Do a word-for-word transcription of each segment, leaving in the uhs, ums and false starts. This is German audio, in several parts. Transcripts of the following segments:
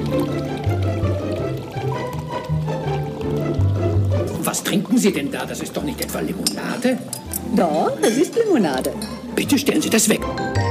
Was trinken Sie denn da? Das ist doch nicht etwa Limonade? Doch, das ist Limonade. Bitte stellen Sie das weg.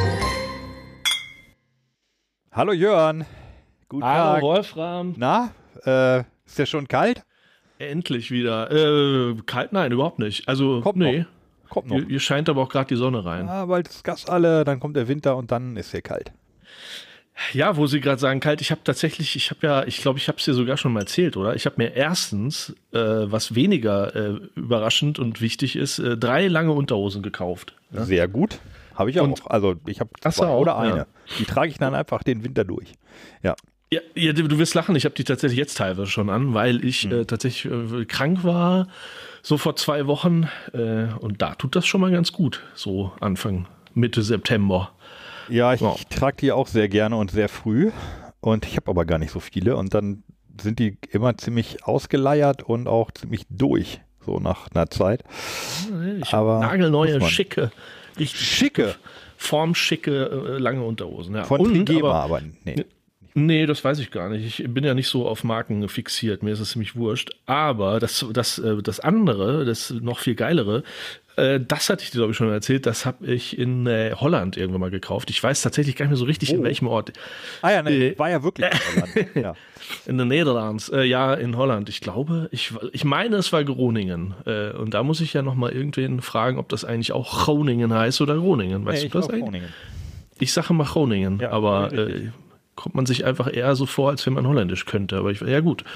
Hallo Jörn. Guten Hallo Tag. Wolfram. Na, äh, ist der schon kalt? Endlich wieder. Äh, kalt? Nein, überhaupt nicht. Also, Kommt nee. noch. Kommt noch. Hier, hier scheint aber auch gerade die Sonne rein. Ja, bald ist Gas alle, dann kommt der Winter und dann ist hier kalt. Ja, wo Sie gerade sagen kalt, ich habe tatsächlich, ich habe ja, ich glaube, ich habe es dir sogar schon mal erzählt, oder? Ich habe mir erstens, äh, was weniger äh, überraschend und wichtig ist, äh, drei lange Unterhosen gekauft. Ja? Sehr gut. Habe ich auch. Und- Also ich habe Ach so, zwei oder auch, eine. ja. Die trage ich dann einfach den Winter durch. Ja. Ja, ja, du wirst lachen, ich habe die tatsächlich jetzt teilweise schon an, weil ich Hm. äh, tatsächlich äh, krank war, so vor zwei Wochen. Äh, und da tut das schon mal ganz gut, so Anfang, Mitte September. Ja, ich Ja. trage die auch sehr gerne und sehr früh. Und ich habe aber gar nicht so viele. Und dann sind die immer ziemlich ausgeleiert und auch ziemlich durch, so nach einer Zeit. Ich Aber nagelneue, muss man. schicke, richtig Schicke. formschicke, äh, lange Unterhosen. Ja. Von Und, Trigema, aber, aber nee. Nee, das weiß ich gar nicht. Ich bin ja nicht so auf Marken fixiert. Mir ist es ziemlich wurscht. Aber das, das, äh, das andere, das noch viel geilere, äh, das hatte ich dir, glaube ich, schon erzählt. Das habe ich in äh, Holland irgendwann mal gekauft. Ich weiß tatsächlich gar nicht mehr so richtig, Oh. in welchem Ort. Ah ja, nee, Äh, war ja wirklich in Holland. Ja. In den Niederlanden. Äh, ja, in Holland. Ich glaube, ich, ich meine, es war Groningen. Äh, und da muss ich ja noch mal irgendwen fragen, ob das eigentlich auch Groningen heißt oder Groningen. Weißt Nee, du ich das glaub, eigentlich? Groningen. Ich sage mal Groningen, Ja, aber richtig. äh, kommt man sich einfach eher so vor, als wenn man Holländisch könnte. Aber ich, ja gut.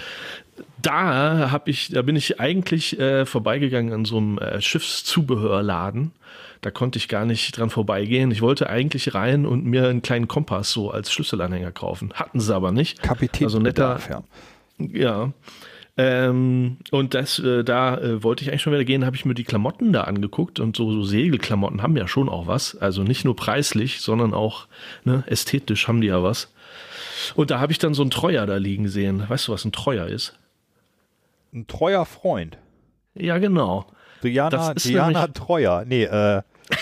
Da habe ich, da bin ich eigentlich äh, vorbeigegangen an so einem äh, Schiffszubehörladen. Da konnte ich gar nicht dran vorbeigehen. Ich wollte eigentlich rein und mir einen kleinen Kompass so als Schlüsselanhänger kaufen. Hatten sie aber nicht. Kapitän. Also netter, ja. ja. Ähm, und das, äh, da äh, wollte ich eigentlich schon wieder gehen, habe ich mir die Klamotten da angeguckt und so, so Segelklamotten haben ja schon auch was. Also nicht nur preislich, sondern auch ne, ästhetisch haben die ja was. Und da habe ich dann so einen Treuer da liegen sehen. Weißt du, was ein Treuer ist? Ein treuer Freund. Ja, genau. Diana, Das ist Diana nämlich- Treuer. Nee, äh,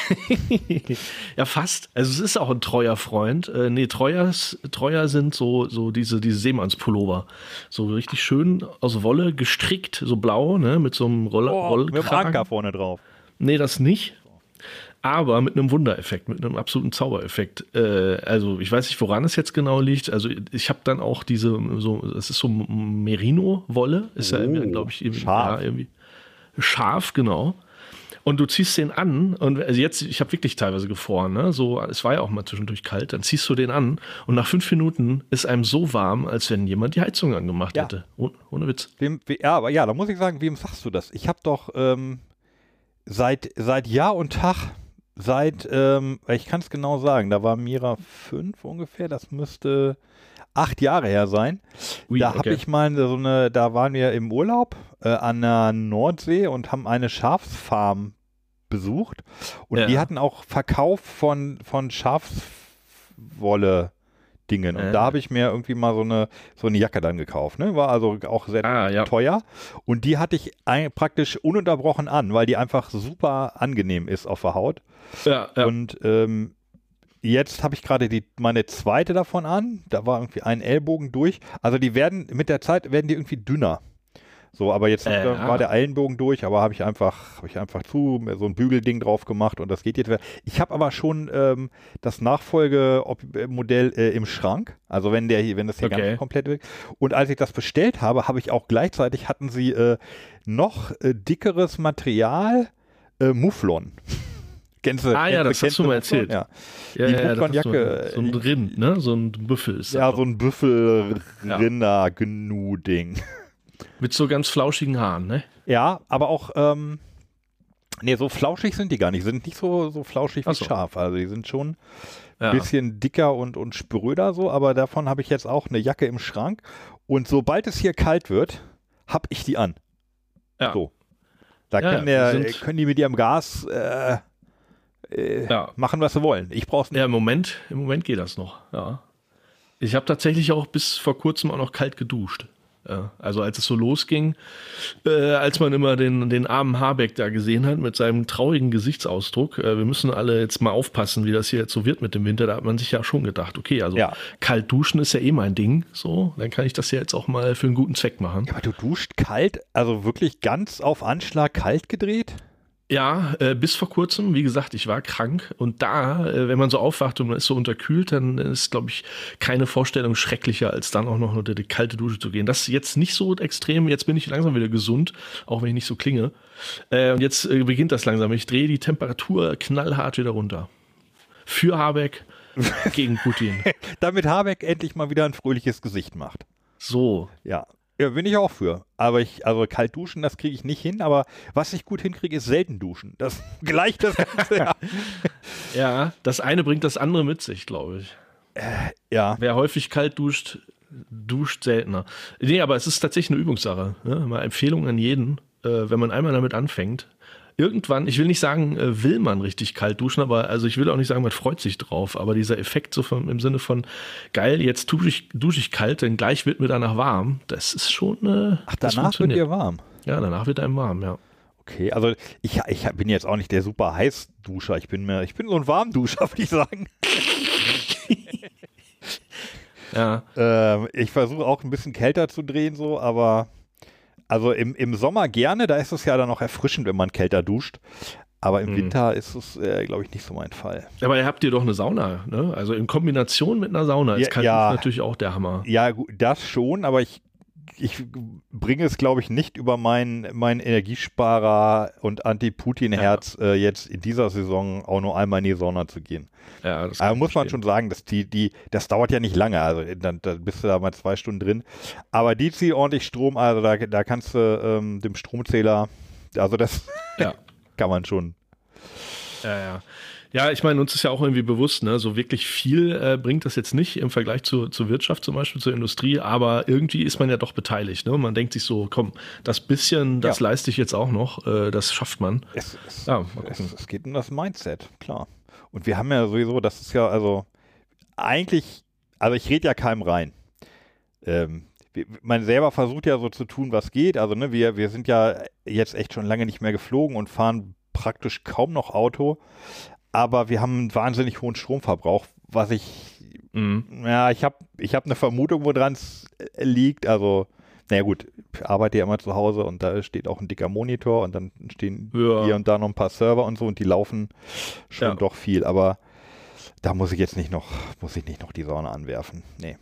Ja, fast. Also es ist auch ein treuer Freund. Äh, nee, Treuers, Treuer sind so, so diese, diese Seemannspullover. So richtig schön aus Wolle gestrickt, so blau, ne, mit so einem Roller, oh, mit dem Rollkragen. Anker vorne drauf. Nee, das nicht. Aber mit einem Wundereffekt, mit einem absoluten Zaubereffekt. Äh, also ich weiß nicht, woran es jetzt genau liegt. Also ich habe dann auch diese, so, es ist so Merino-Wolle, ist ja Oh, irgendwie, glaube ich, irgendwie, scharf. Ja, irgendwie scharf, genau. Und du ziehst den an und also jetzt, ich habe wirklich teilweise gefroren, ne? So, es war ja auch mal zwischendurch kalt. Dann ziehst du den an und nach fünf Minuten ist einem so warm, als wenn jemand die Heizung angemacht Ja. hätte. Oh, ohne Witz. Wem, we- ja, aber ja, da muss ich sagen, wem sagst du das? Ich habe doch ähm, seit, seit Jahr und Tag, seit, ähm, ich kann es genau sagen, da war Mira fünf ungefähr, das müsste acht Jahre her sein. Ui, da okay. habe ich mal so eine, da waren wir im Urlaub äh, an der Nordsee und haben eine Schafsfarm besucht und Ja. die hatten auch Verkauf von, von Schafswolle Dingen. Und Ja. da habe ich mir irgendwie mal so eine, so eine Jacke dann gekauft. Ne? War also auch sehr Ah, ja. teuer. Und die hatte ich ein, praktisch ununterbrochen an, weil die einfach super angenehm ist auf der Haut. Ja, ja. Und ähm, jetzt habe ich gerade die meine zweite davon an. Da war irgendwie ein Ellbogen durch. Also die werden, mit der Zeit werden die irgendwie dünner. So, aber jetzt Äh, war der Ellenbogen durch, aber habe ich einfach, habe ich einfach zu, mir so ein Bügelding drauf gemacht und das geht jetzt. Ich habe aber schon ähm, das Nachfolgemodell äh, im Schrank. Also wenn der hier, wenn das hier Okay. ganz komplett weg. Und als ich das bestellt habe, habe ich auch gleichzeitig hatten sie äh, noch äh, dickeres Material, äh, Mufflon. Kennst du? Ah ja, das kennst hast du mal Mufflon? erzählt. Ja. Ja, die ja, das hast du- Mufflonjacke, so ein Rind, ne? So ein Büffel ist das Ja, doch. so ein Büffel-Rinder-Gnu-Ding. Mit so ganz flauschigen Haaren, ne? Ja, aber auch, ähm, nee, so flauschig sind die gar nicht. Sind nicht so, so flauschig wie Ach so. scharf. Also die sind schon Ja. ein bisschen dicker und, und spröder so, aber davon habe ich jetzt auch eine Jacke im Schrank. Und sobald es hier kalt wird, habe ich die an. Ja. So. Da Ja, kann die der, sind- können die mit ihrem Gas äh, äh, Ja. machen, was sie wollen. Ich brauch's nicht. Ja, im Moment, im Moment geht das noch, ja. Ich habe tatsächlich auch bis vor kurzem auch noch kalt geduscht. Ja, also als es so losging, äh, als man immer den, den armen Habeck da gesehen hat mit seinem traurigen Gesichtsausdruck, äh, wir müssen alle jetzt mal aufpassen, wie das hier jetzt so wird mit dem Winter, da hat man sich ja schon gedacht, okay, also ja. kalt duschen ist ja eh mein Ding, so, dann kann ich das ja jetzt auch mal für einen guten Zweck machen. Ja, aber du duscht kalt, also wirklich ganz auf Anschlag kalt gedreht? Ja, äh, bis vor kurzem, wie gesagt, ich war krank und da, äh, wenn man so aufwacht und man ist so unterkühlt, dann ist, glaube ich, keine Vorstellung schrecklicher, als dann auch noch unter die kalte Dusche zu gehen. Das ist jetzt nicht so extrem, jetzt bin ich langsam wieder gesund, auch wenn ich nicht so klinge. Äh, und jetzt äh, beginnt das langsam. Ich drehe die Temperatur knallhart wieder runter. Für Habeck, gegen Putin. Damit Habeck endlich mal wieder ein fröhliches Gesicht macht. So. Ja. Ja, bin ich auch für. Aber ich, also kalt duschen, das kriege ich nicht hin. Aber was ich gut hinkriege, ist selten duschen. Das gleicht das Ganze. Ja. Ja, das eine bringt das andere mit sich, glaube ich. Äh, ja. Wer häufig kalt duscht, duscht seltener. Nee, aber es ist tatsächlich eine Übungssache. Ne? Mal Empfehlung an jeden, äh, wenn man einmal damit anfängt. Irgendwann, ich will nicht sagen, äh, will man richtig kalt duschen, aber also ich will auch nicht sagen, man freut sich drauf, aber dieser Effekt so vom, im Sinne von, geil, jetzt dusche ich, dusche ich kalt, denn gleich wird mir danach warm, das ist schon äh, Ach, danach wird dir warm? Ja, danach wird einem warm, ja. Okay, also ich, ich bin jetzt auch nicht der super Heißduscher, ich bin mehr, ich bin so ein Warmduscher, würde ich sagen. Ja. Ähm, ich versuche auch ein bisschen kälter zu drehen, so, aber also im, im Sommer gerne, da ist es ja dann auch erfrischend, wenn man kälter duscht. Aber im Mhm. Winter ist es, äh, glaube ich, nicht so mein Fall. Aber ihr habt ihr doch eine Sauna, ne? Also in Kombination mit einer Sauna ist Ja, kalt ja. natürlich auch der Hammer. Ja, gut, das schon, aber ich, ich bringe es, glaube ich, nicht über mein, mein Energiesparer und Anti-Putin-Herz äh, jetzt in dieser Saison auch nur einmal in die Sauna zu gehen. Ja, das Aber kann muss ich man verstehen. schon sagen, dass die, die, das dauert ja nicht lange, also dann, dann bist du da mal zwei Stunden drin. Aber die zieht ordentlich Strom, also da, da kannst du ähm, dem Stromzähler, also das Ja. kann man schon. Ja, ja. Ja, ich meine, uns ist ja auch irgendwie bewusst, ne, so wirklich viel äh, bringt das jetzt nicht im Vergleich zu, zur Wirtschaft zum Beispiel, zur Industrie, aber irgendwie ist man ja doch beteiligt, ne? Man denkt sich so, komm, das bisschen, das Ja. leiste ich jetzt auch noch, äh, das schafft man. Es, es, Ja, mal es, gucken. es geht um das Mindset, klar. Und wir haben ja sowieso, das ist ja also eigentlich, also ich rede ja keinem rein. Ähm, wir- man selber versucht ja so zu tun, was geht. Also ne, wir, wir sind ja jetzt echt schon lange nicht mehr geflogen und fahren praktisch kaum noch Auto. Aber wir haben einen wahnsinnig hohen Stromverbrauch, was ich, Mhm. ja, ich habe ich hab eine Vermutung, woran es äh, liegt. Also, naja gut, ich arbeite ja immer zu Hause und da steht auch ein dicker Monitor und dann stehen Ja. hier und da noch ein paar Server und so und die laufen schon Ja. doch viel. Aber da muss ich jetzt nicht noch, muss ich nicht noch die Sonne anwerfen. Nee.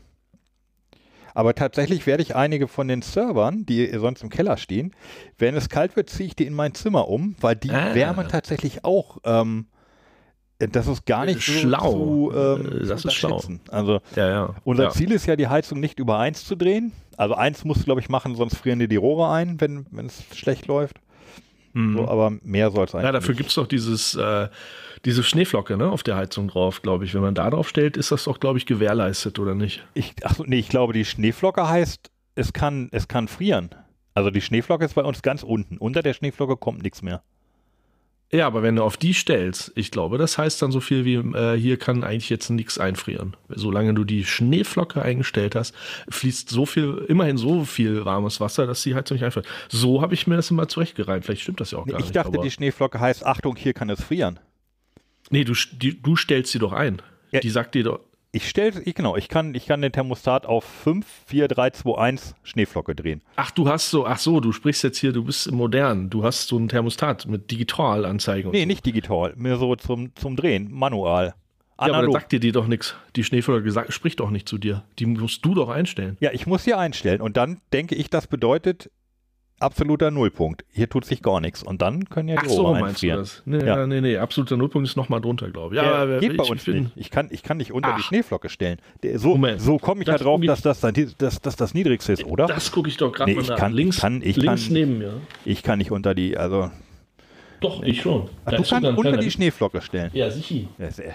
Aber tatsächlich werde ich einige von den Servern, die sonst im Keller stehen, wenn es kalt wird, ziehe ich die in mein Zimmer um, weil die Ah. wärmen tatsächlich auch. Ähm, das ist gar nicht so Schlau. zu, ähm, Äh, das zu ist schlau. unterschätzen. Also Ja, ja. unser ja. Ziel ist ja, die Heizung nicht über eins zu drehen. Also eins musst du, glaube ich, machen, sonst frieren dir die Rohre ein, wenn wenn es schlecht läuft. Mhm. So, aber mehr soll es eigentlich Ja, dafür nicht. gibt es doch dieses, äh, diese Schneeflocke, ne, auf der Heizung drauf, glaube ich. Wenn man da drauf stellt, ist das doch, glaube ich, gewährleistet, oder nicht? Ich, achso, nee, ich glaube, die Schneeflocke heißt, es kann, es kann frieren. Also die Schneeflocke ist bei uns ganz unten. Unter der Schneeflocke kommt nichts mehr. Ja, aber wenn du auf die stellst, ich glaube, das heißt dann so viel wie, äh, hier kann eigentlich jetzt nichts einfrieren. Solange du die Schneeflocke eingestellt hast, fließt so viel, immerhin so viel warmes Wasser, dass die Heizung nicht einfriert. So habe ich mir das immer zurechtgereimt. Vielleicht stimmt das ja auch Nee, gar ich nicht. dachte, aber- die Schneeflocke heißt, Achtung, hier kann es frieren. Nee, du, die, du stellst sie doch ein. Ja. Die sagt dir doch, Ich stelle, ich, genau, ich kann, ich kann den Thermostat auf fünf, vier, drei, zwei, eins Schneeflocke drehen. ach, du hast so, ach so, du sprichst jetzt hier, du bist modern, du hast so ein Thermostat mit Digitalanzeigen. und Nee, so. nicht digital, mehr so zum, zum Drehen, manual. Ja, aber dann Analog. sagt dir die doch nichts. Die Schneeflocke gesagt, spricht doch nicht zu dir. Die musst du doch einstellen. Ja, ich muss hier einstellen und dann denke ich, das bedeutet absoluter Nullpunkt. Hier tut sich gar nichts und dann können ja die Ach so, Rohre meinst du einfrieren. das? Nee, Ja. ja. nee, nee, absoluter Nullpunkt ist nochmal drunter, glaube ich. Ja, aber geht bei ich uns bin- nicht. Ich kann, ich kann nicht unter die Ach. Schneeflocke stellen. Der- So, Moment. so komme ich ja Das drauf, guck ich- dass das, dann, die- dass, dass das Niedrigste ist, oder? Das gucke ich doch gerade Nee, mal ich nach. kann- links ich kann- ich links kann- neben mir. Ich kann nicht unter die, also. Doch, ich schon. Ach, Da du ist kannst sogar ein unter kleiner- die Schneeflocke stellen. Ja, sicher. Ja, sehr-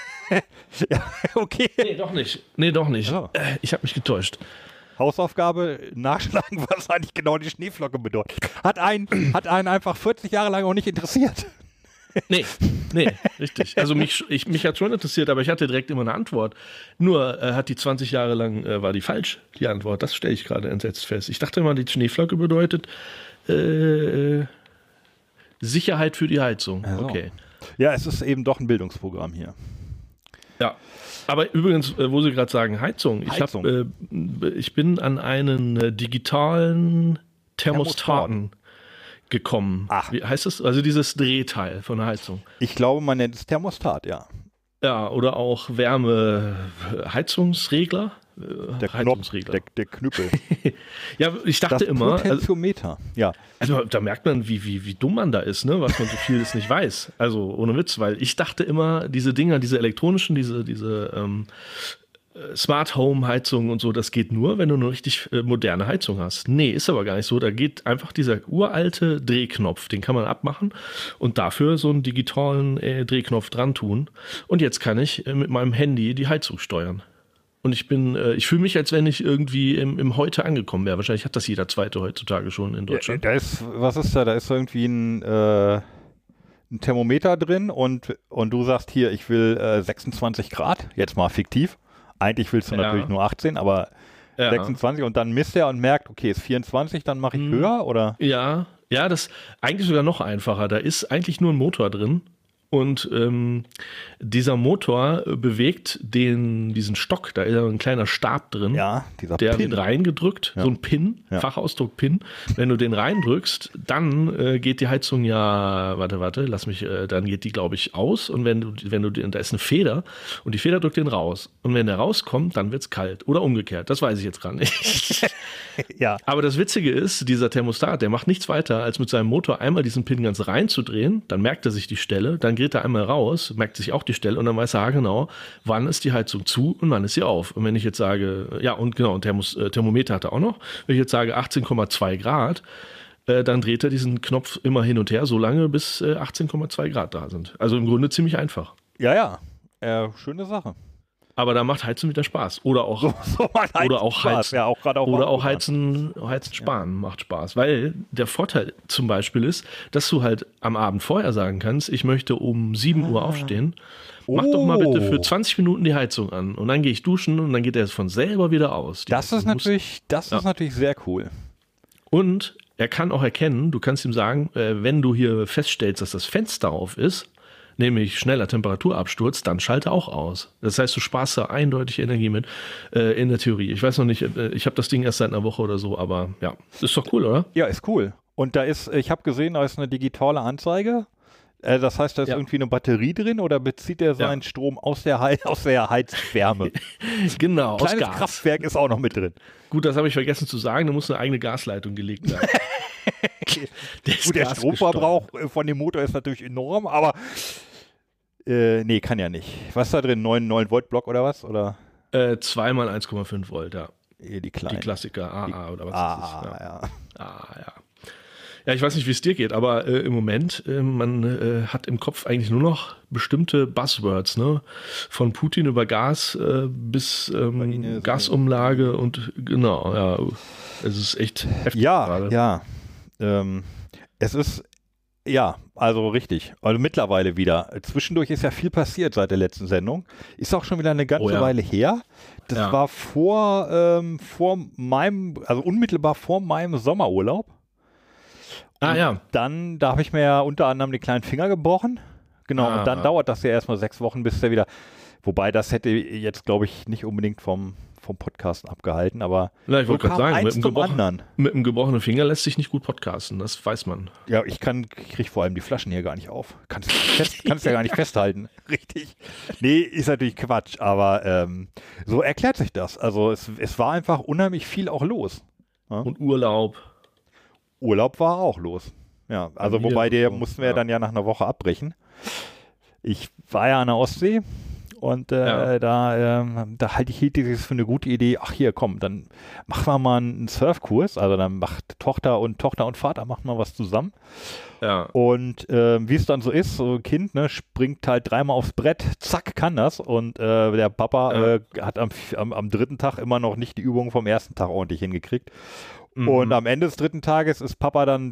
ja, okay. Nee, doch nicht. Nee, doch nicht. Ja. Äh, Ich habe mich getäuscht. Hausaufgabe nachschlagen, was eigentlich genau die Schneeflocke bedeutet. Hat einen, hat einen einfach vierzig Jahre lang auch nicht interessiert. Nee, nee, richtig. Also mich, ich, mich hat schon interessiert, aber ich hatte direkt immer eine Antwort. Nur äh, hat die zwanzig Jahre lang, äh, war die falsch, die Antwort. Das stelle ich gerade entsetzt fest. Ich dachte immer, die Schneeflocke bedeutet äh, Sicherheit für die Heizung. Also. Okay. Ja, es ist eben doch ein Bildungsprogramm hier. Ja, aber übrigens, äh, wo Sie gerade sagen Heizung, ich, Heizung. Hab, äh, ich bin an einen äh, digitalen Thermostaten gekommen. Ach. Wie heißt das? Also dieses Drehteil von der Heizung. Ich glaube, man nennt es Thermostat, ja. Ja, oder auch Wärmeheizungsregler. Der Knopf, der, der Knüppel. Ja, ich dachte das immer, also, Potentiometer, ja. also da merkt man, wie, wie, wie dumm man da ist, ne? Was man so vieles nicht weiß. Also ohne Witz, weil ich dachte immer, diese Dinger, diese elektronischen, diese, diese ähm, Smart Home Heizung und so, das geht nur, wenn du eine richtig äh, moderne Heizung hast. Nee, ist aber gar nicht so. Da geht einfach dieser uralte Drehknopf, den kann man abmachen und dafür so einen digitalen äh, Drehknopf dran tun. Und jetzt kann ich äh, mit meinem Handy die Heizung steuern. Und ich bin, äh, ich fühle mich, als wenn ich irgendwie im, im Heute angekommen wäre. Wahrscheinlich hat das jeder Zweite heutzutage schon in Deutschland. Ja, da ist, was ist da? Da ist irgendwie ein, äh, ein Thermometer drin und, und du sagst hier, ich will äh, sechsundzwanzig Grad, jetzt mal fiktiv. Eigentlich willst du Ja. natürlich nur achtzehn, aber Ja. sechsundzwanzig und dann misst er und merkt, okay, ist vierundzwanzig, dann mache ich Hm. höher, oder? Ja, ja, das eigentlich sogar noch einfacher. Da ist eigentlich nur ein Motor drin. Und ähm, dieser Motor äh, bewegt den, diesen Stock, da ist ja ein kleiner Stab drin, Ja, dieser der Pin. wird reingedrückt, Ja. so ein Pin, Ja. Fachausdruck Pin. Wenn du den reindrückst, dann äh, geht die Heizung ja, warte, warte, lass mich, äh, dann geht die, glaube ich, aus. Und wenn du, wenn du, den, da ist eine Feder und die Feder drückt den raus. Und wenn der rauskommt, dann wird's kalt. Oder umgekehrt, das weiß ich jetzt gerade nicht. Ja, Aber das Witzige ist, dieser Thermostat, der macht nichts weiter, als mit seinem Motor einmal diesen Pin ganz reinzudrehen, dann merkt er sich die Stelle, dann geht er einmal raus, merkt sich auch die Stelle und dann weiß er genau, wann ist die Heizung zu und wann ist sie auf. Und wenn ich jetzt sage, ja und genau, ein Thermos, äh, Thermometer hat er auch noch, wenn ich jetzt sage achtzehn Komma zwei Grad, äh, dann dreht er diesen Knopf immer hin und her, so lange bis äh, achtzehn Komma zwei Grad da sind. Also im Grunde ziemlich einfach. ja, ja. Äh, schöne Sache. Aber da macht Heizen wieder Spaß. Oder auch, So, so macht Heizen oder auch Spaß. Heizen. Ja, auch gerade auf Oder auch Autobahn. Heizen, Heizen sparen macht Spaß. Weil der Vorteil zum Beispiel ist, dass du halt am Abend vorher sagen kannst, ich möchte um sieben Uhr aufstehen. Mach doch mal bitte für Oh. zwanzig Minuten die Heizung an. Und dann gehe ich duschen und dann geht er von selber wieder aus. Die Das ist Heizung muss- natürlich, das Ja. ist natürlich sehr cool. Und er kann auch erkennen, du kannst ihm sagen, äh, wenn du hier feststellst, dass das Fenster auf ist, nämlich schneller Temperaturabsturz, dann schalte auch aus. Das heißt, du sparst da eindeutig Energie mit, äh, in der Theorie. Ich weiß noch nicht, äh, ich habe das Ding erst seit einer Woche oder so, aber ja, ist doch cool, oder? Ja, ist cool. Und da ist, ich habe gesehen, da ist eine digitale Anzeige. Äh, das heißt, da ist Ja. irgendwie eine Batterie drin oder bezieht er seinen Strom aus der, Hei- aus der Heizwärme? Genau, aus Kleines Gas. Kraftwerk ist auch noch mit drin. Gut, das habe ich vergessen zu sagen, da muss eine eigene Gasleitung gelegt werden. Der ist Gut, der gasgesteuert. Stromverbrauch äh, von dem Motor ist natürlich enorm, aber äh, nee, kann ja nicht. Was ist da drin? neun Volt Block oder was? Oder Äh, zweimal eins Komma fünf Volt, ja. eh, die Die kleinen? Klassiker, A A oder was ah, ist das? Ja. ja. Ah, ja. Ja, ich weiß nicht, wie es dir geht, aber äh, im Moment, äh, man äh, hat im Kopf eigentlich nur noch bestimmte Buzzwords, ne? Von Putin über Gas äh, bis Ukraine ähm, ist- Gasumlage und genau, ja. Es ist echt heftig Ja, gerade. ja. Ähm, es ist, ja, also richtig. Also mittlerweile wieder. Zwischendurch ist ja viel passiert seit der letzten Sendung. Ist auch schon wieder eine ganze Oh ja. Weile her. Das Ja. war vor, ähm, vor meinem, also unmittelbar vor meinem Sommerurlaub. Ah ja, Dann, da habe ich mir ja unter anderem den kleinen Finger gebrochen. Genau, Ah. und dann dauert das ja erstmal sechs Wochen, bis der wieder, wobei das hätte jetzt, glaube ich, nicht unbedingt vom, vom Podcasten abgehalten, aber Na, ich so wollte gerade kam sagen, eins mit dem, zum gebrochen, anderen. mit dem gebrochenen Finger lässt sich nicht gut podcasten, das weiß man. Ja, ich kann, krieg vor allem die Flaschen hier gar nicht auf. Kannst, fest, kannst ja gar nicht festhalten. Richtig. Nee, ist natürlich Quatsch, aber ähm, so erklärt sich das. Also es, es war einfach unheimlich viel auch los. Und Urlaub. Urlaub war auch los. Ja, also Bei mir wobei der so, mussten wir ja ja. dann ja nach einer Woche abbrechen. Ich war ja an der Ostsee und äh, Ja. da, ähm, da halt ich hielt dieses für eine gute Idee, ach hier, komm, dann machen wir mal einen Surfkurs. Also dann macht Tochter und Tochter und Vater machen mal was zusammen. Ja. Und äh, wie es dann so ist, so ein Kind, ne, springt halt dreimal aufs Brett, zack, kann das. Und äh, der Papa Ja. äh, hat am, am, am dritten Tag immer noch nicht die Übung vom ersten Tag ordentlich hingekriegt. Mhm. Und am Ende des dritten Tages ist Papa dann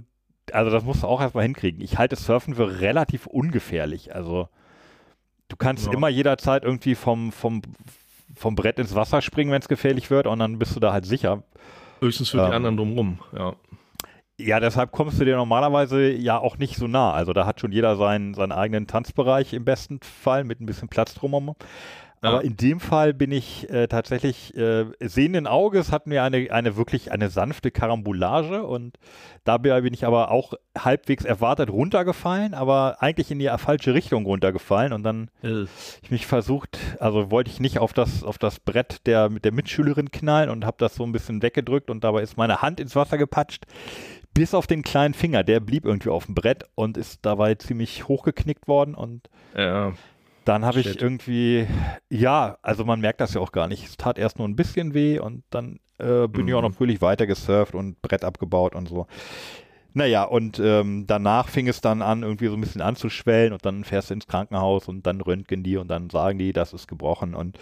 also das musst du auch erstmal hinkriegen. Ich halte Surfen für relativ ungefährlich. Also du kannst ja. immer jederzeit irgendwie vom, vom, vom Brett ins Wasser springen, wenn es gefährlich wird, und dann bist du da halt sicher. Höchstens für ähm, die anderen drumherum, ja. Ja, deshalb kommst du dir normalerweise ja auch nicht so nah. Also da hat schon jeder seinen, seinen eigenen Tanzbereich im besten Fall mit ein bisschen Platz drumherum. Ja. Aber in dem Fall bin ich äh, tatsächlich äh, sehenden Auges, hatten wir eine, eine wirklich eine sanfte Karambolage, und dabei bin ich aber auch halbwegs erwartet runtergefallen, aber eigentlich in die falsche Richtung runtergefallen, und dann äh. ich mich versucht, also wollte ich nicht auf das, auf das Brett der, mit der Mitschülerin knallen und habe das so ein bisschen weggedrückt, und dabei ist meine Hand ins Wasser gepatscht, bis auf den kleinen Finger, der blieb irgendwie auf dem Brett und ist dabei ziemlich hochgeknickt worden, und ja. Dann habe ich irgendwie, ja, also man merkt das ja auch gar nicht. Es tat erst nur ein bisschen weh, und dann äh, bin mhm. ich auch noch fröhlich weiter gesurft und Brett abgebaut und so. Naja, und ähm, danach fing es dann an, irgendwie so ein bisschen anzuschwellen, und dann fährst du ins Krankenhaus und dann röntgen die und dann sagen die, das ist gebrochen, und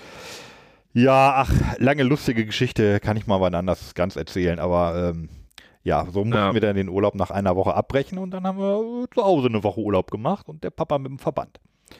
ja, ach, lange lustige Geschichte, kann ich mal wann anders ganz erzählen, aber ähm, ja, so mussten ja. wir dann den Urlaub nach einer Woche abbrechen, und dann haben wir zu Hause eine Woche Urlaub gemacht und der Papa mit dem Verband.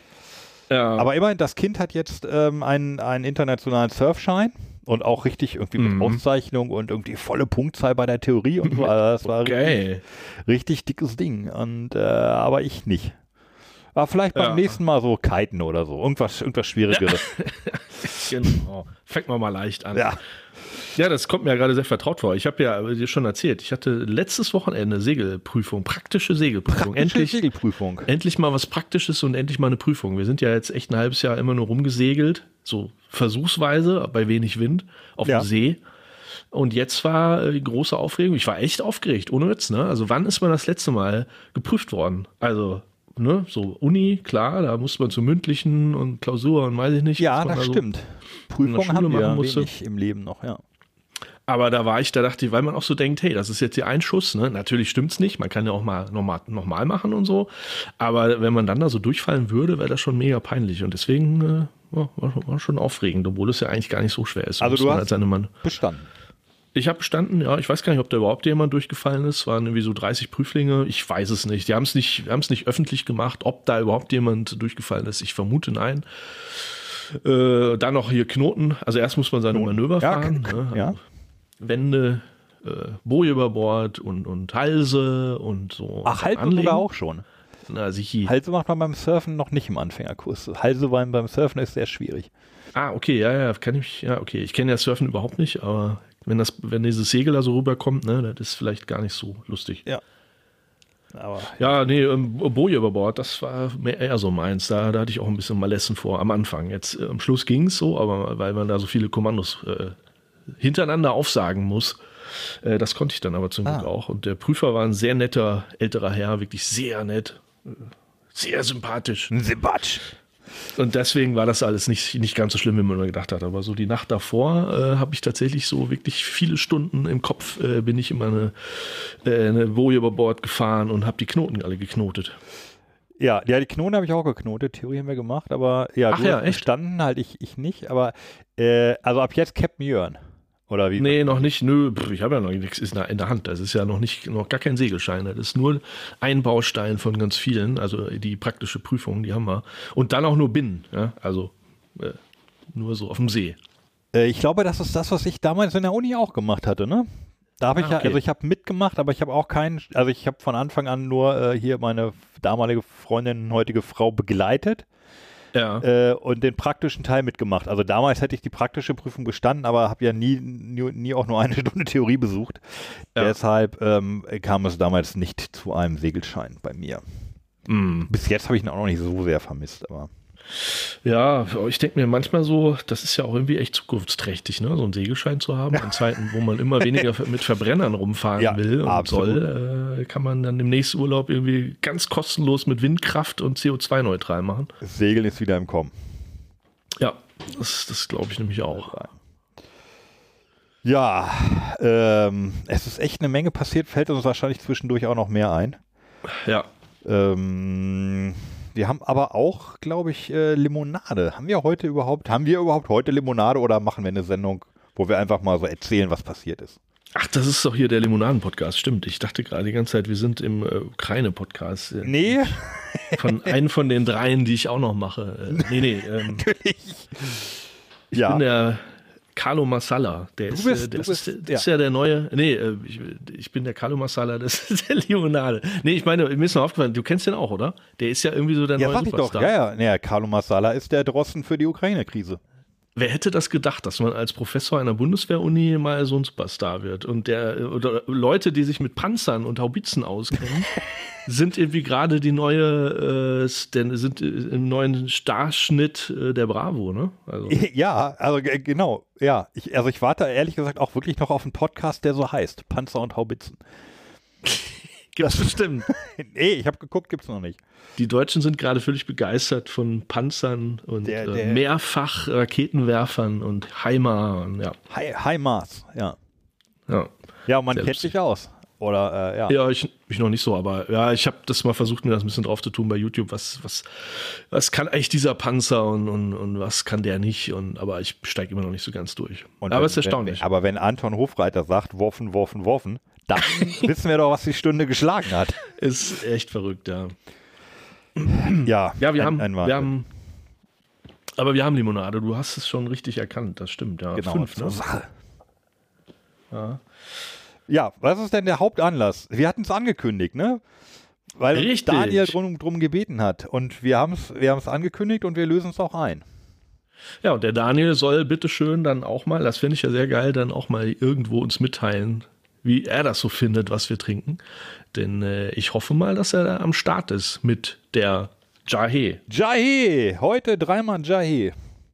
Ja. Aber immerhin, das Kind hat jetzt ähm, einen, einen internationalen Surfschein und auch richtig irgendwie mit mhm. Auszeichnung und irgendwie volle Punktzahl bei der Theorie und so. Also das war okay. richtig, richtig dickes Ding. Und, äh, aber ich nicht. Aber vielleicht beim ja. nächsten Mal so kiten oder so. Irgendwas, irgendwas Schwierigeres. Ja. Genau. Fängt man mal leicht an. Ja. Ja, das kommt mir ja gerade sehr vertraut vor. Ich habe ja dir schon erzählt, ich hatte letztes Wochenende Segelprüfung, praktische Segelprüfung. Praktische endlich, Segelprüfung. Endlich mal was Praktisches und endlich mal eine Prüfung. Wir sind ja jetzt echt ein halbes Jahr immer nur rumgesegelt, so versuchsweise, bei wenig Wind, auf ja. dem See. Und jetzt war äh, große Aufregung. Ich war echt aufgeregt, ohne Witz, ne? Also wann ist man das letzte Mal geprüft worden? Also, ne, so Uni, klar, da muss man zu mündlichen und Klausur und weiß ich nicht. Ja, das also stimmt. Prüfungen haben wir wenig im Leben noch, ja. Aber da war ich, da dachte ich, weil man auch so denkt, hey, das ist jetzt hier ein Schuss, ne? Natürlich stimmt's nicht, man kann ja auch mal nochmal noch mal machen und so, aber wenn man dann da so durchfallen würde, wäre das schon mega peinlich, und deswegen äh, war, war schon aufregend, obwohl es ja eigentlich gar nicht so schwer ist. Also du hast halt seine Mann bestanden? Ich habe bestanden, ja, ich weiß gar nicht, ob da überhaupt jemand durchgefallen ist, es waren irgendwie so dreißig Prüflinge, ich weiß es nicht, die haben es nicht, haben es nicht öffentlich gemacht, ob da überhaupt jemand durchgefallen ist, ich vermute nein. Äh, dann noch hier Knoten, also erst muss man seine Manöver fahren, ja, ne? ja. Wände, äh, Boje über Bord und, und Halse und so. Ach, Halse sogar auch schon. Na, sichi. Halse macht man beim Surfen noch nicht im Anfängerkurs. Halse beim, beim Surfen ist sehr schwierig. Ah, okay, ja, ja, kann ich, ja, okay. Ich kenne ja Surfen überhaupt nicht, aber wenn das, wenn dieses Segel da so rüberkommt, ne, das ist vielleicht gar nicht so lustig. Ja. Aber, ja, nee, ähm, Boje über Bord, das war mehr, eher so meins. Da, da hatte ich auch ein bisschen Malessen vor am Anfang. Jetzt äh, am Schluss ging es so, aber weil man da so viele Kommandos äh, hintereinander aufsagen muss. Äh, das konnte ich dann aber zum ah. Glück auch. Und der Prüfer war ein sehr netter älterer Herr, wirklich sehr nett, sehr sympathisch. Sympathisch. Und deswegen war das alles nicht, nicht ganz so schlimm, wie man immer gedacht hat. Aber so die Nacht davor äh, habe ich tatsächlich so wirklich viele Stunden im Kopf, äh, bin ich immer eine, äh, eine Boje über Bord gefahren und habe die Knoten alle geknotet. Ja, ja, die Knoten habe ich auch geknotet, Theorie haben wir gemacht, aber ja, Ach du ja, hast echt? bestanden, halt ich, ich nicht, aber äh, also ab jetzt Captain Jörn, oder wie? Nee, noch nicht, nö, pff, ich habe ja noch nichts in der Hand, das ist ja noch nicht, noch gar kein Segelschein, das ist nur ein Baustein von ganz vielen, also die praktische Prüfung, die haben wir, und dann auch nur Binnen, ja, also äh, nur so auf dem See. Äh, ich glaube, das ist das, was ich damals in der Uni auch gemacht hatte, ne? Da habe ich ah, okay. ja, also ich habe mitgemacht, aber ich habe auch keinen, also ich habe von Anfang an nur äh, hier meine damalige Freundin, heutige Frau begleitet ja. äh, und den praktischen Teil mitgemacht. Also damals hätte ich die praktische Prüfung bestanden, aber habe ja nie, nie, nie auch nur eine Stunde Theorie besucht. Ja. Deshalb ähm, kam es damals nicht zu einem Segelschein bei mir. Mm. Bis jetzt habe ich ihn auch noch nicht so sehr vermisst, aber ja, ich denke mir manchmal so, das ist ja auch irgendwie echt zukunftsträchtig, ne? So einen Segelschein zu haben. In Zeiten, wo man immer weniger mit Verbrennern rumfahren ja, will und absolut. soll, äh, kann man dann im nächsten Urlaub irgendwie ganz kostenlos mit Windkraft und C O zwei neutral machen. Segeln ist wieder im Kommen. Ja, das, das glaube ich nämlich auch. Ja, ähm, es ist echt eine Menge passiert, fällt uns wahrscheinlich zwischendurch auch noch mehr ein. Ja. Ähm, wir haben aber auch, glaube ich, äh, Limonade. Haben wir heute überhaupt, haben wir überhaupt heute Limonade oder machen wir eine Sendung, wo wir einfach mal so erzählen, was passiert ist? Ach, das ist doch hier der Limonaden-Podcast, stimmt. Ich dachte gerade die ganze Zeit, wir sind im äh, Ukraine-Podcast. Nee. Von einem von den dreien, die ich auch noch mache. Äh, nee, nee. Ähm, Natürlich. ich Ja. bin der Carlo Massala. Der, ist, bist- äh, der du ist, bist- das ist ja der neue. Nee, äh, ich, ich bin der Carlo Massala, das ist der Limonade. Nee, ich meine, mir ist noch aufgefallen, du kennst den auch, oder? Der ist ja irgendwie so der Ja, neue sag ich doch. Superstar. Ja, ja. Naja, Carlo Massala ist der Drosten für die Ukraine-Krise. Wer hätte das gedacht, dass man als Professor einer Bundeswehr-Uni mal so ein Superstar wird? Und der oder Leute, die sich mit Panzern und Haubitzen auskennen, sind irgendwie gerade die neue, äh, denn sind im neuen Starschnitt äh, der Bravo, ne? Also, Ja, also äh, genau. Ja, ich, also ich warte ehrlich gesagt auch wirklich noch auf einen Podcast, der so heißt. Panzer und Haubitzen. gibt's bestimmt. Nee, ich habe geguckt, gibt's noch nicht. Die Deutschen sind gerade völlig begeistert von Panzern und Der- der- äh, mehrfach Raketenwerfern und Heimer und ja. High, High Mars, ja. Ja, Ja, und man Sehr kennt lustig. sich aus. Oder, äh, ja. ja ich, ich noch nicht so, aber ja, ich habe das mal versucht, mir das ein bisschen drauf zu tun bei YouTube. Was, was, was kann eigentlich dieser Panzer und, und, und was kann der nicht? Und, aber ich steige immer noch nicht so ganz durch. Und aber wenn- es ist erstaunlich. Wenn, aber wenn Anton Hofreiter sagt, worfen, worfen, worfen, dann wissen wir doch, was die Stunde geschlagen hat. Ist echt verrückt, ja. Ja, Ja, wir ein- haben, ein wir Wahnsinn. haben, aber wir haben Limonade. Du hast es schon richtig erkannt. Das stimmt, ja. Genau, Fünf, zur ne? Sache. Ja. Ja, was ist denn der Hauptanlass? Wir hatten es angekündigt, ne? Weil uns Richtig. Daniel drum, drum gebeten hat. Und wir haben es wir haben's angekündigt und wir lösen es auch ein. Ja, und der Daniel soll bitteschön dann auch mal, das finde ich ja sehr geil, dann auch mal irgendwo uns mitteilen, wie er das so findet, was wir trinken. Denn äh, ich hoffe mal, dass er da am Start ist mit der Jahe. Jahe! Heute dreimal Jahe.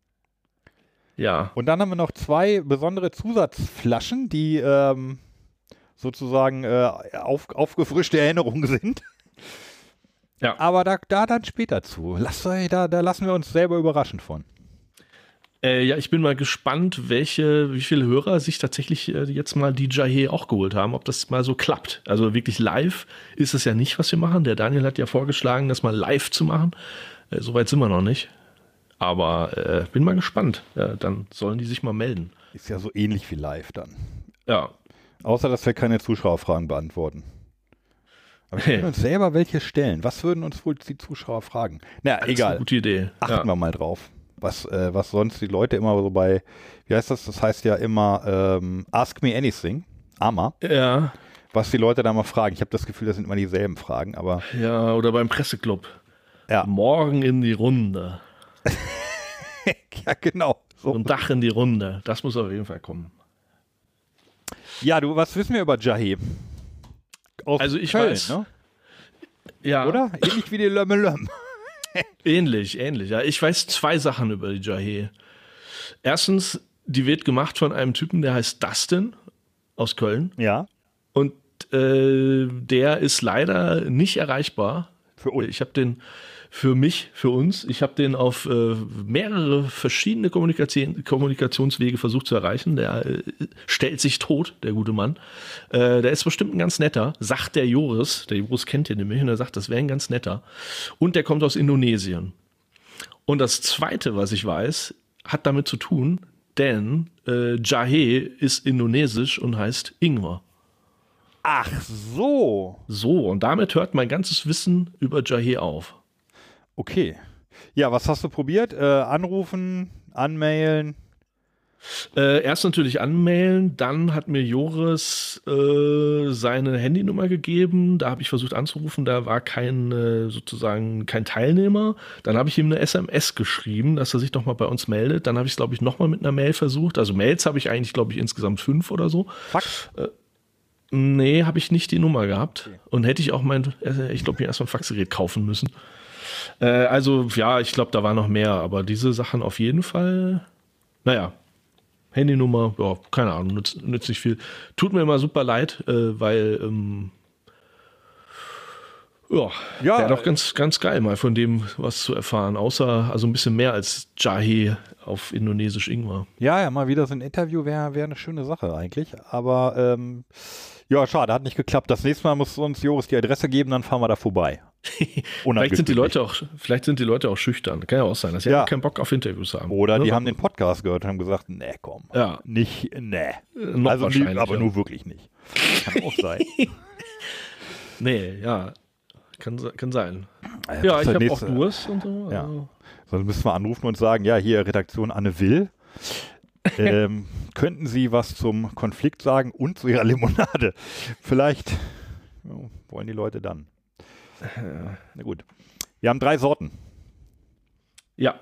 Ja, Und dann haben wir noch zwei besondere Zusatzflaschen, die ähm, sozusagen äh, auf, aufgefrischte Erinnerungen sind. Ja. Aber da, da dann später zu. Lass, da, da lassen wir uns selber überraschen von. Äh, ja, ich bin mal gespannt, welche, wie viele Hörer sich tatsächlich äh, jetzt mal die Jahe auch geholt haben, ob das mal so klappt. Also wirklich live ist es ja nicht, was wir machen. Der Daniel hat ja vorgeschlagen, das mal live zu machen. Äh, Soweit sind wir noch nicht. Aber äh, bin mal gespannt. Ja, dann sollen die sich mal melden. Ist ja so ähnlich wie live dann. Ja, Außer, dass wir keine Zuschauerfragen beantworten. Aber wir können uns selber welche stellen. Was würden uns wohl die Zuschauer fragen? Na, das ist eine egal. gute Idee. Achten Ja. wir mal drauf. Was, äh, was sonst die Leute immer so bei, wie heißt das? Das heißt ja immer ähm, Ask Me Anything. A M A. Ja, Was die Leute da mal fragen. Ich habe das Gefühl, das sind immer dieselben Fragen, aber ja, oder beim Presseclub. ja, Morgen in die Runde. ja genau. So. Und Dach in die Runde. Das muss auf jeden Fall kommen. Ja, du, was wissen wir über Jahe? Aus Also ich Köln, weiß- ne? Ja, Oder? Ähnlich wie die Lömme Lömm. Ähnlich, ähnlich. Ja, ich weiß zwei Sachen über die Jahe. Erstens, die wird gemacht von einem Typen, der heißt Dustin aus Köln. Ja, Und äh, der ist leider nicht erreichbar. für uns. Ich habe den für mich, für uns, ich habe den auf äh, mehrere verschiedene Kommunikation, Kommunikationswege versucht zu erreichen. Der äh, stellt sich tot, der gute Mann. Äh, der ist bestimmt ein ganz netter, sagt der Joris. Der Joris kennt ihn nämlich und er sagt, das wäre ein ganz netter. Und der kommt aus Indonesien. Und das Zweite, was ich weiß, hat damit zu tun, denn äh, Jahe ist indonesisch und heißt Ingwer. Ach so. So, und damit hört mein ganzes Wissen über Jahe auf. Okay. Ja, was hast du probiert? Äh, anrufen, anmailen. Äh, erst natürlich anmelden, dann hat mir Joris äh, seine Handynummer gegeben, da habe ich versucht anzurufen, da war kein äh, sozusagen kein Teilnehmer. Dann habe ich ihm eine S M S geschrieben, dass er sich doch mal bei uns meldet. Dann habe ich es, glaube ich, nochmal mit einer Mail versucht. Also Mails habe ich eigentlich, glaube ich, insgesamt fünf oder so. Fax. Nee, habe ich nicht die Nummer gehabt. Und hätte ich auch mein, äh, ich glaube, mir erstmal ein Faxgerät kaufen müssen. Äh, also, ja, ich glaube, da war noch mehr, aber diese Sachen auf jeden Fall, naja, Handynummer, ja, keine Ahnung, nützt, nützt nicht viel. Tut mir immer super leid, äh, weil, ähm, ja, Ja, wäre doch ganz, ganz geil, mal von dem was zu erfahren. Außer, also ein bisschen mehr als Jahe auf Indonesisch Ingwer. Ja, ja, mal wieder so ein Interview wäre wär eine schöne Sache eigentlich. Aber ähm, ja, schade, hat nicht geklappt. Das nächste Mal muss uns Joris die Adresse geben, dann fahren wir da vorbei. vielleicht sind die Leute auch, vielleicht sind die Leute auch schüchtern. Kann ja auch sein, dass sie ja keinen Bock auf Interviews haben. Oder die haben den Podcast gehört und haben gesagt, nee, komm, ja. nicht, nee. Noch also wahrscheinlich, aber ja. nur wirklich nicht. Kann auch sein. Nee, ja. Kann, kann sein. Ja, ja, ich habe nächste, auch Durst und so. Ja. Also. Sonst müssen wir anrufen und sagen, ja, hier Redaktion Anne Will. ähm, könnten Sie was zum Konflikt sagen und zu Ihrer Limonade? Vielleicht ja, wollen die Leute dann. Ja. Na gut. Wir haben drei Sorten. Ja.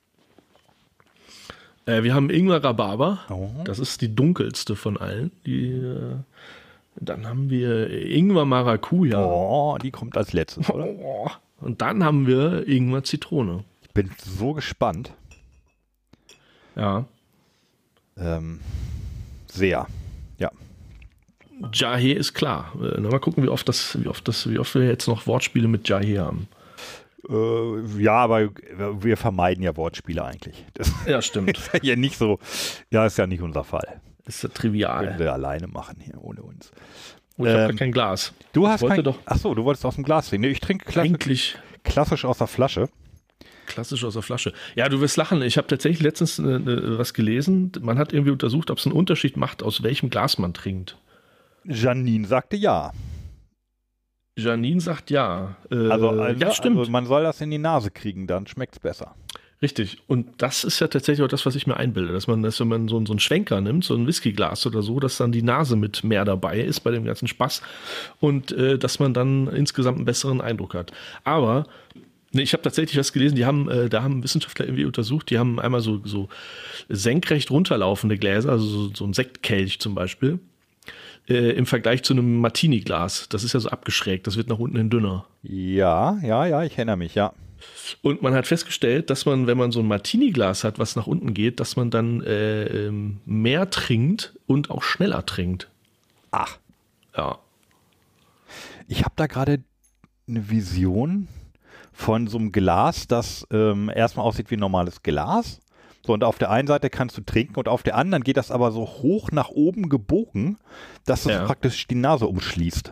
Äh, wir haben Ingwer Rhabarber. Oh. Das ist die dunkelste von allen. Die, äh, dann haben wir Ingwer Maracuja. Oh, die kommt als letztes, oder? Oh. Und dann haben wir Ingwer Zitrone. Ich bin so gespannt. Ja. Ähm, sehr. Ja. Jahe ist klar. Äh, mal gucken, wie oft das, wie oft das, wie oft wir jetzt noch Wortspiele mit Jahe haben. Äh, ja, aber wir vermeiden ja Wortspiele eigentlich. Das ja, stimmt. ist ja nicht so. Ja, ist ja nicht unser Fall. Ist ja trivial. Können wir alleine machen hier ohne uns. Oh, ich ähm, habe kein Glas. Du hast kein. Doch ach so, du wolltest aus dem Glas trinken. Nee, ich trinke klassisch, eigentlich klassisch aus der Flasche. Klassisch aus der Flasche. Ja, du wirst lachen. Ich habe tatsächlich letztens äh, äh, was gelesen. Man hat irgendwie untersucht, ob es einen Unterschied macht, aus welchem Glas man trinkt. Janine sagte ja. Janine sagt ja. Äh, also, also, ja, stimmt. Also man soll das in die Nase kriegen, dann schmeckt es besser. Richtig. Und das ist ja tatsächlich auch das, was ich mir einbilde, dass man, dass wenn man so, so einen Schwenker nimmt, so ein Whiskyglas oder so, dass dann die Nase mit mehr dabei ist bei dem ganzen Spaß und äh, dass man dann insgesamt einen besseren Eindruck hat. Aber nee, ich habe tatsächlich was gelesen, die haben, äh, da haben Wissenschaftler irgendwie untersucht, die haben einmal so, so senkrecht runterlaufende Gläser, also so, so ein Sektkelch zum Beispiel, äh, im Vergleich zu einem Martini-Glas. Das ist ja so abgeschrägt, das wird nach unten hin dünner. Ja, ja, ja, ich erinnere mich, ja. Und man hat festgestellt, dass man, wenn man so ein Martini-Glas hat, was nach unten geht, dass man dann äh, mehr trinkt und auch schneller trinkt. Ach. Ja. Ich habe da gerade eine Vision von so einem Glas, das ähm, erstmal aussieht wie ein normales Glas. So, und auf der einen Seite kannst du trinken und auf der anderen geht das aber so hoch nach oben gebogen, dass es Ja. praktisch die Nase umschließt.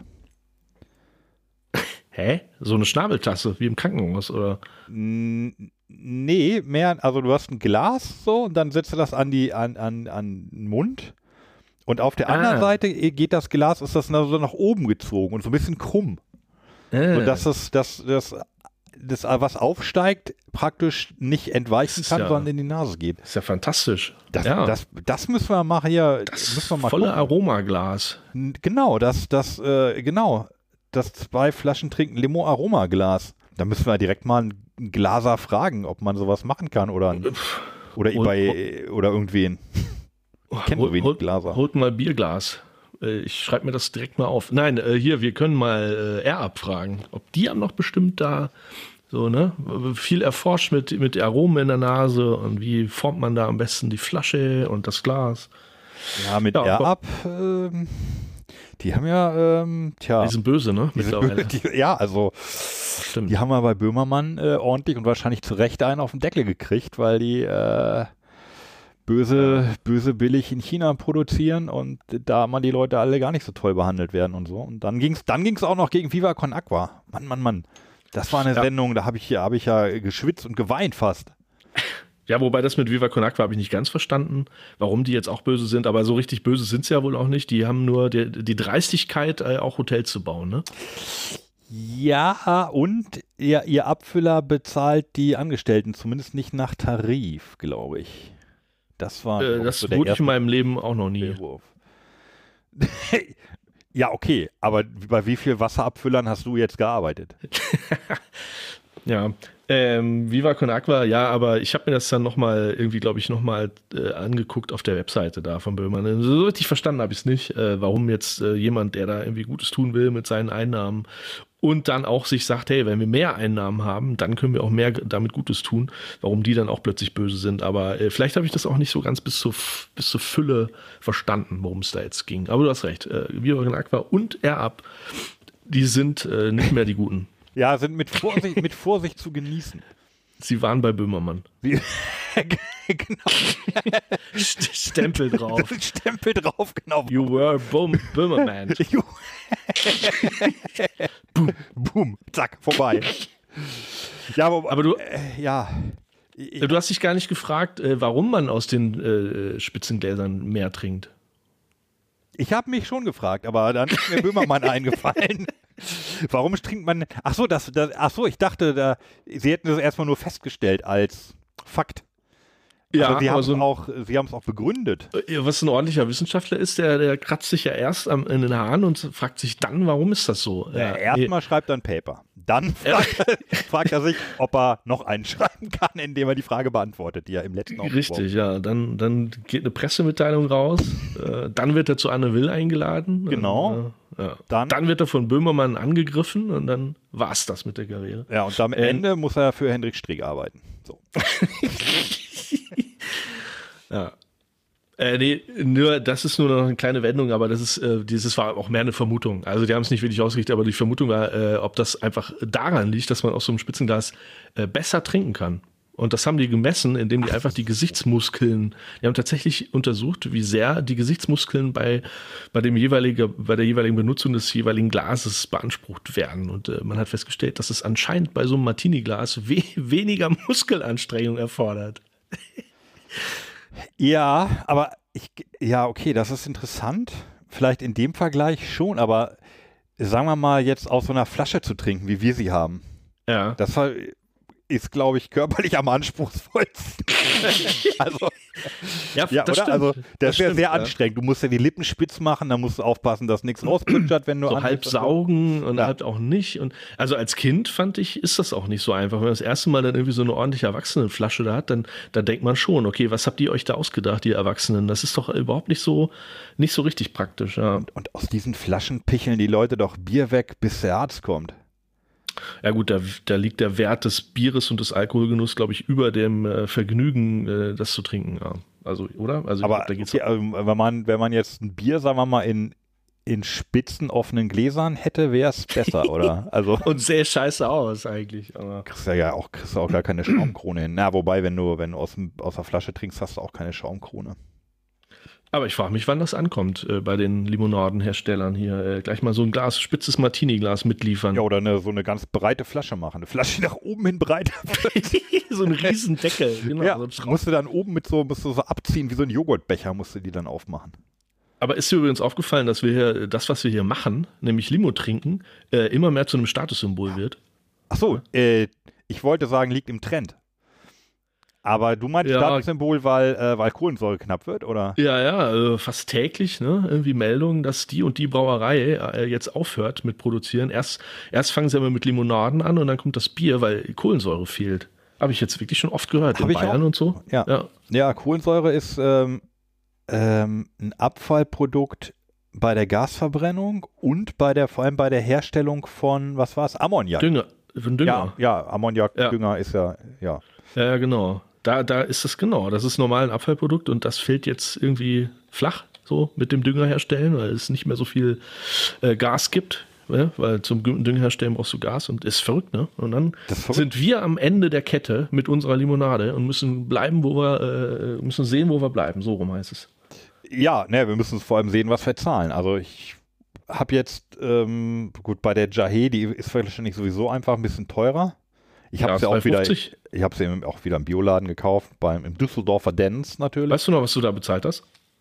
Hä? So eine Schnabeltasse, wie im Krankenhaus, oder? N- Nee, mehr, also du hast ein Glas so und dann setzt du das an die an, an, an den Mund und auf der Ah. anderen Seite geht das Glas, ist das so nach oben gezogen und so ein bisschen krumm. Äh. So dass das, das, das, das, was aufsteigt, praktisch nicht entweichen Das ist kann, ja- sondern in die Nase geht. Ist ja fantastisch. Das, ja. das, das müssen wir mal hier, Das müssen wir mal volle gucken. Aromaglas. N- Genau, das, das, äh, genau, das zwei Flaschen trinken Limo-Aroma-Glas. Da müssen wir direkt mal einen Glaser fragen, ob man sowas machen kann oder ein, oder Hol- bei oder irgendwen. Ich kenne so Hol- wenig holt, Glaser. holt mal Bierglas. Äh, Ich schreibe mir das direkt mal auf. Nein, äh, hier, wir können mal äh, R abfragen, ob die haben noch bestimmt da so, ne? Viel erforscht mit, mit Aromen in der Nase und wie formt man da am besten die Flasche und das Glas. Ja, mit Ja, R aber- ab, ähm, die haben ja, ähm, tja, Die sind böse, ne? die sind Mittlerweile. bö- die, ja, also Stimmt. die haben wir bei Böhmermann äh, ordentlich und wahrscheinlich zu Recht einen auf den Deckel gekriegt, weil die äh, böse, böse billig in China produzieren und da mal die Leute alle gar nicht so toll behandelt werden und so. Und dann ging's, dann ging's auch noch gegen Viva Con Aqua. Mann, Mann, Mann. Das war eine Ja. Sendung, da habe ich, hab ich ja geschwitzt und geweint fast. Ja, wobei das mit Viva Con Aqua habe ich nicht ganz verstanden, warum die jetzt auch böse sind, aber so richtig böse sind sie ja wohl auch nicht. Die haben nur die, die Dreistigkeit, äh, auch Hotels zu bauen, ne? Ja, und ihr, ihr Abfüller bezahlt die Angestellten, zumindest nicht nach Tarif, glaube ich. Das war Äh, glaub das so der wurde ich erste in meinem Leben auch noch nie. Vorwurf. Ja, okay, aber bei wie viel Wasserabfüllern hast du jetzt gearbeitet? Ja, ähm, Viva Con Aqua, ja, aber ich habe mir das dann nochmal irgendwie, glaube ich, nochmal äh, angeguckt auf der Webseite da von Böhmermann. So richtig verstanden habe ich es nicht, äh, warum jetzt äh, jemand, der da irgendwie Gutes tun will mit seinen Einnahmen und dann auch sich sagt, hey, wenn wir mehr Einnahmen haben, dann können wir auch mehr damit Gutes tun, warum die dann auch plötzlich böse sind. Aber äh, vielleicht habe ich das auch nicht so ganz bis zur, bis zur Fülle verstanden, worum es da jetzt ging. Aber du hast recht, äh, Viva Con Aqua und Air Up, die sind äh, nicht mehr die Guten. Ja, sind mit Vorsicht, mit Vorsicht zu genießen. Sie waren bei Böhmermann. Wie- genau. Stempel drauf. Das ist ein Stempel drauf, genau. You were Boom, Böhmerman. Boom, boom, zack, vorbei. Ja, aber, Aber du, äh, ja. du hast dich gar nicht gefragt, äh, warum man aus den äh, Spitzengläsern mehr trinkt. Ich habe mich schon gefragt, aber dann ist mir Böhmermann eingefallen. Warum trinkt man. Ach so, das, das, ach so, ich dachte, da, sie hätten das erstmal nur festgestellt als Fakt. Ja, aber sie haben es so ein- auch, sie haben es auch begründet. Ja, was ein ordentlicher Wissenschaftler ist, der, der kratzt sich ja erst am, in den Haaren und fragt sich dann, warum ist das so? Ja, Ja, erstmal schreibt er ein Paper. Dann fragt, er, fragt er sich, ob er noch einen schreiben kann, indem er die Frage beantwortet, die er im letzten auch Richtig, ja. Dann, dann geht eine Pressemitteilung raus. äh, dann wird er zu Anne Will eingeladen. Genau. Äh, ja. Dann- dann, wird er von Böhmermann angegriffen und dann war's das mit der Karriere. Ja, und am Äh, Ende muss er für Hendrik Streeck arbeiten. So. Ja. Äh, nee, nur, das ist nur noch eine kleine Wendung, aber das ist, äh, dieses war auch mehr eine Vermutung. Also die haben es nicht wirklich ausgerichtet, aber die Vermutung war, äh, ob das einfach daran liegt, dass man aus so einem Spitzenglas äh, besser trinken kann. Und das haben die gemessen, indem die einfach die Gesichtsmuskeln, die haben tatsächlich untersucht, wie sehr die Gesichtsmuskeln bei, bei, dem jeweilige, bei der jeweiligen Benutzung des jeweiligen Glases beansprucht werden. Und äh, man hat festgestellt, dass es anscheinend bei so einem Martini-Glas we weniger Muskelanstrengung erfordert. Ja, aber ich, ja, okay, das ist interessant. Vielleicht in dem Vergleich schon, aber sagen wir mal, jetzt aus so einer Flasche zu trinken, wie wir sie haben, Ja. das war, ist, glaube ich, körperlich am anspruchsvollsten. also, ja, das oder? stimmt. Also, das, wäre stimmt, sehr ja. anstrengend. Du musst ja die Lippen spitz machen, dann musst du aufpassen, dass nichts rausplätschert, wenn du So halb annimmst und so. saugen und Ja. halb auch nicht. Und also als Kind fand ich, ist das auch nicht so einfach. Wenn man das erste Mal dann irgendwie so eine ordentliche Erwachsenenflasche da hat, dann, dann denkt man schon, okay, was habt ihr euch da ausgedacht, ihr Erwachsenen? Das ist doch überhaupt nicht so, nicht so richtig praktisch. Ja, Und aus diesen Flaschen picheln die Leute doch Bier weg, bis der Arzt kommt. ja gut, da, da liegt der Wert des Bieres und des Alkoholgenuss, glaube ich, über dem äh, Vergnügen, äh, das zu trinken. Ja. Also, oder? Also Aber da geht's okay, also, wenn man, wenn man jetzt ein Bier, sagen wir mal, in, in spitzen offenen Gläsern hätte, wäre es besser, oder? Also und sähe scheiße aus eigentlich. Aber kriegst du ja auch, kriegst du auch gar keine Schaumkrone hin. Na, wobei, wenn du, wenn du aus, dem, aus der Flasche trinkst, hast du auch keine Schaumkrone. Aber ich frage mich, wann das ankommt äh, bei den Limonadenherstellern hier. Äh, gleich mal so ein Glas, spitzes Martini-Glas mitliefern. Ja, oder eine, so eine ganz breite Flasche machen. Eine Flasche, die nach oben hin breiter wird. so ein Riesendeckel. Genau, ja, so ein Schraub- musst du dann oben mit so, musst du so abziehen, wie so ein Joghurtbecher, musst du die dann aufmachen. Aber ist dir übrigens aufgefallen, dass wir hier, das, was wir hier machen, nämlich Limo trinken, äh, immer mehr zu einem Statussymbol wird? Ach so, äh, ich wollte sagen, liegt im Trend. Aber du meinst Ja. Statussymbol, weil, äh, weil Kohlensäure knapp wird, oder? Ja, ja, äh, fast täglich, ne? Irgendwie Meldungen, dass die und die Brauerei äh, jetzt aufhört mit Produzieren. Erst, erst fangen sie immer mit Limonaden an und dann kommt das Bier, weil Kohlensäure fehlt. Habe ich jetzt wirklich schon oft gehört, Hab in ich Bayern auch. und so. Ja. Ja. Ja, Kohlensäure ist ähm, ähm, ein Abfallprodukt bei der Gasverbrennung und bei der, vor allem bei der Herstellung von, was war es, Ammoniak. Dünger, für den Dünger. Ja, ja, Ammoniak, Ja. Dünger ist ja, ja. Ja, ja, genau. Da, da ist es genau. Das ist normal ein Abfallprodukt und das fällt jetzt irgendwie flach, so mit dem Dünger herstellen, weil es nicht mehr so viel äh, Gas gibt. Ne? Weil zum Dünger herstellen brauchst du Gas und ist verrückt, ne? Und dann Das ist verrückt. sind wir am Ende der Kette mit unserer Limonade und müssen bleiben, wo wir, äh, müssen sehen, wo wir bleiben. So rum heißt es. Ja, ne, wir müssen vor allem sehen, was wir zahlen. Also ich habe jetzt, ähm, gut, bei der Jahe, die ist wahrscheinlich sowieso einfach ein bisschen teurer. Ich habe Ja, sie ja auch wieder, zwei fünfzig. ich habe sie auch wieder im Bioladen gekauft, beim im Düsseldorfer Dens natürlich. Weißt du noch, was du da bezahlt hast?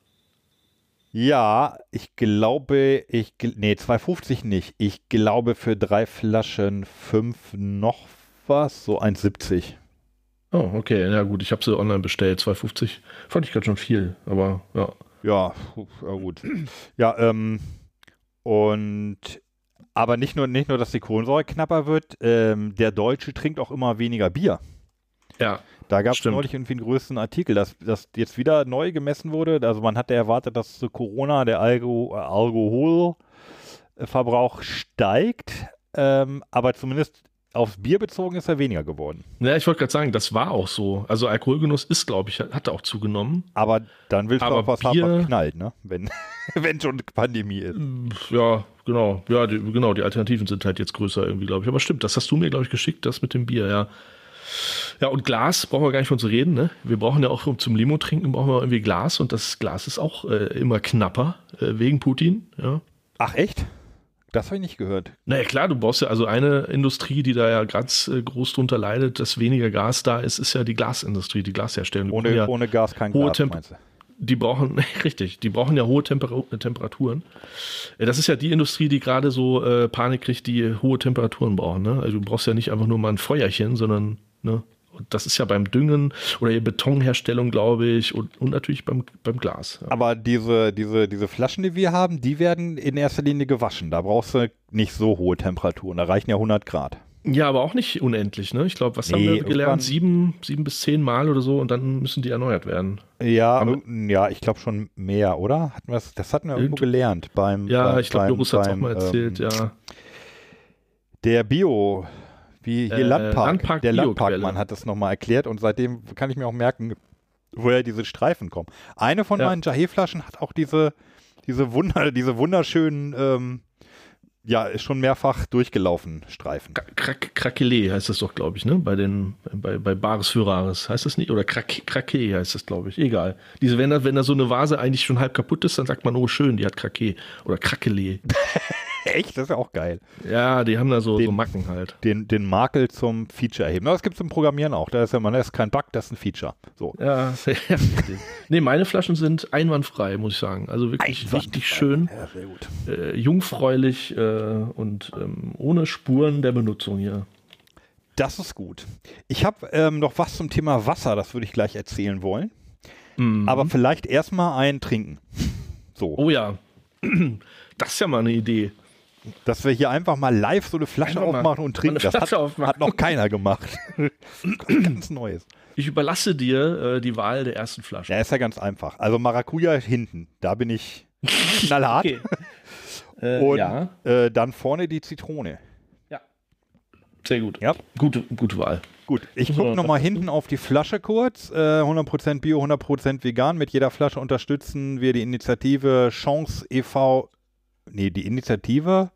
Ja, ich glaube, ich, gel- nee, zwei fünfzig nicht. Ich glaube für drei Flaschen fünf noch was, so eins siebzig. Oh, okay. Ja gut, ich habe sie online bestellt. zwei fünfzig. Fand ich gerade schon viel, aber ja. Ja, puh, ja gut. Ja, ähm, und aber nicht nur, nicht nur, dass die Kohlensäure knapper wird, ähm, der Deutsche trinkt auch immer weniger Bier. Ja, Da gab es Stimmt. neulich irgendwie einen größten Artikel, dass das jetzt wieder neu gemessen wurde. Also man hatte erwartet, dass zu Corona der Alko äh, Alkoholverbrauch steigt, ähm, aber zumindest aufs Bier bezogen ist er weniger geworden. ja ich wollte gerade sagen, das war auch so. Also Alkoholgenuss ist, glaube ich, hat auch zugenommen. Aber dann willst Aber du auch was haben, Bier- was knallt, ne? Wenn, wenn schon Pandemie ist. Ja, genau. Ja, die, genau, die Alternativen sind halt jetzt größer irgendwie, glaube ich. Aber stimmt, das hast du mir, glaube ich, geschickt, das mit dem Bier, ja. Ja, und Glas brauchen wir gar nicht von zu reden. Ne? Wir brauchen ja auch zum Limo trinken, brauchen wir irgendwie Glas. Und das Glas ist auch äh, immer knapper äh, wegen Putin. Ja. Ach echt? Das habe ich nicht gehört. Naja klar, du brauchst ja also eine Industrie, die da ja ganz äh, groß drunter leidet, dass weniger Gas da ist, ist ja die Glasindustrie, die Glasherstellung. Die Ohne, ja ohne Gas kein hohe Gas, Temp- meinst du? Die brauchen, richtig, die brauchen ja hohe Temper- Temperaturen. Das ist ja die Industrie, die gerade so äh, Panik kriegt, die hohe Temperaturen brauchen. Ne? Also du brauchst ja nicht einfach nur mal ein Feuerchen, sondern, ne? Und das ist ja beim Düngen oder der Betonherstellung, glaube ich, und, und natürlich beim, beim Glas. Ja. Aber diese, diese, diese Flaschen, die wir haben, die werden in erster Linie gewaschen. Da brauchst du nicht so hohe Temperaturen. Da reichen ja hundert Grad. Ja, aber auch nicht unendlich, ne? Ich glaube, was haben Nee, wir gelernt? Sieben, sieben bis zehn Mal oder so und dann müssen die erneuert werden. Ja, Aber- irg- ja, ich glaube schon mehr, oder? Hatten wir das, das hatten wir irgendwo Irgend- gelernt beim. Ja, beim, ich glaube, beim- Joris hat es auch beim, mal erzählt, ähm, ja. Der Bio, wie hier Äh, Landpark, Landpark der Bioquelle. Landparkmann hat das nochmal erklärt und seitdem kann ich mir auch merken, woher diese Streifen kommen. Eine von Ja. meinen Jahe-Flaschen hat auch diese, diese, Wunder, diese wunderschönen, ähm, ja, ist schon mehrfach durchgelaufen Streifen. Krak- Krakelé heißt das doch, glaube ich, ne? Bei den, bei, bei Bares Führares. Heißt das nicht? Oder Krak- Kraké heißt das, glaube ich. Egal. Diese, wenn da, wenn da so eine Vase eigentlich schon halb kaputt ist, dann sagt man, oh schön, die hat Kraké. Oder Krakelé. Echt? Das ist ja auch geil. Ja, die haben da so, Den- so Macken halt. Den, den Makel zum Feature erheben. Aber das gibt es im Programmieren auch. Da ist ja man, das ist kein Bug, das ist ein Feature. So. Ja, sehr richtig. Nee, meine Flaschen sind einwandfrei, muss ich sagen. Also wirklich richtig schön, Ja, sehr gut. äh, jungfräulich äh, und ähm, ohne Spuren der Benutzung hier. Das ist gut. Ich habe ähm, noch was zum Thema Wasser, das würde ich gleich erzählen wollen. Mhm. Aber vielleicht erstmal ein Trinken. So. Oh ja, das ist ja mal eine Idee. Dass wir hier einfach mal live so eine Flasche Einfach mal- aufmachen und trinken. mal eine Das hat, Flasche aufmachen. hat noch keiner gemacht. Ganz Neues. Ich überlasse dir äh, die Wahl der ersten Flasche. Ja, ist ja ganz einfach. Also Maracuja hinten, da bin ich knallhart. Okay. Äh, Und ja, äh, dann vorne die Zitrone. ja. Sehr gut. Ja. Gute, gute Wahl. Gut, ich Müssen wir gucke noch nochmal hinten auf die Flasche kurz. Äh, hundert Prozent Bio, hundert Prozent vegan. Mit jeder Flasche unterstützen wir die Initiative Chance e V. Nee, die Initiative.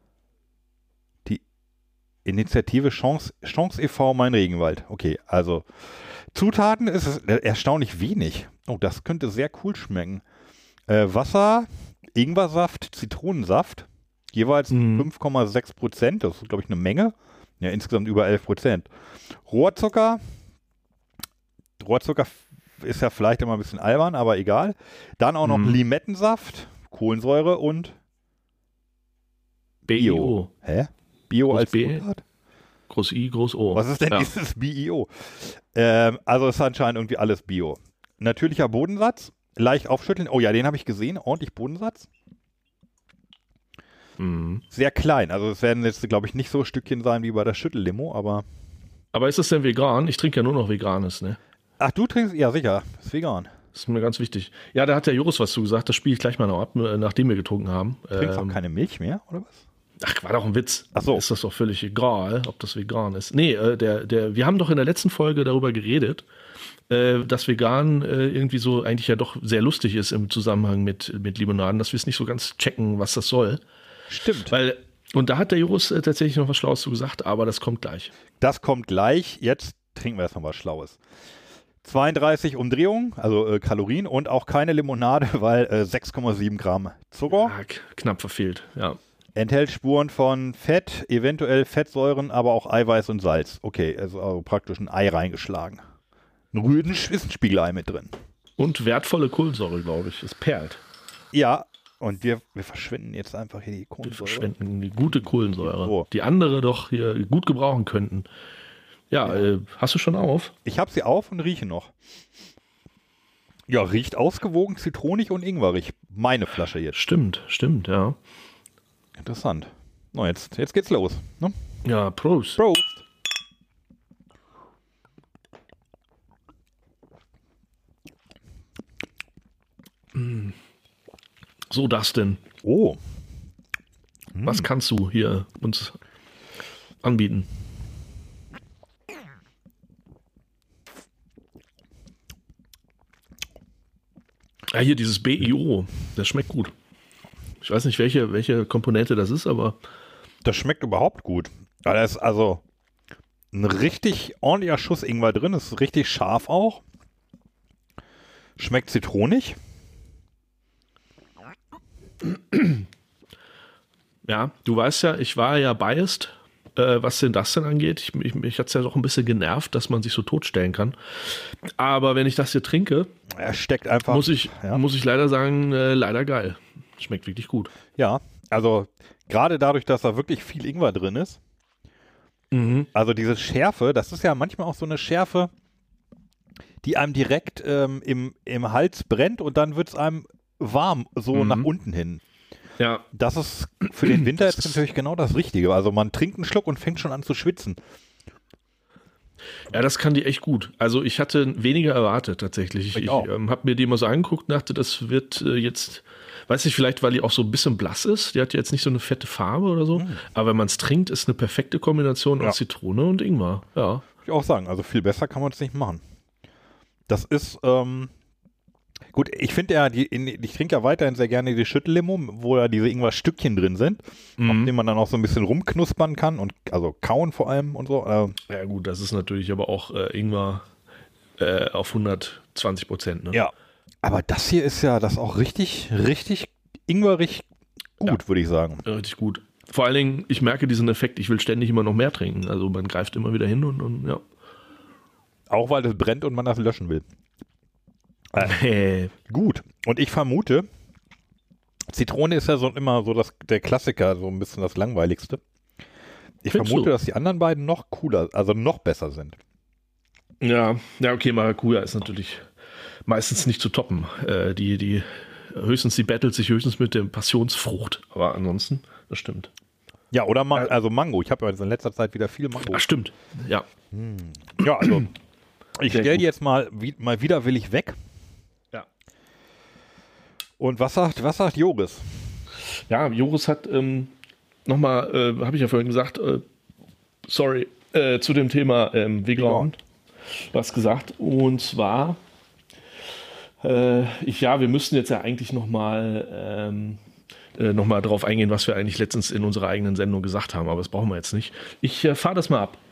Die Initiative Chance, Chance e V Mein Regenwald. Okay, also Zutaten ist es erstaunlich wenig. Oh, das könnte sehr cool schmecken. Äh, Wasser, Ingwersaft, Zitronensaft. Jeweils Mhm. fünf Komma sechs Prozent. Das ist, glaube ich, eine Menge. Ja, insgesamt über elf Prozent. Rohrzucker. Rohrzucker ist ja vielleicht immer ein bisschen albern, aber egal. Dann auch noch Mhm. Limettensaft, Kohlensäure und B I O. Hä? Bio Groß als B? Zutat? Groß I, Groß O. Was ist denn Ja. dieses B I O? Ähm, also ist anscheinend irgendwie alles Bio. Natürlicher Bodensatz, leicht aufschütteln. Oh ja, den habe ich gesehen. Ordentlich Bodensatz. Mhm. Sehr klein. Also es werden jetzt, glaube ich, nicht so Stückchen sein wie bei der Schüttellimo, aber... Aber ist das denn vegan? Ich trinke ja nur noch Veganes, ne? Ach, du trinkst? Ja, sicher. Ist vegan. Das ist mir ganz wichtig. Ja, da hat der Joris was zu gesagt. Das spiele ich gleich mal noch ab, äh, nachdem wir getrunken haben. Trinkst Ähm, auch keine Milch mehr, oder was? Ach, war doch ein Witz. Ach so. Ist das doch völlig egal, ob das vegan ist. Nee, äh, der, der, wir haben doch in der letzten Folge darüber geredet, äh, dass vegan äh, irgendwie so eigentlich ja doch sehr lustig ist im Zusammenhang mit, mit Limonaden, dass wir es nicht so ganz checken, was das soll. Stimmt. Weil, und da hat der Joris äh, tatsächlich noch was Schlaues zu gesagt, aber das kommt gleich. Das kommt gleich. Jetzt trinken wir erstmal was Schlaues. zweiunddreißig Umdrehungen, also äh, Kalorien und auch keine Limonade, weil äh, sechs Komma sieben Gramm Zucker. Ah, k- knapp verfehlt, ja. Enthält Spuren von Fett, eventuell Fettsäuren, aber auch Eiweiß und Salz. Okay, also, also praktisch ein Ei reingeschlagen. Ein Rüden ist ein Spiegelei mit drin. Und wertvolle Kohlensäure, glaube ich. Es perlt. Ja, und wir, wir verschwenden jetzt einfach hier die Wir Kohlensäure. verschwenden die gute Kohlensäure, So. die andere doch hier gut gebrauchen könnten. Ja, Ja. Äh, hast du schon auf? Ich habe sie auf und rieche noch. Ja, riecht ausgewogen, zitronig und ingwerig. Meine Flasche jetzt. Stimmt, stimmt, ja. Interessant. Na, jetzt, jetzt geht's los. Ne? Ja, Prost. Prost. So, Dustin, Oh, was kannst du hier uns anbieten? Ja, hier dieses B I O, das schmeckt gut. Ich weiß nicht, welche, welche Komponente das ist, aber das schmeckt überhaupt gut. Ja, das ist also ein richtig ordentlicher Schuss Ingwer drin, ist richtig scharf auch. Schmeckt zitronig. Ja, du weißt ja, ich war ja biased, äh, was denn das denn angeht. Ich, mich mich hat es ja doch ein bisschen genervt, dass man sich so totstellen kann. Aber wenn ich das hier trinke, Er steckt einfach. muss ich, ja. muss ich leider sagen, äh, leider geil. Schmeckt wirklich gut. Ja, also gerade dadurch, dass da wirklich viel Ingwer drin ist. Mhm. Also diese Schärfe, das ist ja manchmal auch so eine Schärfe, die einem direkt ähm, im, im Hals brennt und dann wird es einem warm, so Mhm. nach unten hin. Ja, Das ist für den Winter Das jetzt ist- natürlich genau das Richtige. Also man trinkt einen Schluck und fängt schon an zu schwitzen. ja, das kann die echt gut. Also ich hatte weniger erwartet tatsächlich. Ich, Ich ich auch. ähm, habe mir die mal so angeguckt und dachte, das wird äh, jetzt, weiß nicht, vielleicht weil die auch so ein bisschen blass ist. Die hat jetzt nicht so eine fette Farbe oder so. Aber wenn man es trinkt, ist eine perfekte Kombination Ja. aus Zitrone und Ingwer. Ja. Würde ich auch sagen. Also viel besser kann man es nicht machen. Das ist, ähm, gut, ich finde ja, die, in, ich trinke ja weiterhin sehr gerne die Schüttellimo, wo ja diese Ingwer-Stückchen drin sind, Mhm. auf denen man dann auch so ein bisschen rumknuspern kann und also kauen vor allem und so. Äh, Ja gut, das ist natürlich aber auch äh, Ingwer äh, auf hundertzwanzig Prozent. Ne? ja. Aber das hier ist ja das auch richtig, richtig ingwerig gut, würde ich sagen. Ja, richtig gut. Vor allen Dingen, ich merke diesen Effekt, ich will ständig immer noch mehr trinken. Also man greift immer wieder hin und, und ja. Auch weil das brennt und man das löschen will. Äh, Gut. Und ich vermute, Zitrone ist ja so immer so das, der Klassiker, so ein bisschen das Langweiligste. Ich Findest vermute, du? dass die anderen beiden noch cooler, also noch besser sind. ja, ja, okay, Maracuja ist natürlich meistens nicht zu toppen. Äh, die, die, höchstens, die battelt sich höchstens mit der Passionsfrucht. Aber ansonsten, das stimmt. Ja, oder Man also Mango. Ich habe ja in letzter Zeit wieder viel Mango. Ach, stimmt. Ja. Ja, also ich Sehr stelle die gut. jetzt mal, wie, mal widerwillig weg. Ja. Und was sagt, was sagt Joris? Ja, Joris hat ähm, nochmal, äh, habe ich ja vorhin gesagt, äh, sorry, äh, zu dem Thema ähm, Vegan was gesagt. Und zwar, äh, ich, ja, wir müssten jetzt ja eigentlich nochmal ähm, äh, noch mal drauf eingehen, was wir eigentlich letztens in unserer eigenen Sendung gesagt haben, aber das brauchen wir jetzt nicht. Ich äh, fahre das mal ab.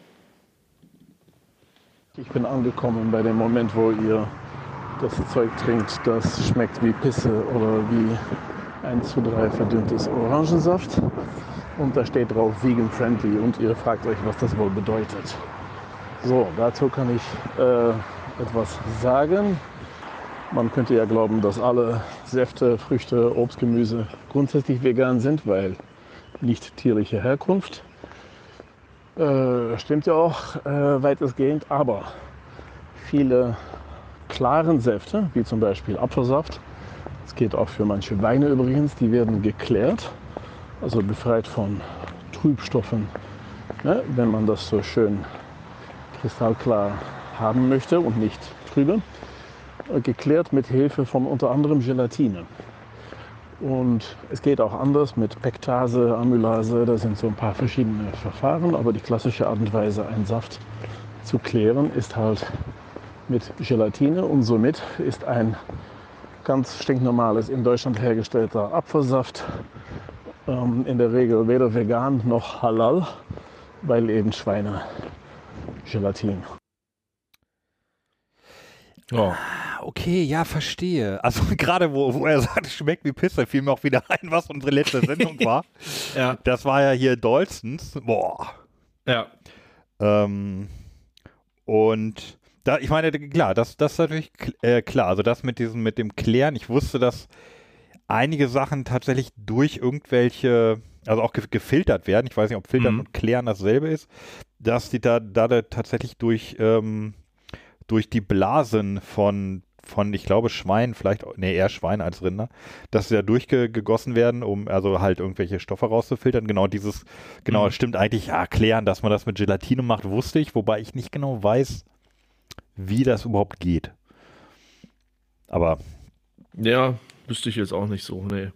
Ich bin angekommen bei dem Moment, wo ihr das Zeug trinkt, das schmeckt wie Pisse oder wie eins zu drei verdünntes Orangensaft. Und da steht drauf Vegan Friendly und ihr fragt euch, was das wohl bedeutet. So, dazu kann ich äh, etwas sagen. Man könnte ja glauben, dass alle Säfte, Früchte, Obst, Gemüse grundsätzlich vegan sind, weil nicht tierliche Herkunft. Äh, stimmt ja auch äh, weitestgehend, aber viele klaren Säfte, wie zum Beispiel Apfelsaft, das geht auch für manche Weine übrigens, die werden geklärt, also befreit von Trübstoffen, ne, wenn man das so schön kristallklar haben möchte und nicht trübe, äh, geklärt mit Hilfe von unter anderem Gelatine. Und es geht auch anders mit Pektase, Amylase, da sind so ein paar verschiedene Verfahren, aber die klassische Art und Weise, einen Saft zu klären, ist halt mit Gelatine und somit ist ein ganz stinknormales, in Deutschland hergestellter Apfelsaft ähm, in der Regel weder vegan noch halal, weil eben Schweine Gelatin. Oh. Okay, ja, verstehe. Also gerade wo, wo er sagt, es schmeckt wie Pisse, fiel mir auch wieder ein, was unsere letzte Sendung war. Ja. Das war ja hier Dolstons. Boah. Ja. Ähm, und da, ich meine, klar, das, das ist natürlich äh, klar. Also das mit diesem, mit dem Klären, ich wusste, dass einige Sachen tatsächlich durch irgendwelche, also auch ge gefiltert werden. Ich weiß nicht, ob Filtern Mhm. und Klären dasselbe ist, dass die da, da, da tatsächlich durch, ähm, durch die Blasen von, von, ich glaube, Schwein, vielleicht, nee, eher Schwein als Rinder, dass sie da durchgegossen werden, um also halt irgendwelche Stoffe rauszufiltern. Genau dieses, genau, Mhm. stimmt eigentlich, ja, klären, dass man das mit Gelatine macht, wusste ich, wobei ich nicht genau weiß, wie das überhaupt geht. Aber Ja, wüsste ich jetzt auch nicht so, nee.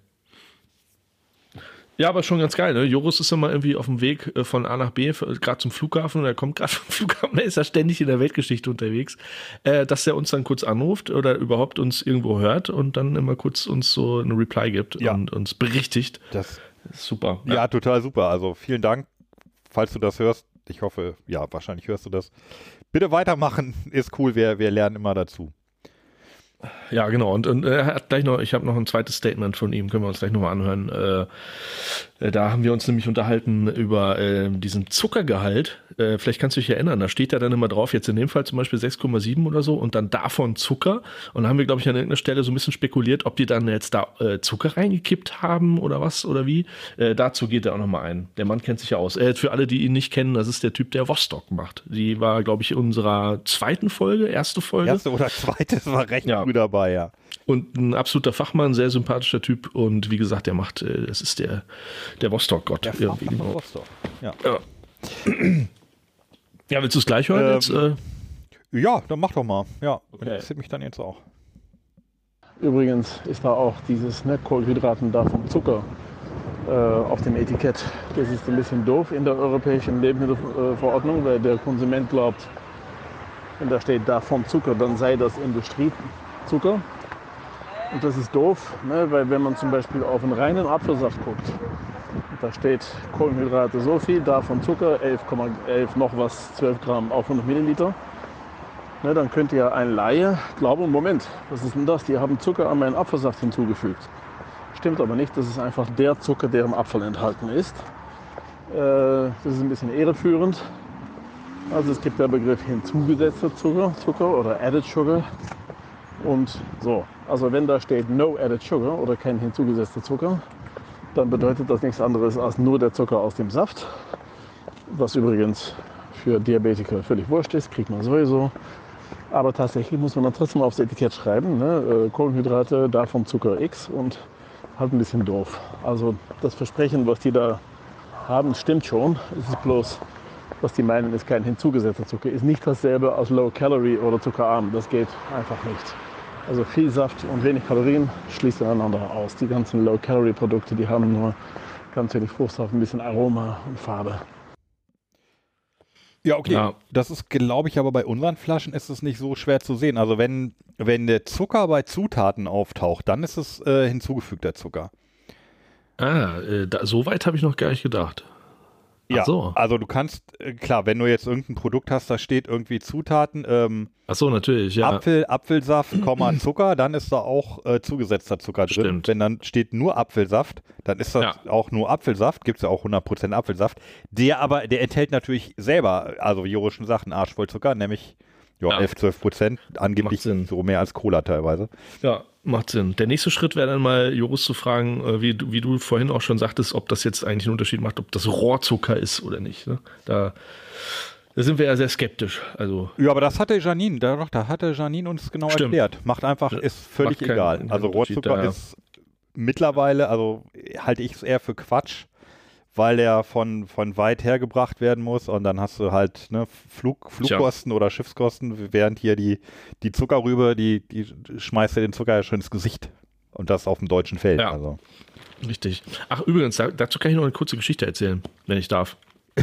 Ja, aber schon ganz geil, ne? Joris ist ja mal irgendwie auf dem Weg äh, von A nach B, gerade zum Flughafen, und er kommt gerade vom Flughafen, er ist ja ständig in der Weltgeschichte unterwegs, äh, dass er uns dann kurz anruft oder überhaupt uns irgendwo hört und dann immer kurz uns so eine Reply gibt Ja. und uns berichtigt. das, Super. ja, total super. Also vielen Dank, falls du das hörst. ich hoffe, ja, wahrscheinlich hörst du das. Bitte weitermachen, ist cool, wir, wir lernen immer dazu. Ja, genau. Und, und er hat gleich noch, ich habe noch ein zweites Statement von ihm, können wir uns gleich nochmal anhören. Äh, da haben wir uns nämlich unterhalten über äh, diesen Zuckergehalt. Äh, vielleicht kannst du dich erinnern, da steht ja dann immer drauf, jetzt in dem Fall zum Beispiel sechs Komma sieben oder so und dann davon Zucker. Und da haben wir, glaube ich, an irgendeiner Stelle so ein bisschen spekuliert, ob die dann jetzt da äh, Zucker reingekippt haben oder was oder wie. Äh, dazu geht er auch nochmal ein. Der Mann kennt sich ja aus. Äh, für alle, die ihn nicht kennen, das ist der Typ, der Vostok macht. Die war, glaube ich, in unserer zweiten Folge, erste Folge. Erste oder zweite, das war recht ja. früh dabei, ja. Und ein absoluter Fachmann, sehr sympathischer Typ und wie gesagt, der macht, äh, das ist der, der Vostok-Gott. Der Fachmann von genau. Vostok, ja. Ja. Ja, willst du es gleich hören ähm, jetzt? Äh? Ja, dann mach doch mal. Ja, Okay. interessiert mich dann jetzt auch. Übrigens ist da auch dieses ne, Kohlenhydraten da vom Zucker äh, auf dem Etikett. Das ist ein bisschen doof in der europäischen Lebensmittelverordnung, weil der Konsument glaubt, wenn da steht da vom Zucker, dann sei das Industriezucker. Und das ist doof, ne, weil wenn man zum Beispiel auf einen reinen Apfelsaft guckt, da steht Kohlenhydrate so viel, davon Zucker, elf Komma elf noch was, zwölf Gramm auf hundert Milliliter. Ne, dann könnte ja ein Laie glauben, Moment, was ist denn das? Die haben Zucker an meinen Apfelsaft hinzugefügt. Stimmt aber nicht, das ist einfach der Zucker, der im Apfel enthalten ist. Äh, das ist ein bisschen irreführend. Also es gibt der Begriff hinzugesetzter Zucker, Zucker oder Added Sugar. Und so, also wenn da steht No Added Sugar oder kein hinzugesetzter Zucker, dann bedeutet das nichts anderes als nur der Zucker aus dem Saft. Was übrigens für Diabetiker völlig wurscht ist, kriegt man sowieso. Aber tatsächlich muss man dann trotzdem aufs Etikett schreiben, ne? Kohlenhydrate, davon Zucker X und halt ein bisschen doof. Also das Versprechen, was die da haben, stimmt schon. Es ist bloß, was die meinen, ist kein hinzugesetzter Zucker. Ist nicht dasselbe als Low Calorie oder zuckerarm. Das geht einfach nicht. Also viel Saft und wenig Kalorien schließt einander aus. Die ganzen Low Calorie Produkte, die haben nur ganz wenig Fruchtsaft, ein bisschen Aroma und Farbe. Ja, okay. Ja. Das ist, glaube ich, aber bei unseren Flaschen ist es nicht so schwer zu sehen. Also wenn, wenn der Zucker bei Zutaten auftaucht, dann ist es äh, hinzugefügter Zucker. Ah, äh, da, so weit habe ich noch gar nicht gedacht. Ach Ja, so. also du kannst, äh, klar, wenn du jetzt irgendein Produkt hast, da steht irgendwie Zutaten, ähm, Ach so, natürlich, ja. Apfel, Apfelsaft, Komma, Zucker, dann ist da auch äh, zugesetzter Zucker drin. Stimmt. Wenn dann steht nur Apfelsaft, dann ist das Ja. auch nur Apfelsaft, gibt es ja auch hundert Prozent Apfelsaft. Der aber, der enthält natürlich selber, also wie Joro schon sagt, einen Arsch voll Zucker, nämlich ja, Ja. elf, zwölf Prozent, angeblich Macht Sinn. so mehr als Cola teilweise. Ja, macht Sinn. Der nächste Schritt wäre dann mal, Joris zu fragen, äh, wie, du- wie du vorhin auch schon sagtest, ob das jetzt eigentlich einen Unterschied macht, ob das Rohrzucker ist oder nicht. Ne? Da, da sind wir ja sehr skeptisch. Also Ja, aber das hatte Janine, da, doch, da hatte Janine uns genau Stimmt. erklärt. Macht einfach, ist völlig Macht keinen- egal. keinen Also Unterschied, Rohrzucker ja. ist mittlerweile, also halte ich es eher für Quatsch, weil der von, von weit her gebracht werden muss und dann hast du halt ne, Flug, Flugkosten oder Schiffskosten, während hier die, die Zuckerrübe, die, die schmeißt dir den Zucker ja schon ins Gesicht. Und das auf dem deutschen Feld. Ja. Also. richtig. Ach, übrigens, da, dazu kann ich noch eine kurze Geschichte erzählen, wenn ich darf.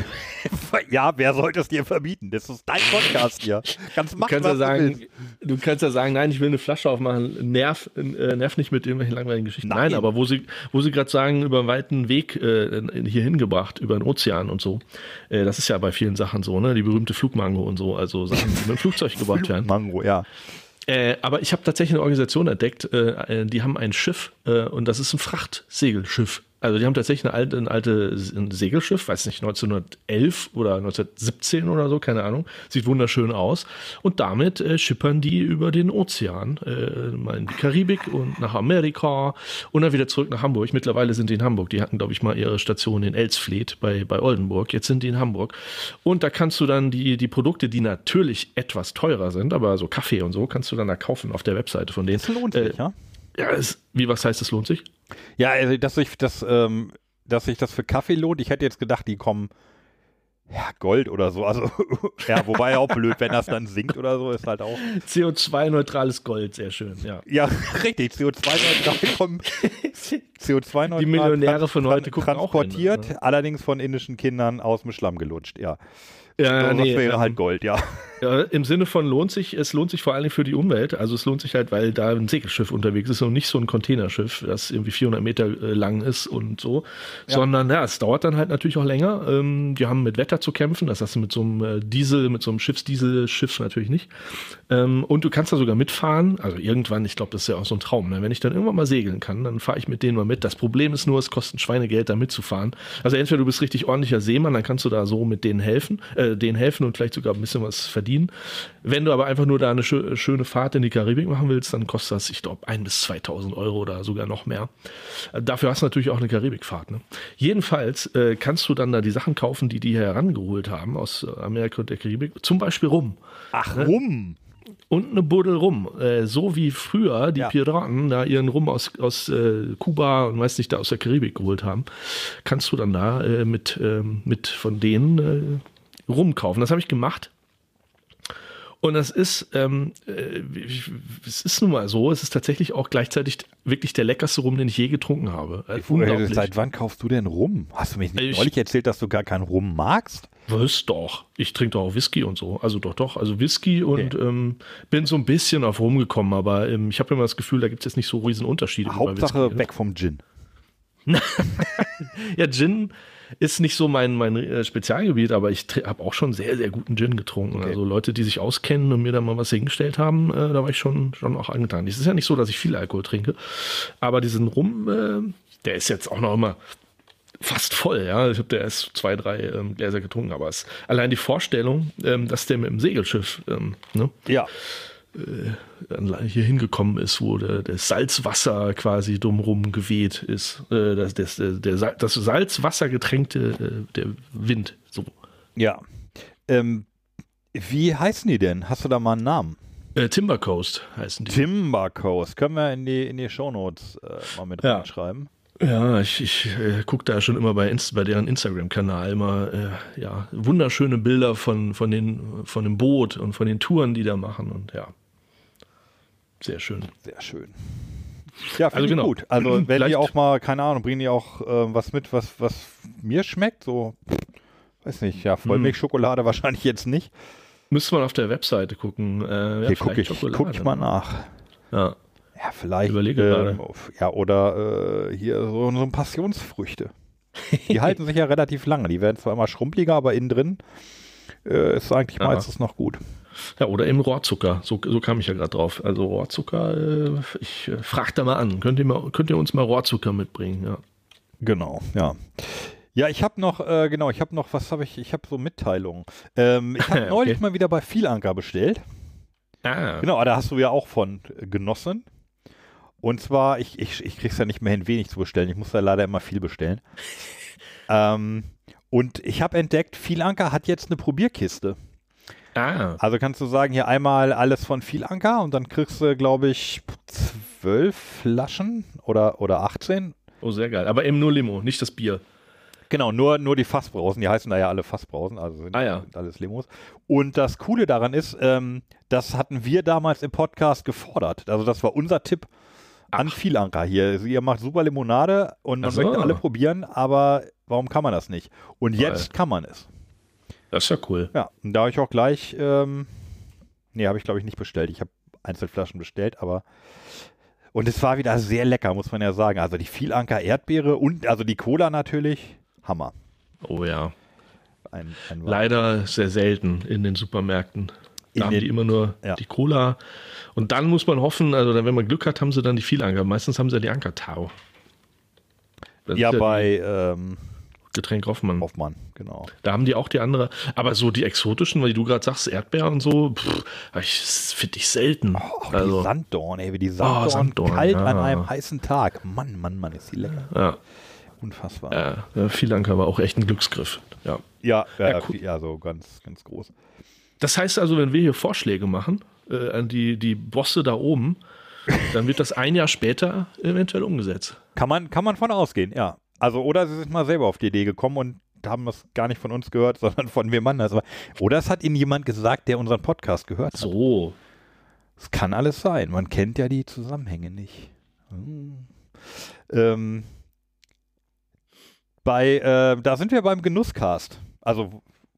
Ja, wer sollte es dir verbieten? Das ist dein Podcast hier. Kannst Du machen, kannst, ja was sagen, du willst. du kannst ja sagen, nein, ich will eine Flasche aufmachen, nerv, äh, nerv nicht mit irgendwelchen langweiligen Geschichten. Nein, Nein. aber wo sie, wo sie gerade sagen, über einen weiten Weg äh, hier hingebracht, über den Ozean und so, äh, das ist ja bei vielen Sachen so, ne? Die berühmte Flugmango und so, also Sachen, die mit dem Flugzeug gebracht werden. Mango, ja. Äh, aber ich habe tatsächlich eine Organisation entdeckt, äh, die haben ein Schiff äh, und das ist ein Frachtsegelschiff. Also die haben tatsächlich eine alte, ein altes ein Segelschiff, weiß nicht, neunzehnhundertelf oder neunzehnhundertsiebzehn oder so, keine Ahnung. Sieht wunderschön aus. Und damit äh, schippern die über den Ozean, äh, mal in die Karibik und nach Amerika und dann wieder zurück nach Hamburg. Mittlerweile sind die in Hamburg. Die hatten, glaube ich, mal ihre Station in Elsfleth bei, bei Oldenburg. Jetzt sind die in Hamburg. Und da kannst du dann die, die Produkte, die natürlich etwas teurer sind, aber so Kaffee und so, kannst du dann da kaufen auf der Webseite von denen. Das lohnt sich, Äh, ja? Ja, es, wie, was heißt, es lohnt sich? Ja, also dass sich das, ähm, dass sich das für Kaffee lohnt. Ich hätte jetzt gedacht, die kommen ja, Gold oder so. Also ja, wobei auch blöd, wenn das dann sinkt oder so, ist halt auch. C O zwei neutrales Gold, sehr schön, ja. Ja, richtig. C O zwei neutral kommen. C O zwei neutral Die Millionäre von heute gucken auch transportiert, hin, ne? allerdings von indischen Kindern aus dem Schlamm gelutscht. Ja, Ja, das nee, wäre ähm, halt Gold, ja. Ja, im Sinne von lohnt sich, es lohnt sich vor allem für die Umwelt. Also es lohnt sich halt, weil da ein Segelschiff unterwegs ist und nicht so ein Containerschiff, das irgendwie vierhundert Meter äh, lang ist und so. Ja. Sondern ja, es dauert dann halt natürlich auch länger. Ähm, die haben mit Wetter zu kämpfen, das hast du mit so einem äh, Diesel, mit so einem Schiffsdieselschiff natürlich nicht. Ähm, und du kannst da sogar mitfahren. Also irgendwann, ich glaube, das ist ja auch so ein Traum. Ne? Wenn ich dann irgendwann mal segeln kann, dann fahre ich mit denen mal mit. Das Problem ist nur, es kostet ein Schweinegeld, da mitzufahren. Also entweder du bist richtig ordentlicher Seemann, dann kannst du da so mit denen helfen, äh, denen helfen und vielleicht sogar ein bisschen was verdienen. Wenn du aber einfach nur da eine schö- schöne Fahrt in die Karibik machen willst, dann kostet das, ich glaube, ein bis zweitausend Euro oder sogar noch mehr. Dafür hast du natürlich auch eine Karibikfahrt. Ne? Jedenfalls äh, kannst du dann da die Sachen kaufen, die die hier herangeholt haben aus Amerika und der Karibik. Zum Beispiel Rum. Ach, ne? Rum. Und eine Buddel Rum. Äh, so wie früher die ja. Piraten da ihren Rum aus, aus äh, Kuba und weiß nicht, da aus der Karibik geholt haben, kannst du dann da äh, mit, äh, mit von denen äh, Rum kaufen. Das habe ich gemacht. Und das ist, ähm, äh, es ist nun mal so, es ist tatsächlich auch gleichzeitig wirklich der leckerste Rum, den ich je getrunken habe. Äh, unglaublich. Seit wann kaufst du denn Rum? Hast du mich nicht ich, neulich erzählt, dass du gar keinen Rum magst? Was doch. Ich trinke doch auch Whisky und so. Also doch, doch. Also Whisky und okay. ähm, bin so ein bisschen auf Rum gekommen, aber ähm, ich habe immer das Gefühl, da gibt es jetzt nicht so riesen Unterschiede. Hauptsache weg vom Gin. Ja, Gin ist nicht so mein, mein äh, Spezialgebiet, aber ich habe auch schon sehr, sehr guten Gin getrunken. Okay. Also Leute, die sich auskennen und mir da mal was hingestellt haben, äh, da war ich schon, schon auch angetan. Es ist ja nicht so, dass ich viel Alkohol trinke, aber diesen Rum, äh, der ist jetzt auch noch immer fast voll. Ja, ich habe da erst zwei, drei ähm, Gläser getrunken, aber es allein die Vorstellung, ähm, dass der mit dem Segelschiff, ähm, ne? Ja. hier hingekommen ist, wo der, das Salzwasser quasi drumherum geweht ist. Äh, das, das, der, das Salzwasser getränkte der Wind. So. Ja. Ähm, wie heißen die denn? Hast du da mal einen Namen? Äh, Timber Coast heißen die. Timber Coast. Können wir in die, in die Shownotes äh, mal mit ja. reinschreiben? Ja, ich, ich äh, gucke da schon immer bei, Inst- bei deren Instagram-Kanal immer äh, ja, wunderschöne Bilder von, von, den, von dem Boot und von den Touren, die da machen. Und ja, sehr schön. Sehr schön. Ja, finde also ich genau. gut. Also wenn Vielleicht die auch mal, keine Ahnung, bringen die auch äh, was mit, was, was mir schmeckt, so, weiß nicht, ja, Vollmilchschokolade hm. wahrscheinlich jetzt nicht. Müsste man auf der Webseite gucken. Äh, ja, Hier gucke ich, guck ich mal nach. Ja. Ja, vielleicht. Überlege äh, gerade. Ja, oder äh, hier so, so Passionsfrüchte. Die halten sich ja relativ lange. Die werden zwar immer schrumpeliger, aber innen drin äh, ist eigentlich Aha. meistens noch gut. Ja, oder eben Rohrzucker. So, so kam ich ja gerade drauf. Also Rohrzucker, äh, ich äh, frage da mal an. Könnt ihr, mal, könnt ihr uns mal Rohrzucker mitbringen? Ja. Genau, ja. Ja, ich habe noch, äh, genau, ich habe noch, was habe ich, ich habe so Mitteilungen. Ähm, ich habe neulich okay. mal wieder bei Vielanker bestellt. Ah. Genau, da hast du ja auch von genossen. Und zwar, ich, ich, ich krieg's ja nicht mehr hin, wenig zu bestellen. Ich muss da leider immer viel bestellen. ähm, und ich habe entdeckt, Vielanker hat jetzt eine Probierkiste. Ah. Also kannst du sagen, hier einmal alles von Vielanker und dann kriegst du, glaube ich, zwölf Flaschen oder, oder achtzehn. Oh, sehr geil. Aber eben nur Limo, nicht das Bier. Genau, nur, nur die Fassbrausen. Die heißen da ja alle Fassbrausen, also sind, ah, ja. sind alles Limos. Und das Coole daran ist, ähm, das hatten wir damals im Podcast gefordert. Also das war unser Tipp an Ach. Vielanker hier. Also ihr macht super Limonade und man so. möchte alle probieren, aber warum kann man das nicht? Und Weil. jetzt kann man es. Das ist ja cool. Ja, und da habe ich auch gleich, ähm, nee, habe ich glaube ich nicht bestellt. Ich habe Einzelflaschen bestellt, aber und es war wieder sehr lecker, muss man ja sagen. Also die Vielanker Erdbeere und also die Cola natürlich, Hammer. Oh ja. Ein, ein Leider sehr selten in den Supermärkten. Da in haben den, die immer nur ja. die Cola. Und dann muss man hoffen, also dann, wenn man Glück hat, haben sie dann die Vielanker. Meistens haben sie ja die Ankertau. Ja, ja bei ähm, Getränk Hoffmann. Hoffmann, genau. Da haben die auch die andere. Aber so die exotischen, weil du gerade sagst, Erdbeer und so, finde ich selten. Oh, auch also, die Sanddorn, ey, wie die Sanddorn, oh, Sanddorn kalt ja. an einem heißen Tag. Mann, Mann, Mann, ist die lecker. Ja. Unfassbar. Ja, Vielanker war auch echt ein Glücksgriff. Ja, ja, ja, ja, cool. ja so ganz, ganz groß. Das heißt also, wenn wir hier Vorschläge machen äh, an die, die Bosse da oben, dann wird das ein Jahr später eventuell umgesetzt. Kann man, kann man von ausgehen, ja. Also, oder sie sind mal selber auf die Idee gekommen und haben das gar nicht von uns gehört, sondern von wem anders. Oder es hat ihnen jemand gesagt, der unseren Podcast gehört hat. So. Es kann alles sein. Man kennt ja die Zusammenhänge nicht. Hm. Ähm, bei, äh, da sind wir beim Genusscast. Also,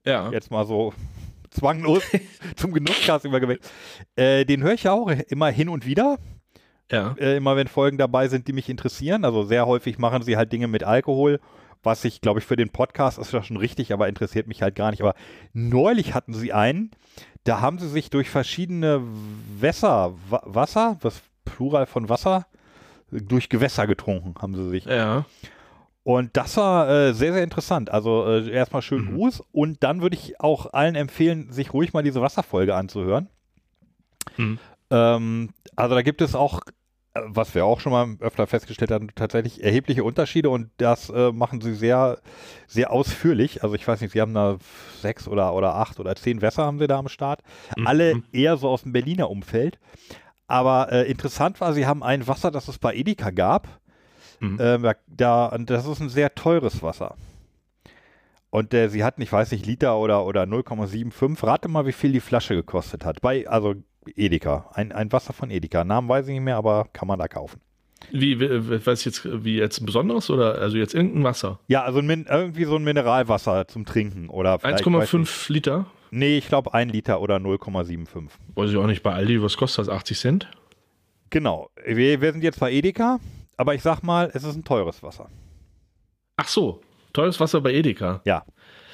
Ja. Jetzt mal so zwanglos zum Genusscast übergewechselt. Äh, den höre ich ja auch immer hin und wieder. Ja. Äh, immer wenn Folgen dabei sind, die mich interessieren. Also sehr häufig machen sie halt Dinge mit Alkohol, was ich, glaube ich, für den Podcast ist das schon richtig, aber interessiert mich halt gar nicht. Aber neulich hatten sie einen, da haben sie sich durch verschiedene Wässer, Wa- Wasser, was Plural von Wasser, durch Gewässer getrunken, haben sie sich. Ja. Und das war äh, sehr, sehr interessant. Also äh, erstmal schön Mhm. Gruß und dann würde ich auch allen empfehlen, sich ruhig mal diese Wasserfolge anzuhören. Mhm. Ähm, also da gibt es auch, äh, was wir auch schon mal öfter festgestellt haben, tatsächlich erhebliche Unterschiede und das äh, machen sie sehr, sehr ausführlich. Also ich weiß nicht, sie haben da sechs oder, oder acht oder zehn Wässer haben sie da am Start. Mhm. Alle eher so aus dem Berliner Umfeld. Aber äh, interessant war, sie haben ein Wasser, das es bei Edeka gab. Mhm. Ähm, da, da, das ist ein sehr teures Wasser. Und äh, sie hatten, ich weiß nicht, Liter oder, oder null Komma fünfundsiebzig. Rate mal, wie viel die Flasche gekostet hat. Bei, also Edeka. Ein, ein Wasser von Edeka. Namen weiß ich nicht mehr, aber kann man da kaufen. Wie, wie, was jetzt, wie jetzt ein besonderes oder also jetzt irgendein Wasser? Ja, also ein Min irgendwie so ein Mineralwasser zum Trinken. oder vielleicht, eins Komma weiß fünf Liter? nicht. Nee, ich glaube ein Liter oder null Komma fünfundsiebzig. Weiß ich auch nicht, bei Aldi, was kostet das? achtzig Cent? Genau. Wir, wir sind jetzt bei Edeka, aber ich sag mal, es ist ein teures Wasser. Ach so, teures Wasser bei Edeka. Ja,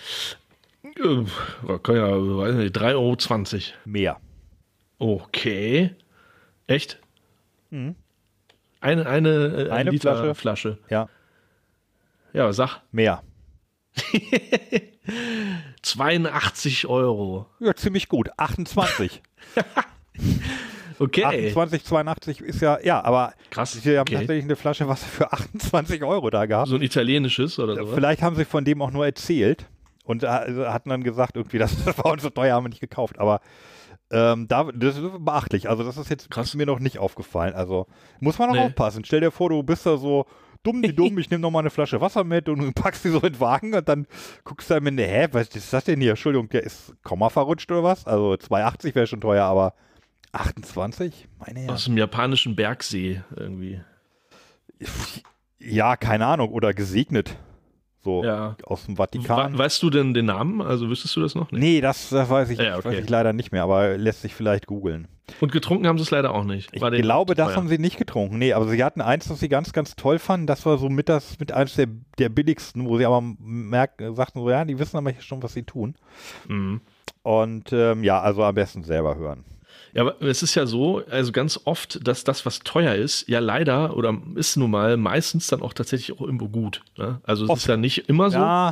Äh, kann ja, weiß nicht, drei Euro zwanzig. mehr. Okay. Echt? Mhm. Eine, eine, äh, Eine Liter Flasche. Flasche. Ja, Ja, sag. mehr. zweiundachtzig Euro. Ja, ziemlich gut. achtundzwanzig. Okay. achtundzwanzig, zweiundachtzig ist ja, ja, aber Krass, sie haben okay. tatsächlich eine Flasche Wasser für achtundzwanzig Euro da gehabt. So ein italienisches oder so. Vielleicht haben sie von dem auch nur erzählt und äh, hatten dann gesagt, irgendwie, das, das war uns so teuer, haben wir nicht gekauft. Aber ähm, da, das ist beachtlich. Also das ist jetzt Krass. mir noch nicht aufgefallen. Also muss man auch Nee. aufpassen. Stell dir vor, du bist da so dumm, die dumm, ich nehme nochmal eine Flasche Wasser mit und du packst die so in den Wagen und dann guckst du am Ende, hä, was ist das denn hier? Entschuldigung, der ist Komma verrutscht oder was? Also zwei achtzig wäre schon teuer, aber achtundzwanzig? Meine Herren. Aus dem japanischen Bergsee irgendwie. Ja, keine Ahnung. Oder gesegnet. So Ja. aus dem We Vatikan. weißt du denn den Namen? Also wüsstest du das noch? Nee. Nee, das, das weiß ich, Ja, okay. weiß ich leider nicht mehr, aber lässt sich vielleicht googeln. Und getrunken haben sie es leider auch nicht. Ich War denen glaube, zu das teuer. haben sie nicht getrunken. Nee, aber sie hatten eins, das sie ganz, ganz toll fanden. Das war so mit das mit eins der, der billigsten, wo sie aber merken, sagten so, ja, die wissen aber schon, was sie tun. Mhm. Und ähm, ja, also am besten selber hören. Ja, aber es ist ja so, also ganz oft, dass das, was teuer ist, ja leider oder ist nun mal meistens dann auch tatsächlich auch irgendwo gut. Ne? Also es Oft. ist ja nicht immer so. Ja,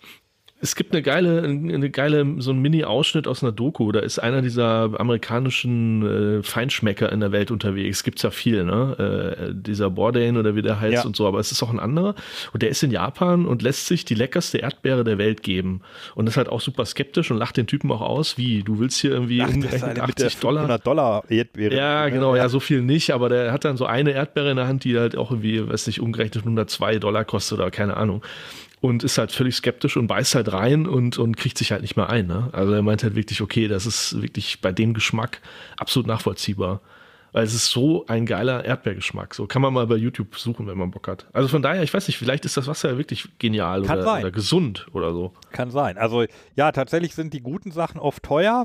Es gibt eine geile, eine geile, so ein Mini-Ausschnitt aus einer Doku. Da ist einer dieser amerikanischen äh, Feinschmecker in der Welt unterwegs. Gibt's ja viel, ne? Äh, dieser Bourdain oder wie der heißt Ja. und so. Aber es ist auch ein anderer. Und der ist in Japan und lässt sich die leckerste Erdbeere der Welt geben. Und ist halt auch super skeptisch und lacht den Typen auch aus. Wie, du willst hier irgendwie ach, das ist umgerechnet eine mit der achtzig Dollar? fünfhundert Dollar Erdbeere. Ja, genau, ja, so viel nicht, aber der hat dann so eine Erdbeere in der Hand, die halt auch irgendwie, weiß nicht, umgerechnet hundertzwei Dollar kostet oder keine Ahnung. Und ist halt völlig skeptisch und beißt halt rein und, und kriegt sich halt nicht mehr ein. Ne? Also er meint halt wirklich, okay, das ist wirklich bei dem Geschmack absolut nachvollziehbar. Weil es ist so ein geiler Erdbeergeschmack. So kann man mal bei YouTube suchen, wenn man Bock hat. Also von daher, ich weiß nicht, vielleicht ist das Wasser ja wirklich genial Kann oder, sein. oder gesund oder so. Kann sein. Also ja, tatsächlich sind die guten Sachen oft teuer.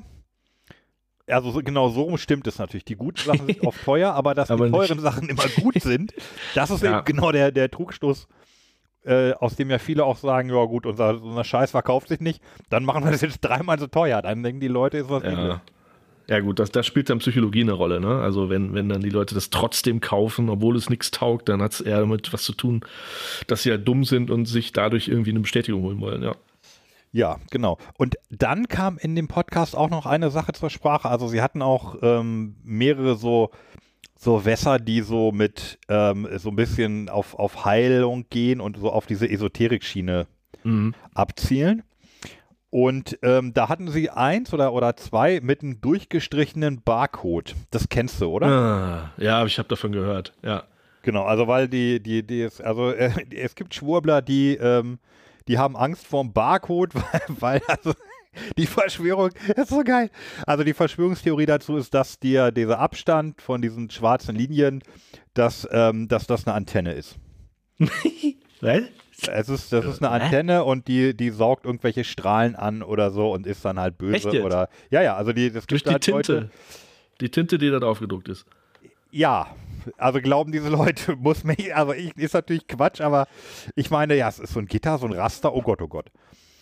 Also so, genau so rum stimmt es natürlich. Die guten Sachen sind oft teuer, aber dass Aber die nicht- teuren Sachen immer gut sind, das ist Ja. eben genau der, der Trugstoß, äh, aus dem ja viele auch sagen, ja gut, unser, unser Scheiß verkauft sich nicht, dann machen wir das jetzt dreimal so teuer. Dann denken die Leute, ist was Ja. Übles. Ja gut, das, das spielt dann Psychologie eine Rolle, ne? Also wenn, wenn dann die Leute das trotzdem kaufen, obwohl es nichts taugt, dann hat es eher damit was zu tun, dass sie ja dumm sind und sich dadurch irgendwie eine Bestätigung holen wollen, ja. Ja, genau. Und dann kam in dem Podcast auch noch eine Sache zur Sprache. Also sie hatten auch ähm, mehrere so, so Wässer, die so mit ähm, so ein bisschen auf, auf Heilung gehen und so auf diese Esoterik-Schiene Mhm. abzielen. Und ähm, da hatten sie eins oder, oder zwei mit einem durchgestrichenen Barcode. Das kennst du, oder? Ah, ja, ich habe davon gehört, ja. Genau, also weil die, die, die ist, also äh, es gibt Schwurbler, die, ähm, die haben Angst vorm Barcode, weil, weil also die Verschwörung, das ist so geil. Also die Verschwörungstheorie dazu ist, dass dir dieser Abstand von diesen schwarzen Linien, dass, ähm, dass das eine Antenne ist. Was? Es ist, das ist eine Antenne und die, die saugt irgendwelche Strahlen an oder so und ist dann halt böse. Echt jetzt? Oder ja, ja, also die, das Durch gibt die halt Tinte. Leute, Die Tinte, die da drauf gedruckt ist. ja, also glauben diese Leute, muss mich, also ich, ist natürlich Quatsch, aber ich meine, ja, es ist so ein Gitter, so ein Raster, oh Gott, oh Gott.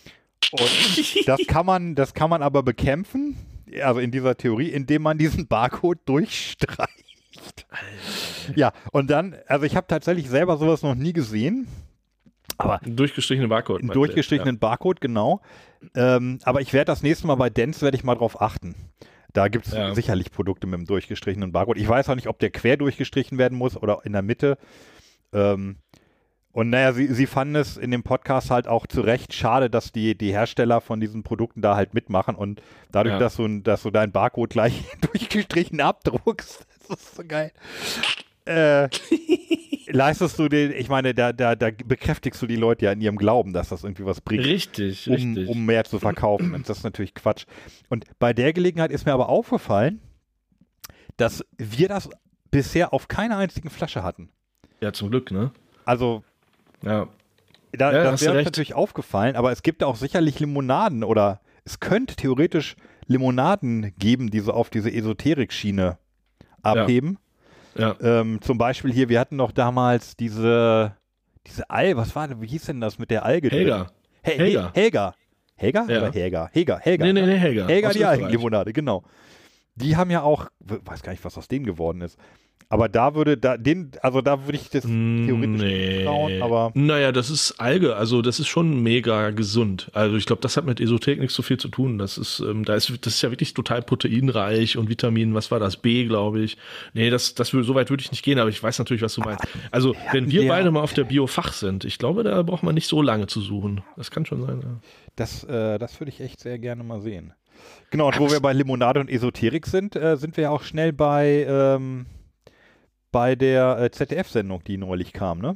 Und das kann man, das kann man aber bekämpfen, also in dieser Theorie, indem man diesen Barcode durchstreicht. Ja, und dann, also ich habe tatsächlich selber sowas noch nie gesehen. Aber einen durchgestrichenen Barcode. Einen durchgestrichenen ja. Barcode, genau. Ähm, aber ich werde das nächste Mal bei Dents, werde ich mal drauf achten. Da gibt es ja. sicherlich Produkte mit einem durchgestrichenen Barcode. Ich weiß auch nicht, ob der quer durchgestrichen werden muss oder in der Mitte. Ähm, und naja, sie, sie fanden es in dem Podcast halt auch zu Recht schade, dass die, die Hersteller von diesen Produkten da halt mitmachen und dadurch, ja. dass, du, dass du deinen Barcode gleich durchgestrichen abdruckst, das ist so geil. Äh, leistest du den, ich meine, da, da, da bekräftigst du die Leute ja in ihrem Glauben, dass das irgendwie was bringt. Richtig, um, richtig. Um mehr zu verkaufen. Und das ist natürlich Quatsch. Und bei der Gelegenheit ist mir aber aufgefallen, dass wir das bisher auf keiner einzigen Flasche hatten. Ja, zum Glück, ne? Also, ja. Da, ja, das wäre uns natürlich aufgefallen, aber es gibt auch sicherlich Limonaden oder es könnte theoretisch Limonaden geben, die so auf diese Esoterik-Schiene abheben. Ja. Ja. Ähm, zum Beispiel hier, wir hatten doch damals diese, diese Al, was war denn, wie hieß denn das mit der Alge? Helga. He Helga. Helga. Helga? Ja. Oder Helga? Helga. Helga. Nee, nee, nee, Helga. Helga, aus die Österreich. Algenlimonade, genau. Die haben ja auch, weiß gar nicht, was aus denen geworden ist. Aber da würde, da, den, also da würde ich das theoretisch nee. trauen, aber. Naja, das ist Alge, also das ist schon mega gesund. Also ich glaube, das hat mit Esoterik nichts so viel zu tun. Das ist, ähm, da ist, das ist ja wirklich total proteinreich und Vitamin, was war das? B, glaube ich. Nee, das, das würde, so weit würde ich nicht gehen, aber ich weiß natürlich, was du meinst. Also, wenn wir beide mal auf der Biofach sind, ich glaube, da braucht man nicht so lange zu suchen. Das kann schon sein, ja. Das, äh, das würde ich echt sehr gerne mal sehen. Genau, und wo wir bei Limonade und Esoterik sind, äh, sind wir ja auch schnell bei, ähm, bei der äh, Z D F-Sendung, die neulich kam, ne?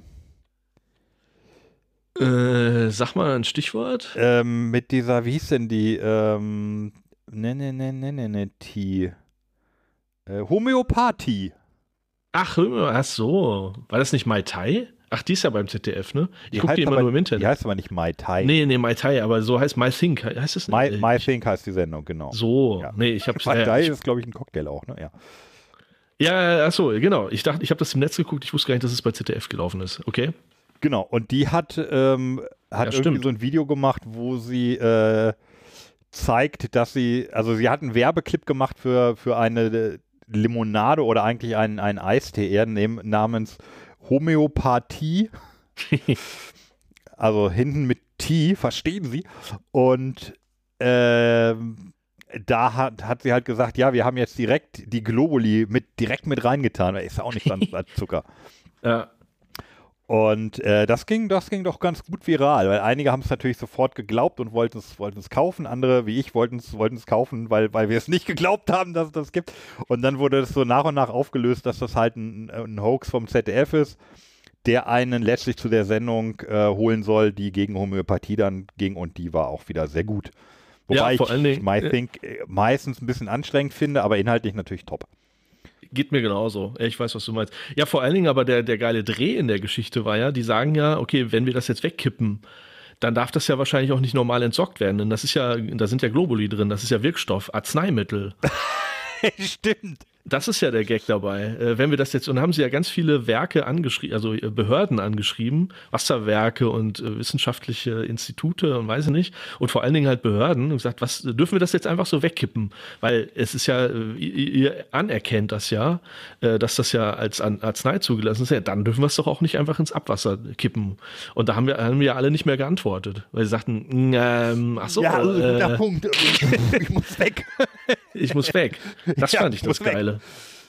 Äh, sag mal ein Stichwort. Ähm, mit dieser, wie hieß denn die, ähm, ne, ne, ne, ne, ne, ne, T. Äh, Homöopathie. Ach, ach so. War das nicht Mai Tai? Ach, die ist ja beim Z D F, ne? Ich Die gucke die heißt immer aber- nur im Internet. Die heißt aber nicht Mai Tai. Nee, nee, Mai Tai, aber so heißt My Think. Heißt es My, nicht? My Think heißt die Sendung, genau. So, Ja. nee, ich habe Mai äh, Tai ich, ist, glaube ich, ein Cocktail auch, ne? Ja. ja, ach so, genau. Ich dachte, ich habe das im Netz geguckt. Ich wusste gar nicht, dass es bei Z D F gelaufen ist. Okay. Genau, und die hat, ähm, hat Ja, irgendwie stimmt. so ein Video gemacht, wo sie äh, zeigt, dass sie, also sie hat einen Werbeclip gemacht für, für eine äh, Limonade oder eigentlich einen, einen Eistee eher nehm- namens Homöopathie. Also hinten mit T, verstehen Sie? Und ähm, da hat, hat sie halt gesagt, ja, wir haben jetzt direkt die Globuli mit, direkt mit reingetan. Da ist ja auch nicht ganz als Zucker. Ja. Und äh, das ging, das ging doch ganz gut viral, weil einige haben es natürlich sofort geglaubt und wollten es, wollten es kaufen, andere wie ich wollten es, wollten es kaufen, weil, weil wir es nicht geglaubt haben, dass es das gibt. Und dann wurde es so nach und nach aufgelöst, dass das halt ein, ein Hoax vom Z D F ist, der einen letztlich zu der Sendung äh, holen soll, die gegen Homöopathie dann ging, und die war auch wieder sehr gut. Wobei Ja, vor ich allen Dingen, My äh, Think äh, meistens ein bisschen anstrengend finde, aber inhaltlich natürlich top. Geht mir genauso. Ja, ich weiß, was du meinst. Ja, vor allen Dingen aber der, der geile Dreh in der Geschichte war ja, die sagen ja, okay, wenn wir das jetzt wegkippen, dann darf das ja wahrscheinlich auch nicht normal entsorgt werden, denn das ist ja, da sind ja Globuli drin, das ist ja Wirkstoff, Arzneimittel. Stimmt. Das ist ja der Gag dabei. Äh, wenn wir das jetzt, und haben sie ja ganz viele Werke angeschrieben, also äh, Behörden angeschrieben, Wasserwerke und äh, wissenschaftliche Institute und weiß ich nicht, und vor allen Dingen halt Behörden und gesagt, was, dürfen wir das jetzt einfach so wegkippen? Weil es ist ja, äh, ihr, ihr anerkennt das ja, äh, dass das ja als An- Arznei zugelassen ist, ja, dann dürfen wir es doch auch nicht einfach ins Abwasser kippen. Und da haben wir, haben wir ja alle nicht mehr geantwortet, weil sie sagten, ähm, ach so, Ja, guter äh, Punkt. Ich muss weg. ich muss weg. Das Ja, fand ich ich das muss weg. Geile.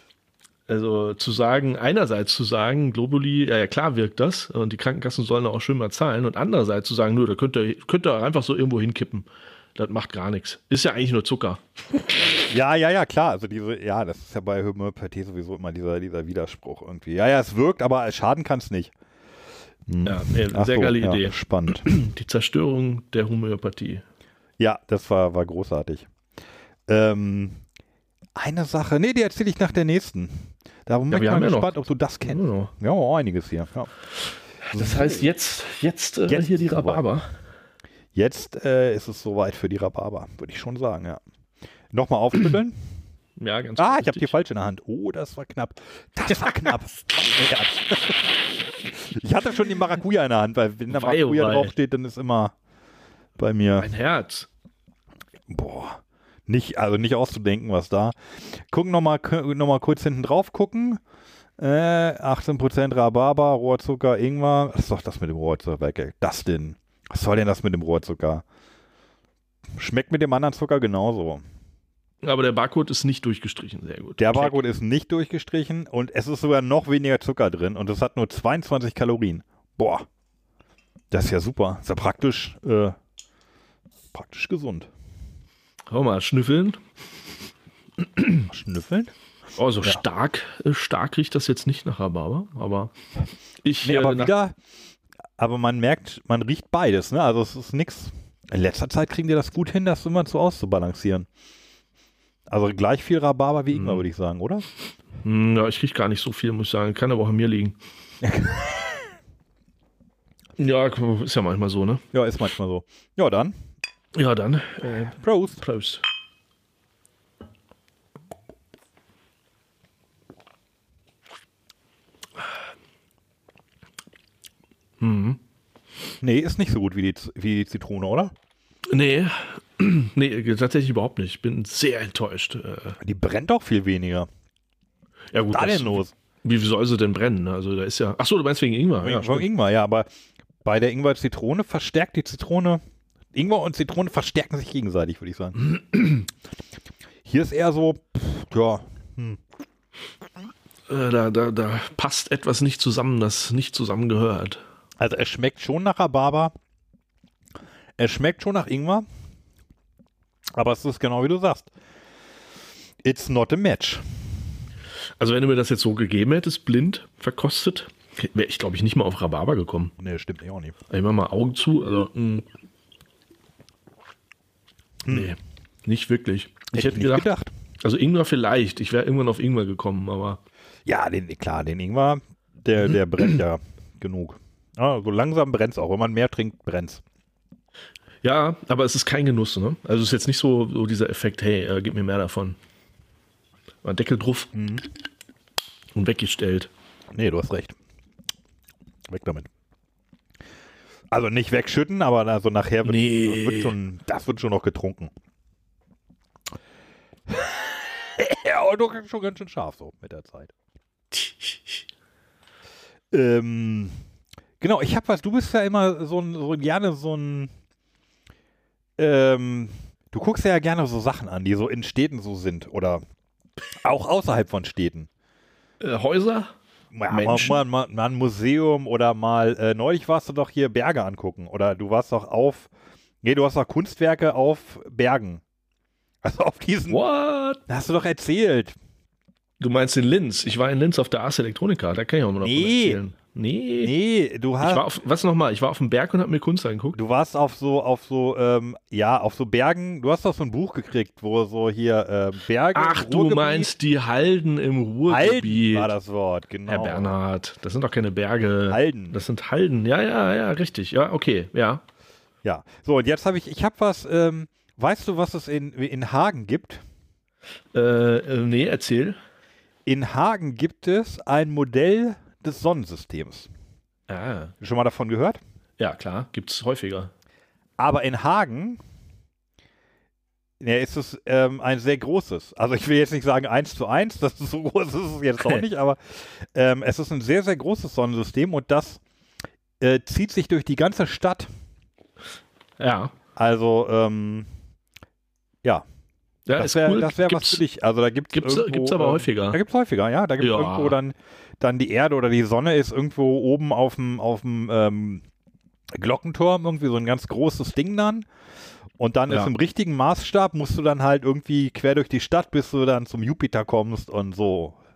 Also zu sagen, einerseits zu sagen, Globuli, ja, ja klar wirkt das und die Krankenkassen sollen auch schön mal zahlen, und andererseits zu sagen, nur, da könnt ihr, könnt ihr einfach so irgendwo hinkippen. Das macht gar nichts. Ist ja eigentlich nur Zucker. Ja, ja, ja, klar. Also diese, ja, das ist ja bei Homöopathie sowieso immer dieser, dieser Widerspruch irgendwie. Ja, ja, es wirkt, aber schaden kann es nicht. Hm. Ja, nee, Ach sehr so, geile ja, Idee. Spannend. Die Zerstörung der Homöopathie. Ja, das war, war großartig. Ähm, eine Sache, nee, die erzähle ich nach der nächsten. Darum Ja, bin wir ich mal haben ja gespannt, noch. ob du das kennst. Ja, Ja, auch einiges hier. Ja. Das heißt, jetzt, jetzt, äh, Jetzt hier die ist es soweit. Rhabarber. Jetzt äh, ist es soweit für die Rhabarber, würde ich schon sagen, ja. Nochmal aufschütteln. Ja, ganz Ah, ich habe vorsichtig. die falsche in der Hand. Oh, das war knapp. Das war knapp. Ich hatte schon die Maracuja in der Hand, weil wenn da Wei, oh Maracuja wei. draufsteht, dann ist immer bei mir, Ein Herz. boah, nicht, also nicht auszudenken, was da. Gucken nochmal noch mal kurz hinten drauf gucken. Äh, achtzehn Prozent Rhabarber, Rohrzucker, Ingwer. Was ist doch das mit dem Rohrzucker? Das denn? Was soll denn das mit dem Rohrzucker? Schmeckt mit dem anderen Zucker genauso. Aber der Barcode ist nicht durchgestrichen. Sehr gut. Der Check. Barcode ist nicht durchgestrichen und es ist sogar noch weniger Zucker drin und es hat nur zweiundzwanzig Kalorien. Boah, das ist ja super. Ist ja praktisch, äh, praktisch gesund. Hau mal, schnüffeln. Schnüffeln? Oh, so Ja. stark, äh, stark riecht das jetzt nicht nach Rhabarber, aber ich Nee, äh, aber nach- wieder, aber man merkt, man riecht beides, ne? Also es ist nix. In letzter Zeit kriegen die das gut hin, das immer so auszubalancieren. Also gleich viel Rhabarber wie Ingwer, Mhm. würde ich sagen, oder? Hm, ja, ich riech gar nicht so viel, muss ich sagen. Kann aber auch an mir liegen. Ja, ist ja manchmal so, ne? Ja, ist manchmal so. Ja, dann. Ja, dann. Äh, Prost. Prost. Mhm. Nee, ist nicht so gut wie die, Z- wie die Zitrone, oder? Nee, nee, tatsächlich überhaupt nicht. Ich bin sehr enttäuscht. Äh, Die brennt auch viel weniger. ja, gut. Was da das- denn los? Wie soll sie denn brennen? Also, da ist ja. Achso, du meinst wegen Ingwer. Ja, Ja, stimmt. Ingwer, ja, aber bei der Ingwer-Zitrone verstärkt die Zitrone, Ingwer und Zitrone verstärken sich gegenseitig, würde ich sagen. Hier ist eher so, pff, ja, hm. Äh, da, da, da passt etwas nicht zusammen, das nicht zusammengehört. Also es schmeckt schon nach Rhabarber, es schmeckt schon nach Ingwer, aber es ist genau wie du sagst. It's not a match. Also, wenn du mir das jetzt so gegeben hättest, blind verkostet, wäre ich, glaube ich, nicht mal auf Rhabarber gekommen. Nee, stimmt nicht auch nicht. Ich mach mal Augen zu. Also, mh. Nee, nicht wirklich. Ich hätte nicht gedacht, gedacht. also Ingwer vielleicht. Ich wäre irgendwann auf Ingwer gekommen, aber Ja, den, klar, den Ingwer, der, der brennt ja genug. Ja, so langsam brennt es auch. Wenn man mehr trinkt, brennt es. ja, aber es ist kein Genuss, ne? Also es ist jetzt nicht so, so dieser Effekt, hey, äh, gib mir mehr davon. Mal Deckel drauf und weggestellt. Nee, du hast recht. Weg damit. Also nicht wegschütten, aber also nachher wird, Nee. wird schon, das wird schon noch getrunken. Ja, und doch schon ganz schön scharf so mit der Zeit. Ähm, genau, ich hab was, du bist ja immer so ein, so gerne so ein, ähm, du guckst ja gerne so Sachen an, die so in Städten so sind oder auch außerhalb von Städten. Äh, Häuser? Ja, mal, Menschen. mal, mal, mal ein Museum oder mal, äh, neulich warst du doch hier Berge angucken oder du warst doch auf, nee, du hast doch Kunstwerke auf Bergen. Also auf diesen, What? hast du doch erzählt. Du meinst in Linz? Ich war in Linz auf der Ars Electronica, da kann ich auch mal noch Nee. von erzählen. Nee. Nee, du Ich hast, war auf, was nochmal? Ich war auf dem Berg und hab mir Kunst angeguckt. du warst auf so, auf so, ähm, ja, auf so Bergen, du hast doch so ein Buch gekriegt, wo so hier, äh, Berge. Ach, du Ruhrgebiet- meinst die Halden im Halden Ruhrgebiet. war das Wort, genau. Herr Bernhard, das sind doch keine Berge. Halden. Das sind Halden. Ja, ja, ja, richtig. Ja, okay, ja. Ja, so und jetzt habe ich, ich habe was, ähm, weißt du, was es in, in Hagen gibt? Äh, äh, nee, erzähl. In Hagen gibt es ein Modell des Sonnensystems. Ah, Schon mal davon gehört? ja, klar, gibt's häufiger. Aber in Hagen ja, ist es ähm, ein sehr großes. Also ich will jetzt nicht sagen eins zu eins, das ist so groß ist es jetzt auch nicht, aber ähm, es ist ein sehr, sehr großes Sonnensystem und das äh, zieht sich durch die ganze Stadt. Ja. Also, ähm, ja. Ja, Das ist wäre cool. das wär was Gibt's- für dich. Also da gibt's gibt's- irgendwo, gibt's aber ähm, häufiger. Da gibt's häufiger, ja. Da gibt's Ja. irgendwo dann, dann die Erde oder die Sonne ist irgendwo oben auf dem auf dem ähm, Glockenturm, irgendwie so ein ganz großes Ding dann. Und dann Ja. ist im richtigen Maßstab, musst du dann halt irgendwie quer durch die Stadt, bis du dann zum Jupiter kommst und so.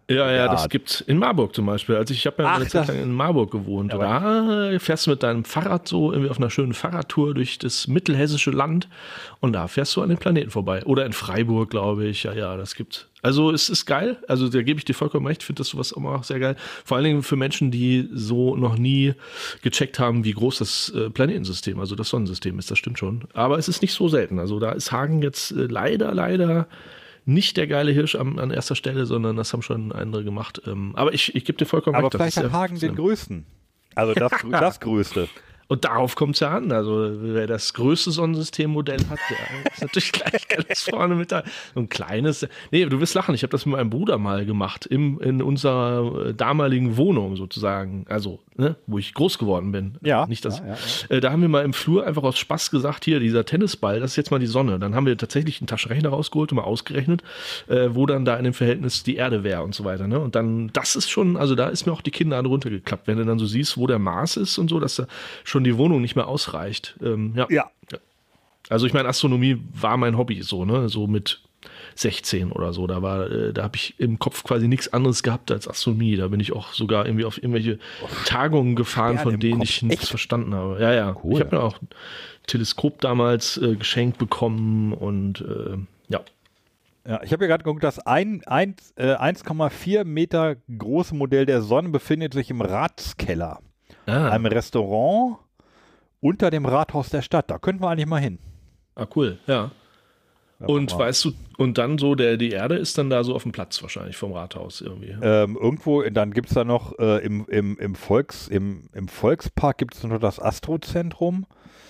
Ja, ja, Ja. das gibt's in Marburg zum Beispiel. Also ich habe ja Ach, eine Zeit das- lang in Marburg gewohnt. Ja, Da fährst du mit deinem Fahrrad so irgendwie auf einer schönen Fahrradtour durch das mittelhessische Land und da fährst du an den Planeten vorbei. Oder in Freiburg, glaube ich. Ja, ja, das gibt's. Also es ist geil. Also da gebe ich dir vollkommen recht. Ich finde das sowas immer auch sehr geil. Vor allen Dingen für Menschen, die so noch nie gecheckt haben, wie groß das äh, Planetensystem, also das Sonnensystem ist. Das stimmt schon. Aber es ist nicht so selten. Also da ist Hagen jetzt äh, leider, leider nicht der geile Hirsch am, an erster Stelle, sondern das haben schon andere gemacht. Ähm, aber ich, ich gebe dir vollkommen Aber recht. das vielleicht ist hat ja- Hagen den größten. Also das, das Größte. Und darauf kommt es ja an. Also wer das größte Sonnensystemmodell hat, der ist natürlich gleich ganz vorne mit da. So ein kleines. Nee, du wirst lachen. Ich habe das mit meinem Bruder mal gemacht im, in unserer äh, damaligen Wohnung sozusagen. Also, ne, wo ich groß geworden bin. Ja, Nicht das. ja, ja, Äh, da haben wir mal im Flur einfach aus Spaß gesagt, hier, dieser Tennisball, das ist jetzt mal die Sonne. Dann haben wir tatsächlich einen Taschenrechner rausgeholt und mal ausgerechnet, äh, wo dann da in dem Verhältnis die Erde wäre und so weiter. Ne? Und dann, das ist schon, also da ist mir auch die Kinnlade runtergeklappt, wenn du dann so siehst, wo der Mars ist und so, dass da schon die Wohnung nicht mehr ausreicht. Ähm, ja. Ja. Also ich meine, Astronomie war mein Hobby so, ne? So mit sechzehn oder so. Da war, äh, da habe ich im Kopf quasi nichts anderes gehabt als Astronomie. Da bin ich auch sogar irgendwie auf irgendwelche Tagungen gefahren, Sterne von im denen Kopf. ich nichts Echt? verstanden habe. Ja, ja. Cool. Ich habe mir auch ein Teleskop damals äh, geschenkt bekommen und äh, ja. Ja, ich habe ja gerade geguckt, das ein, eins, äh, eins Komma vier Meter große Modell der Sonne befindet sich im Ratskeller, Ah, einem Restaurant unter dem Rathaus der Stadt. Da könnten wir eigentlich mal hin. ah cool, ja. Ja, Und mal. weißt du, und dann so, der, die Erde ist dann da so auf dem Platz wahrscheinlich vom Rathaus irgendwie. Ähm, irgendwo, dann gibt es da noch äh, im, im, im, Volks, im, im Volkspark gibt es noch das Astrozentrum.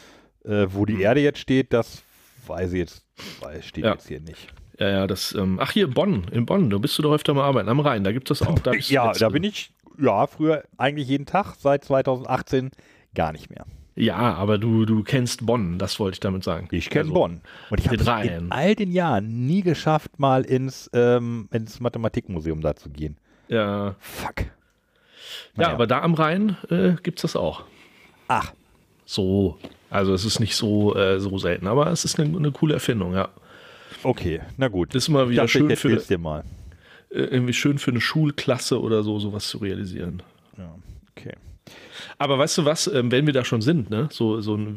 Äh, wo die Erde jetzt steht, das weiß ich jetzt, weiß, steht Ja. jetzt hier nicht. Ja, ja, das, ähm, ach hier, Bonn, in Bonn, da bist du doch öfter mal arbeiten, am Rhein, da gibt es das auch. Da bist du Ja, jetzt, da bin ich, ja, früher eigentlich jeden Tag, seit zweitausendachtzehn gar nicht mehr. Ja, aber du, du kennst Bonn, das wollte ich damit sagen. Ich kenne Also, Bonn. Und ich habe den es Rhein. in all den Jahren nie geschafft, mal ins, ähm, ins Mathematikmuseum da zu gehen. Ja, Fuck. ja, Naja. aber da am Rhein äh, gibt es das auch. Ach, So, also es ist nicht so, äh, so selten, aber es ist eine, eine coole Erfindung, ja. okay, na gut. Das ist mal Ich wieder dachte, schön ich für, erzähl's dir mal. äh, irgendwie schön für eine Schulklasse oder so, sowas zu realisieren. Ja, okay. Aber weißt du was, ähm, wenn wir da schon sind, ne, so, so ein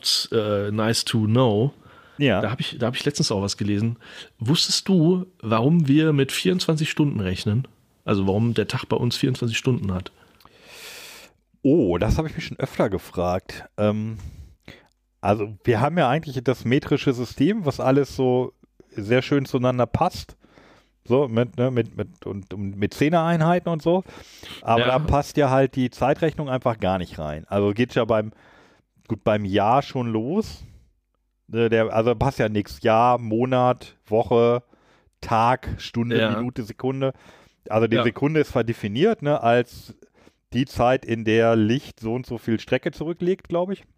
Wissenschafts-Nice-to-Know, Ja. da habe ich, da hab ich letztens auch was gelesen. Wusstest du, warum wir mit vierundzwanzig Stunden rechnen? Also warum der Tag bei uns vierundzwanzig Stunden hat? Oh, das habe ich mich schon öfter gefragt. Ähm, also wir haben ja eigentlich das metrische System, was alles so sehr schön zueinander passt. So, mit, ne, mit, mit, und, und mit Zehnereinheiten und so. Aber Ja. da passt ja halt die Zeitrechnung einfach gar nicht rein. Also geht ja beim, gut, beim Jahr schon los. Äh, Der, also passt ja nichts. Jahr, Monat, Woche, Tag, Stunde, Ja. Minute, Sekunde. Also die Ja. Sekunde ist zwar definiert, ne, als die Zeit, in der Licht so und so viel Strecke zurücklegt, glaube ich.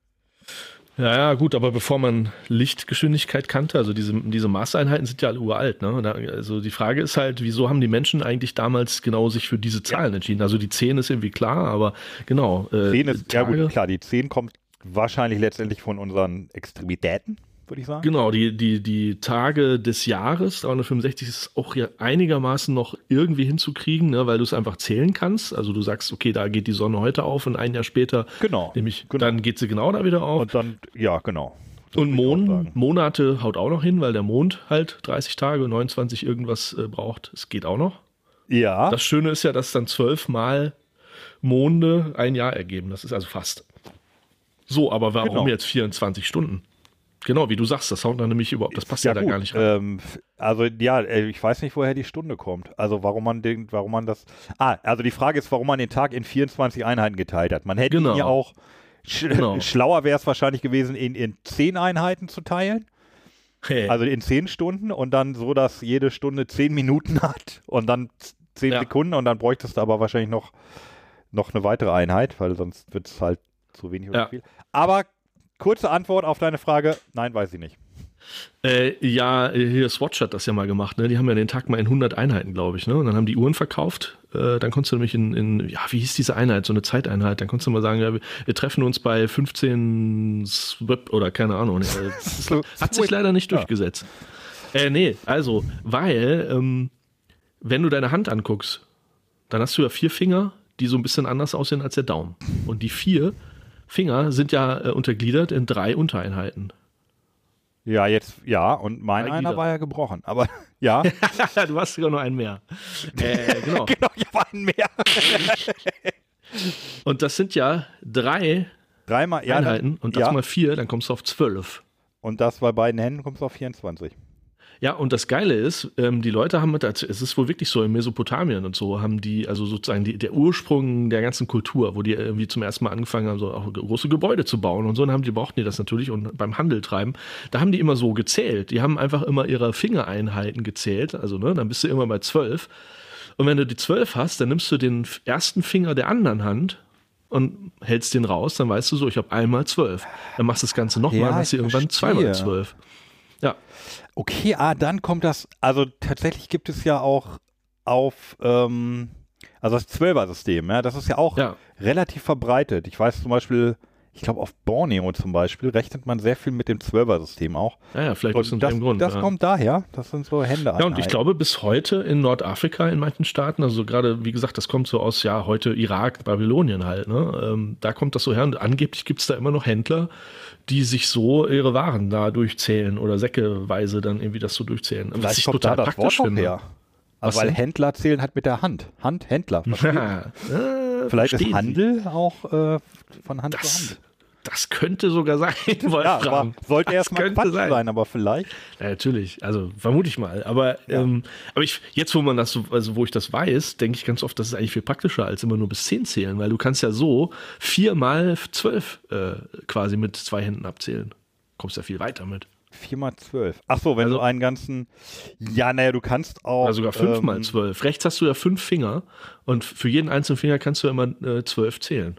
Ja, ja, gut, aber bevor man Lichtgeschwindigkeit kannte, also diese, diese Maßeinheiten sind ja alle uralt, ne? Da, also die Frage ist halt, wieso haben die Menschen eigentlich damals genau sich für diese Zahlen entschieden? Also die zehn ist irgendwie klar, aber genau. Äh, zehn ist, ja Tage- gut, klar, die zehn kommt wahrscheinlich letztendlich von unseren Extremitäten, würde ich sagen. Genau, die, die, die Tage des Jahres, dreihundertfünfundsechzig, ist auch ja einigermaßen noch irgendwie hinzukriegen, ne, weil du es einfach zählen kannst. Also du sagst, okay, da geht die Sonne heute auf und ein Jahr später, Genau. nämlich, genau. dann geht sie genau da wieder auf. Und dann, ja, genau. Das Und würde ich auch Mon sagen. Monate haut auch noch hin, weil der Mond halt dreißig Tage, neunundzwanzig irgendwas äh, braucht. Es geht auch noch. Ja, Das Schöne ist ja, dass dann zwölfmal Monde ein Jahr ergeben. Das ist also fast. So, aber warum Genau. jetzt vierundzwanzig Stunden? Genau, wie du sagst, das haut dann nämlich überhaupt, das passt ja, da gut. gar nicht rein. Ähm, f- also ja, äh, ich weiß nicht, woher die Stunde kommt. Also warum man den, warum man das. Ah, also die Frage ist, warum man den Tag in vierundzwanzig Einheiten geteilt hat. Man hätte Genau. ihn ja auch sch Genau. schlauer wäre es wahrscheinlich gewesen, ihn in zehn Einheiten zu teilen. Hey. Also in zehn Stunden und dann so, dass jede Stunde zehn Minuten hat und dann z- zehn Ja. Sekunden und dann bräuchtest du aber wahrscheinlich noch, noch eine weitere Einheit, weil sonst wird es halt zu wenig oder Ja. zu viel. Aber kurze Antwort auf deine Frage, nein, weiß ich nicht. Äh, ja, hier Swatch hat das ja mal gemacht, ne? Die haben ja den Tag mal in hundert Einheiten, glaube ich, ne? Und dann haben die Uhren verkauft. Äh, dann konntest du nämlich in, in, ja, wie hieß diese Einheit, so eine Zeiteinheit, dann konntest du mal sagen, ja, wir, wir treffen uns bei fünfzehn Swip oder keine Ahnung. Ne? Das hat sich leider nicht Ja. durchgesetzt. Äh, nee, also, weil, ähm, wenn du deine Hand anguckst, dann hast du ja vier Finger, die so ein bisschen anders aussehen als der Daumen. Und die vier Finger sind ja äh, untergliedert in drei Untereinheiten. Ja, jetzt, ja, und mein Drei einer Glieder. war ja gebrochen, aber ja. Du hast sogar nur einen mehr. Äh, genau. Genau, ich habe einen mehr. Und das sind ja drei Dreimal, ja. Einheiten und das ja. mal vier, dann kommst du auf zwölf. Und das bei beiden Händen kommst du auf vierundzwanzig. Ja, und das Geile ist, ähm, die Leute haben, mit, es ist wohl wirklich so, in Mesopotamien und so, haben die, also sozusagen die, der Ursprung der ganzen Kultur, wo die irgendwie zum ersten Mal angefangen haben, so auch große Gebäude zu bauen und so, dann haben die, brauchten die das natürlich und beim Handel treiben, da haben die immer so gezählt. Die haben einfach immer ihre Fingereinheiten gezählt, also ne, dann bist du immer bei zwölf. Und wenn du die zwölf hast, dann nimmst du den ersten Finger der anderen Hand und hältst den raus, dann weißt du so, ich habe einmal zwölf. Dann machst du das Ganze nochmal, Ja, dann hast du ich irgendwann verstehe. zweimal zwölf. Ja. Okay, ah, dann kommt das, also tatsächlich gibt es ja auch auf, ähm, also das Zwölfer-System, ja, das ist ja auch Ja. relativ verbreitet. Ich weiß zum Beispiel, ich glaube auf Borneo zum Beispiel, rechnet man sehr viel mit dem Zwölfer-System auch. Ja, ja, vielleicht aus Und dem das Grund. das ja. kommt daher, das sind so Hände. Ja, und ich glaube, bis heute in Nordafrika, in manchen Staaten, also gerade, wie gesagt, das kommt so aus, ja, heute Irak, Babylonien halt, ne? Ähm, da kommt das so her und angeblich gibt es da immer noch Händler, die sich so ihre Waren da durchzählen oder säckeweise dann irgendwie das so durchzählen. Was Vielleicht ich kommt total da das praktisch Wort auch finde. her. Was Also weil denn? Händler zählen halt mit der Hand. Hand, Händler. Ja, äh, Vielleicht ist verstehen Sie. Handel auch äh, von Hand zu Das, Hand. das könnte sogar sein, Ja, Wolfram. aber sollte Das erstmal könnte Quatsch sein. sein. aber vielleicht. Ja, natürlich, also vermute ich mal. Aber, ähm, aber ich, jetzt, wo man das so, also wo ich das weiß, denke ich ganz oft, das ist eigentlich viel praktischer, als immer nur bis zehn zählen, weil du kannst ja so vier mal zwölf äh, quasi mit zwei Händen abzählen. Kommst ja viel weiter mit. vier mal zwölf. Ach so, wenn Also- du einen ganzen. Ja, naja, du kannst auch. Oder sogar fünf mal ähm, zwölf. Rechts hast du ja fünf Finger und für jeden einzelnen Finger kannst du immer äh, zwölf zählen.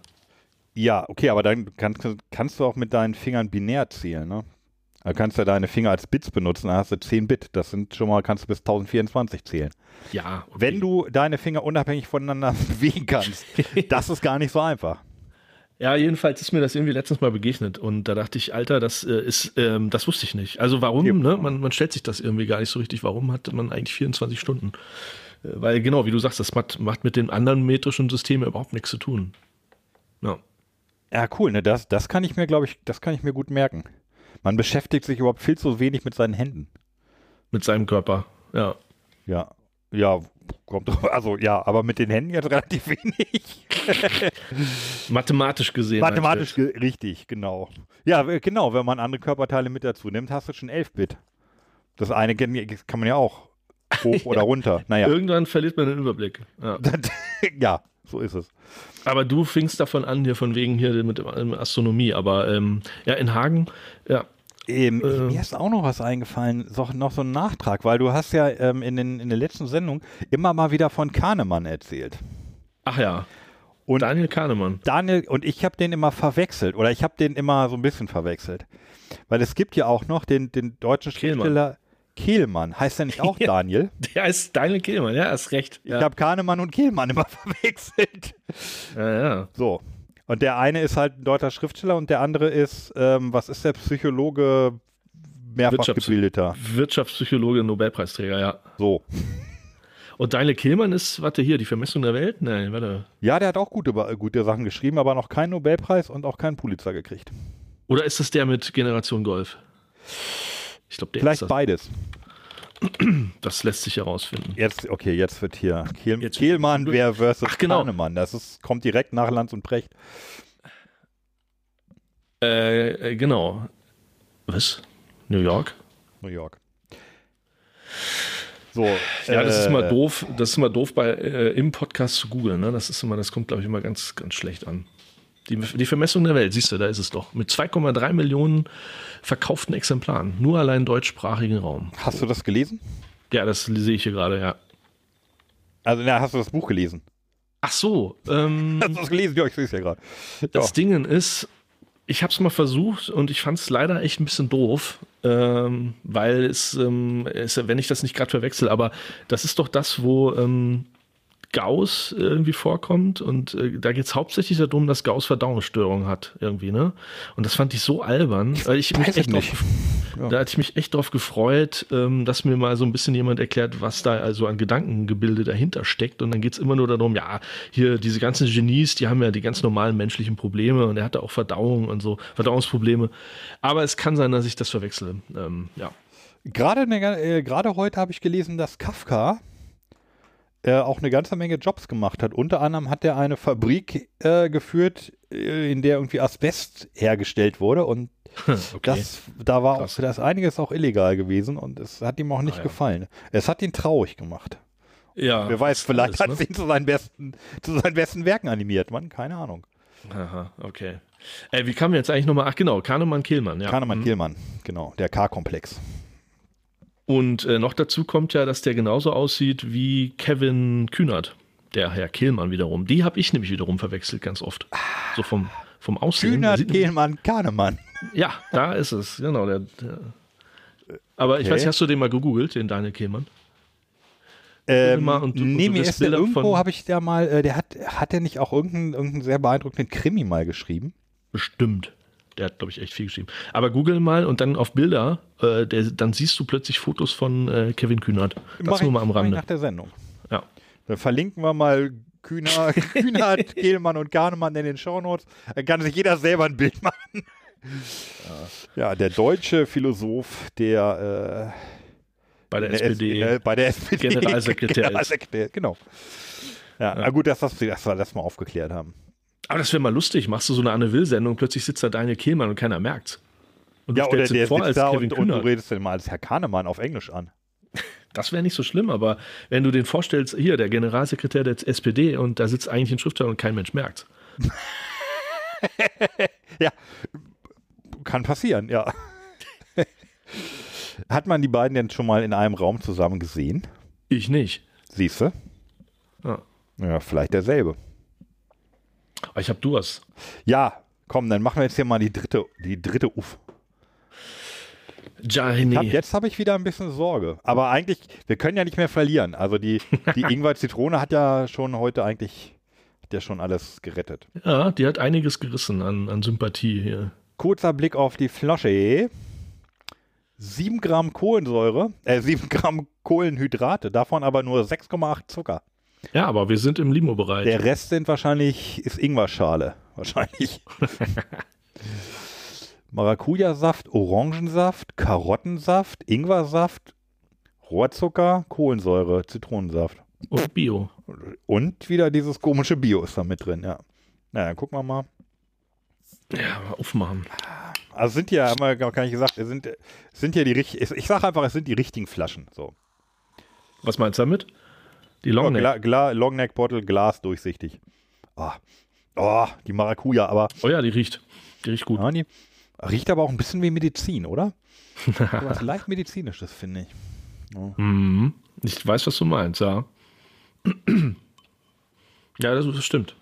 Ja, okay, aber dann kannst, du- kannst du auch mit deinen Fingern binär zählen, ne? Da kannst du ja deine Finger als Bits benutzen, dann hast du zehn Bit. Das sind schon mal, kannst du bis tausendvierundzwanzig zählen. Ja. okay. Wenn du deine Finger unabhängig voneinander bewegen kannst, das ist gar nicht so einfach. Ja, jedenfalls ist mir das irgendwie letztens mal begegnet und da dachte ich, Alter, das äh, ist, ähm, das wusste ich nicht. Also warum, Ja. ne? Man, man stellt sich das irgendwie gar nicht so richtig. Warum hat man eigentlich vierundzwanzig Stunden? Äh, weil genau, wie du sagst, das macht, macht mit den anderen metrischen Systemen überhaupt nichts zu tun. Ja. Ja, cool, ne? Das, das kann ich mir, glaube ich, das kann ich mir gut merken. Man beschäftigt sich überhaupt viel zu wenig mit seinen Händen. Mit seinem Körper. Ja. Ja, ja, kommt drauf. Also ja, aber mit den Händen jetzt relativ wenig. Mathematisch gesehen. Mathematisch ge richtig, genau. Ja, w- genau, wenn man andere Körperteile mit dazu nimmt, hast du schon elf Bit. Das eine kann kann man ja auch hoch oder runter. Naja, Irgendwann verliert man den Überblick. Ja. ja, so ist es. Aber du fingst davon an, hier von wegen hier mit dem Astronomie. Aber ähm, ja, in Hagen, ja. Ähm, Äh. mir ist auch noch was eingefallen, so, noch so ein Nachtrag, weil du hast ja ähm, in, den, in der letzten Sendung immer mal wieder von Kahnemann erzählt. Ach ja. Und Daniel Kahnemann. Daniel, und ich habe den immer verwechselt, oder ich habe den immer so ein bisschen verwechselt. Weil es gibt ja auch noch den, den deutschen Kehlmann. Schriftsteller Kehlmann. Heißt der nicht auch Ja. Daniel? Der ist Daniel Kehlmann, ja, hast recht. Ich Ja. habe Kahnemann und Kehlmann immer verwechselt. ja, ja. So. Und der eine ist halt ein deutscher Schriftsteller und der andere ist, ähm, was ist der Psychologe, mehrfach Wirtschafts- gebildeter. Wirtschaftspsychologe, Nobelpreisträger, ja. So. Und Daniel Kehlmann ist, warte hier, die Vermessung der Welt? Nein, warte. Ja, der hat auch gute, gute Sachen geschrieben, aber noch keinen Nobelpreis und auch keinen Pulitzer gekriegt. Oder ist das der mit Generation Golf? Ich glaube, der Vielleicht ist das. beides. Das lässt sich herausfinden. Jetzt, okay, jetzt wird hier Kehl, Jetzt- Kehlmann wer versus Ach, genau. Kahnemann. Das ist, kommt direkt nach Lanz und Precht. Äh, äh, genau. Was? New York? New York. So. Ja, das ist äh, immer doof, das ist immer doof bei äh, im Podcast zu googeln, ne? Das ist immer, das kommt, glaube ich, immer ganz, ganz schlecht an. Die, die Vermessung der Welt, siehst du, da ist es doch. Mit zwei Komma drei Millionen verkauften Exemplaren. Nur allein deutschsprachigen Raum. Hast du das gelesen? Ja, das sehe ich hier gerade, ja. Also, na, hast du das Buch gelesen? Ach so, ähm, Hast du das gelesen? Ja, ich sehe es ja gerade. das Ding ist, ich habe es mal versucht und ich fand es leider echt ein bisschen doof, ähm, weil es, ähm, es, wenn ich das nicht gerade verwechsel, aber das ist doch das, wo ähm, Gauss irgendwie vorkommt und äh, da geht es hauptsächlich darum, dass Gauss Verdauungsstörungen hat irgendwie, ne? Und das fand ich so albern, weil ich mich echt drauf, ja. da hatte ich mich echt drauf gefreut, ähm, dass mir mal so ein bisschen jemand erklärt, was da also an Gedankengebilde dahinter steckt und dann geht es immer nur darum, ja, hier diese ganzen Genies, die haben ja die ganz normalen menschlichen Probleme und er hatte auch Verdauung und so, Verdauungsprobleme, aber es kann sein, dass ich das verwechsle, ähm, ja. Gerade, äh, gerade heute habe ich gelesen, dass Kafka äh, auch eine ganze Menge Jobs gemacht hat. Unter anderem hat er eine Fabrik äh, geführt, äh, in der irgendwie Asbest hergestellt wurde und okay. das, da war auch, das einiges auch illegal gewesen und es hat ihm auch nicht ah, ja. gefallen. Es hat ihn traurig gemacht. Ja. Wer weiß, vielleicht hat es ihn zu seinen besten, zu seinen besten Werken animiert, man, keine Ahnung. Aha, okay. Äh, wie kam jetzt eigentlich nochmal, ach genau, Kahnemann-Kehlmann. Ja. Kahnemann-Kehlmann, mhm. genau, der K-Komplex. Und äh, noch dazu kommt ja, dass der genauso aussieht wie Kevin Kühnert, der Herr Kehlmann wiederum. Die habe ich nämlich wiederum verwechselt ganz oft. So vom, vom Aussehen. Kühnert, Kehlmann, Kahnemann. Ja, da ist es, genau. Der, der. Aber ich okay. weiß nicht, hast du den mal gegoogelt, den Daniel Kehlmann? Ähm, mal und du, nee, und mir ist der irgendwo, habe ich da mal, äh, der hat, hat der nicht auch irgendeinen, irgendeinen sehr beeindruckenden Krimi mal geschrieben? Bestimmt. Der hat, glaube ich, echt viel geschrieben. Aber google mal und dann auf Bilder, äh, der, dann siehst du plötzlich Fotos von äh, Kevin Kühnert. Das nur mal am Rande. Nach der Sendung. Ja. Dann verlinken wir mal Kühner, Kühnert, Kehlmann und Kahnemann in den Shownotes. Dann kann sich jeder selber ein Bild machen. Ja, ja der deutsche Philosoph, der äh, bei der S P D, äh, bei der S P D Generalsekretär, Generalsekretär ist. Genau. Ja, ja. Na gut, dass, das, dass wir das mal aufgeklärt haben. Aber das wäre mal lustig. Machst du so eine Anne Will-Sendung, plötzlich sitzt da Daniel Kehlmann und keiner merkt's. Und ja, oder der vor, sitzt da und, und du redest dann mal als Herr Kahnemann auf Englisch an. Das wäre nicht so schlimm, aber wenn du den vorstellst, hier, der Generalsekretär der S P D und da sitzt eigentlich ein Schriftsteller und kein Mensch merkt's. Ja, kann passieren, ja. Hat man die beiden denn schon mal in einem Raum zusammen gesehen? Ich nicht. Siehst du? Ja. Ja, vielleicht derselbe. Ich hab Durst. Ja, komm, dann machen wir jetzt hier mal die dritte, die dritte Uff. Ja, nee. Hab, jetzt habe ich wieder ein bisschen Sorge. Aber eigentlich, wir können ja nicht mehr verlieren. Also die, die Ingwer-Zitrone hat ja schon heute eigentlich, hat ja schon alles gerettet. Ja, die hat einiges gerissen an, an Sympathie hier. Kurzer Blick auf die Flasche. sieben Gramm Kohlensäure, äh, sieben Gramm Kohlenhydrate, davon aber nur sechs Komma acht Zucker. Ja, aber wir sind im Limo-Bereich. Der Rest sind wahrscheinlich, ist Ingwerschale, wahrscheinlich. Maracuja-Saft, Orangensaft, Karottensaft, Ingwersaft, Rohrzucker, Kohlensäure, Zitronensaft. Und Bio. Und wieder dieses komische Bio ist da mit drin, ja. Na, dann gucken wir mal. Ja, mal aufmachen. Also sind ja, haben wir gar nicht gesagt, es sind, sind ja die richtigen, ich sage einfach, es sind die richtigen Flaschen, so. Was meinst du damit? Die Longneck. Oh, Gla- Gla- Longneck Bottle, Glas, durchsichtig. Oh. oh, die Maracuja, aber. Oh ja, die riecht. Die riecht gut. Ja, die riecht aber auch ein bisschen wie Medizin, oder? Was leicht medizinisches, finde ich. Oh. Mhm. Ich weiß, was du meinst, ja. Ja, das, das stimmt.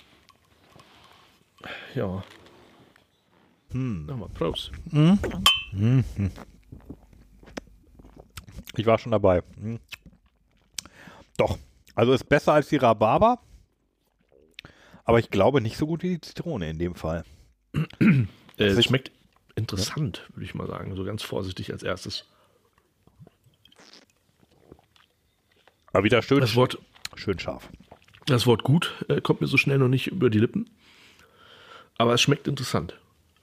Ja. Hm. Nochmal Prost. Hm. Hm. Ich war schon dabei. Hm. Doch, also ist besser als die Rhabarber, aber ich glaube nicht so gut wie die Zitrone in dem Fall. äh, es schmeckt interessant, ja? Würde ich mal sagen, so ganz vorsichtig als erstes. Aber wieder schön, das Wort, schön scharf. Das Wort gut äh, kommt mir so schnell noch nicht über die Lippen, aber es schmeckt interessant.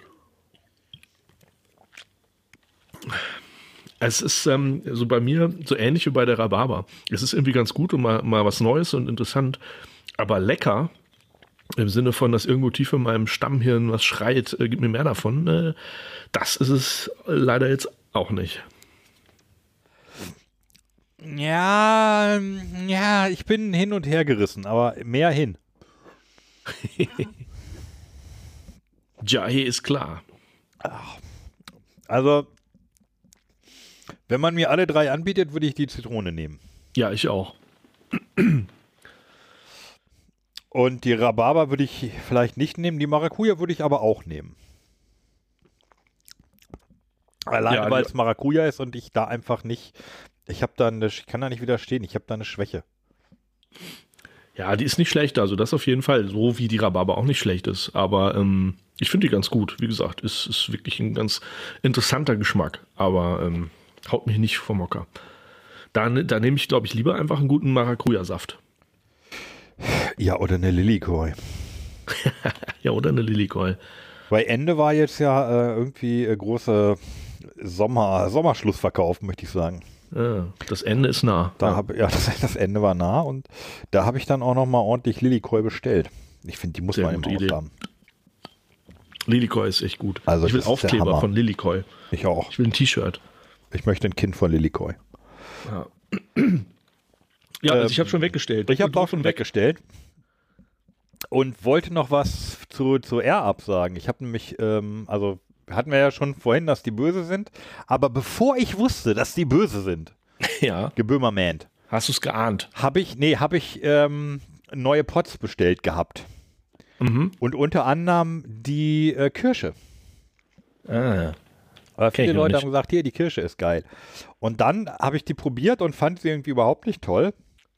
Es ist ähm, so bei mir so ähnlich wie bei der Rhabarber. Es ist irgendwie ganz gut und mal, mal was Neues und interessant, aber lecker im Sinne von, dass irgendwo tief in meinem Stammhirn was schreit, äh, gib mir mehr davon. Äh, das ist es leider jetzt auch nicht. Ja, ja, ich bin hin und her gerissen, aber mehr hin. Ja, hier ist klar. Also wenn man mir alle drei anbietet, würde ich die Zitrone nehmen. Ja, ich auch. Und die Rhabarber würde ich vielleicht nicht nehmen. Die Maracuja würde ich aber auch nehmen. Alleine, ja, weil es Maracuja ist und ich da einfach nicht, ich habe da eine, ich kann da nicht widerstehen, ich habe da eine Schwäche. Ja, die ist nicht schlecht, also das auf jeden Fall. So wie die Rhabarber auch nicht schlecht ist. Aber ähm, ich finde die ganz gut. Wie gesagt, ist, ist wirklich ein ganz interessanter Geschmack. Aber ähm, haut mich nicht vom Hocker. Da, da nehme ich, glaube ich, lieber einfach einen guten Maracuja-Saft. Ja, oder eine Lilikoi. Ja, oder eine Lilikoi. Bei Ende war jetzt ja äh, irgendwie äh, große Sommer, Sommerschlussverkauf, möchte ich sagen. Ja, das Ende ist nah. Da ja. hab, ja, das, das Ende war nah und da habe ich dann auch nochmal ordentlich Lilikoi bestellt. Ich finde, die muss Sehr man immer gute Idee. haben. Lilikoi ist echt gut. Also ich will das ist der Aufkleber Hammer. von Lilikoi. Ich auch. Ich will ein T-Shirt. Ich möchte ein Kind von Lilikoi. Ja, ja also ich habe schon weggestellt. Ich habe Du auch schon weggestellt und wollte noch was zu, zu Air-Up sagen. Ich habe nämlich, ähm, also hatten wir ja schon vorhin, dass die böse sind, aber bevor ich wusste, dass die böse sind, Ja. geböhmermähnt, Hast du es geahnt? habe ich, nee, habe ich ähm, neue Pots bestellt gehabt. Mhm. Und unter anderem die äh, Kirsche. Ah. Aber Kenn viele ich noch Leute nicht. haben gesagt, hier, die Kirsche ist geil. Und dann habe ich die probiert und fand sie irgendwie überhaupt nicht toll.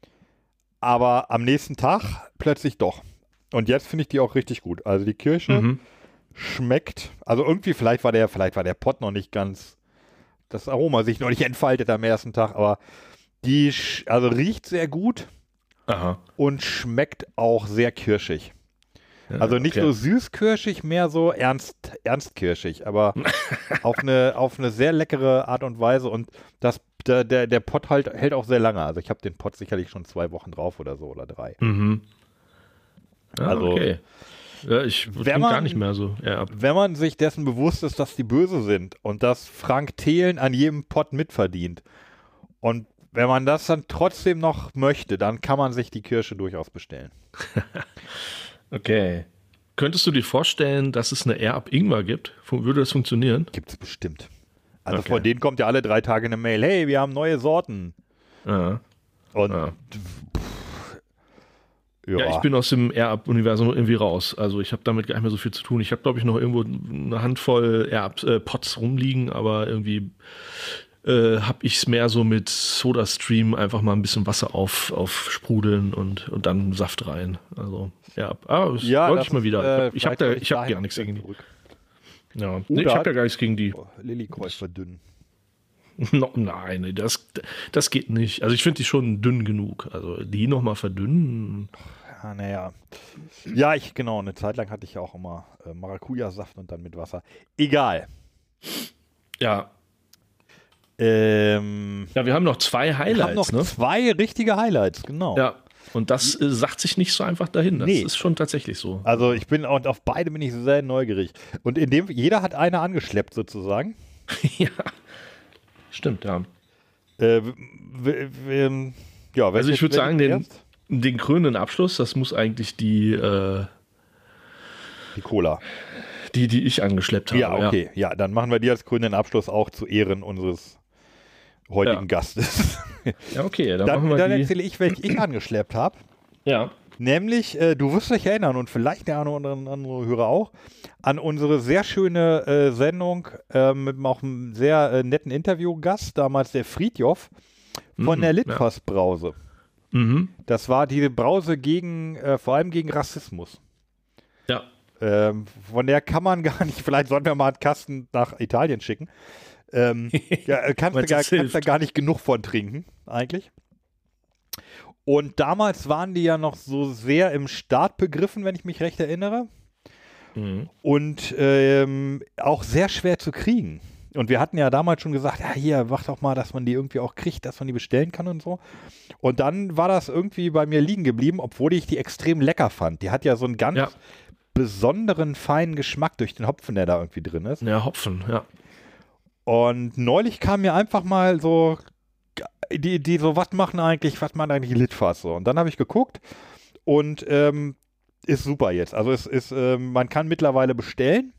Aber am nächsten Tag plötzlich doch. Und jetzt finde ich die auch richtig gut. Also die Kirsche Mhm. schmeckt, also irgendwie, vielleicht war der, vielleicht war der Pott noch nicht ganz, das Aroma sich noch nicht entfaltet am ersten Tag, aber die, sch- also riecht sehr gut Aha. und schmeckt auch sehr kirschig. Ja, Also nicht okay. so süßkirschig, mehr so ernst, ernstkirschig, aber auf eine, auf eine sehr leckere Art und Weise und das, der, der, der Pott halt, hält auch sehr lange. Also ich habe den Pott sicherlich schon zwei Wochen drauf oder so oder drei. Mhm. Ja, Also, okay. Ja, ich wenn bin man- gar nicht mehr so. Ja, Wenn man sich dessen bewusst ist, dass die böse sind und dass Frank Thelen an jedem Pott mitverdient und wenn man das dann trotzdem noch möchte, dann kann man sich die Kirsche durchaus bestellen. okay. Könntest du dir vorstellen, dass es eine Air-Up Ingwer gibt? Fun- Würde das funktionieren? Gibt es bestimmt. Also Okay. von denen kommt ja alle drei Tage eine Mail, hey, wir haben neue Sorten. Ja. Und Ja. pff, Ja, ich bin aus dem Air-Up-Universum irgendwie raus. Also ich habe damit gar nicht mehr so viel zu tun. Ich habe, glaube ich, noch irgendwo eine Handvoll Air-Up-Pots rumliegen, aber irgendwie äh, habe ich es mehr so mit SodaStream einfach mal ein bisschen Wasser auf, aufsprudeln und, und dann Saft rein. Also Air-Up. Ah, das ja, wollte das ich mal wieder. ist, äh, ich habe vielleicht da, soll ich hab dahin gar nichts wieder gegen die. zurück. Ja. Nee, ich Oder- habe ja gar nichts gegen die. Oh, Lilikoi verdünnen. No, nein, nee, das, das geht nicht. Also ich finde die schon dünn genug. Also die nochmal verdünnen. Ja, naja. Ja, ich, genau, eine Zeit lang hatte ich ja auch immer äh, Maracuja-Saft und dann mit Wasser. Egal. Ja. Ähm, Ja, wir haben noch zwei wir Highlights, haben noch ne? zwei richtige Highlights, genau. Ja. Und das äh, sagt sich nicht so einfach dahin. Das Nee. ist schon tatsächlich so. Also ich bin, und auf beide bin ich sehr neugierig. Und in dem, jeder hat eine angeschleppt sozusagen. Ja. Stimmt, ja. Äh, w- w- w- ja, Also ich würde welche sagen, den, erst? den krönenden Abschluss, das muss eigentlich die, äh, Die Cola. die, die ich angeschleppt habe. Ja, okay. Ja. dann machen wir die als grünen Abschluss auch zu Ehren unseres heutigen Ja. Gastes. Ja, okay, dann, Dann, machen wir dann die. erzähle ich, welche ich angeschleppt habe. Ja. Nämlich, äh, du wirst dich erinnern und vielleicht der eine oder andere Hörer auch, an unsere sehr schöne äh, Sendung äh, mit auch einem sehr äh, netten Interviewgast, damals der Friedjof von Mhm, der ja. Litfaß-Brause. Mhm. Das war diese Brause gegen, äh, vor allem gegen Rassismus. Ja. Ähm, von der kann man gar nicht, vielleicht sollten wir mal einen Kasten nach Italien schicken. Ähm, ja, äh, kannst, du Meinst du, gar, das kannst hilft? da gar nicht genug von trinken, eigentlich. Und damals waren die ja noch so sehr im Start begriffen, wenn ich mich recht erinnere. Mhm. Und ähm, auch sehr schwer zu kriegen. Und wir hatten ja damals schon gesagt, ja hier, mach doch mal, dass man die irgendwie auch kriegt, dass man die bestellen kann und so. Und dann war das irgendwie bei mir liegen geblieben, obwohl ich die extrem lecker fand. Die hat ja so einen ganz Ja. besonderen, feinen Geschmack durch den Hopfen, der da irgendwie drin ist. Ja, Hopfen, ja. Und neulich kam mir einfach mal so die, die so, was machen eigentlich, was machen eigentlich Litfaß so? Und dann habe ich geguckt und ähm, ist super jetzt. Also es ist, ähm, man kann mittlerweile bestellen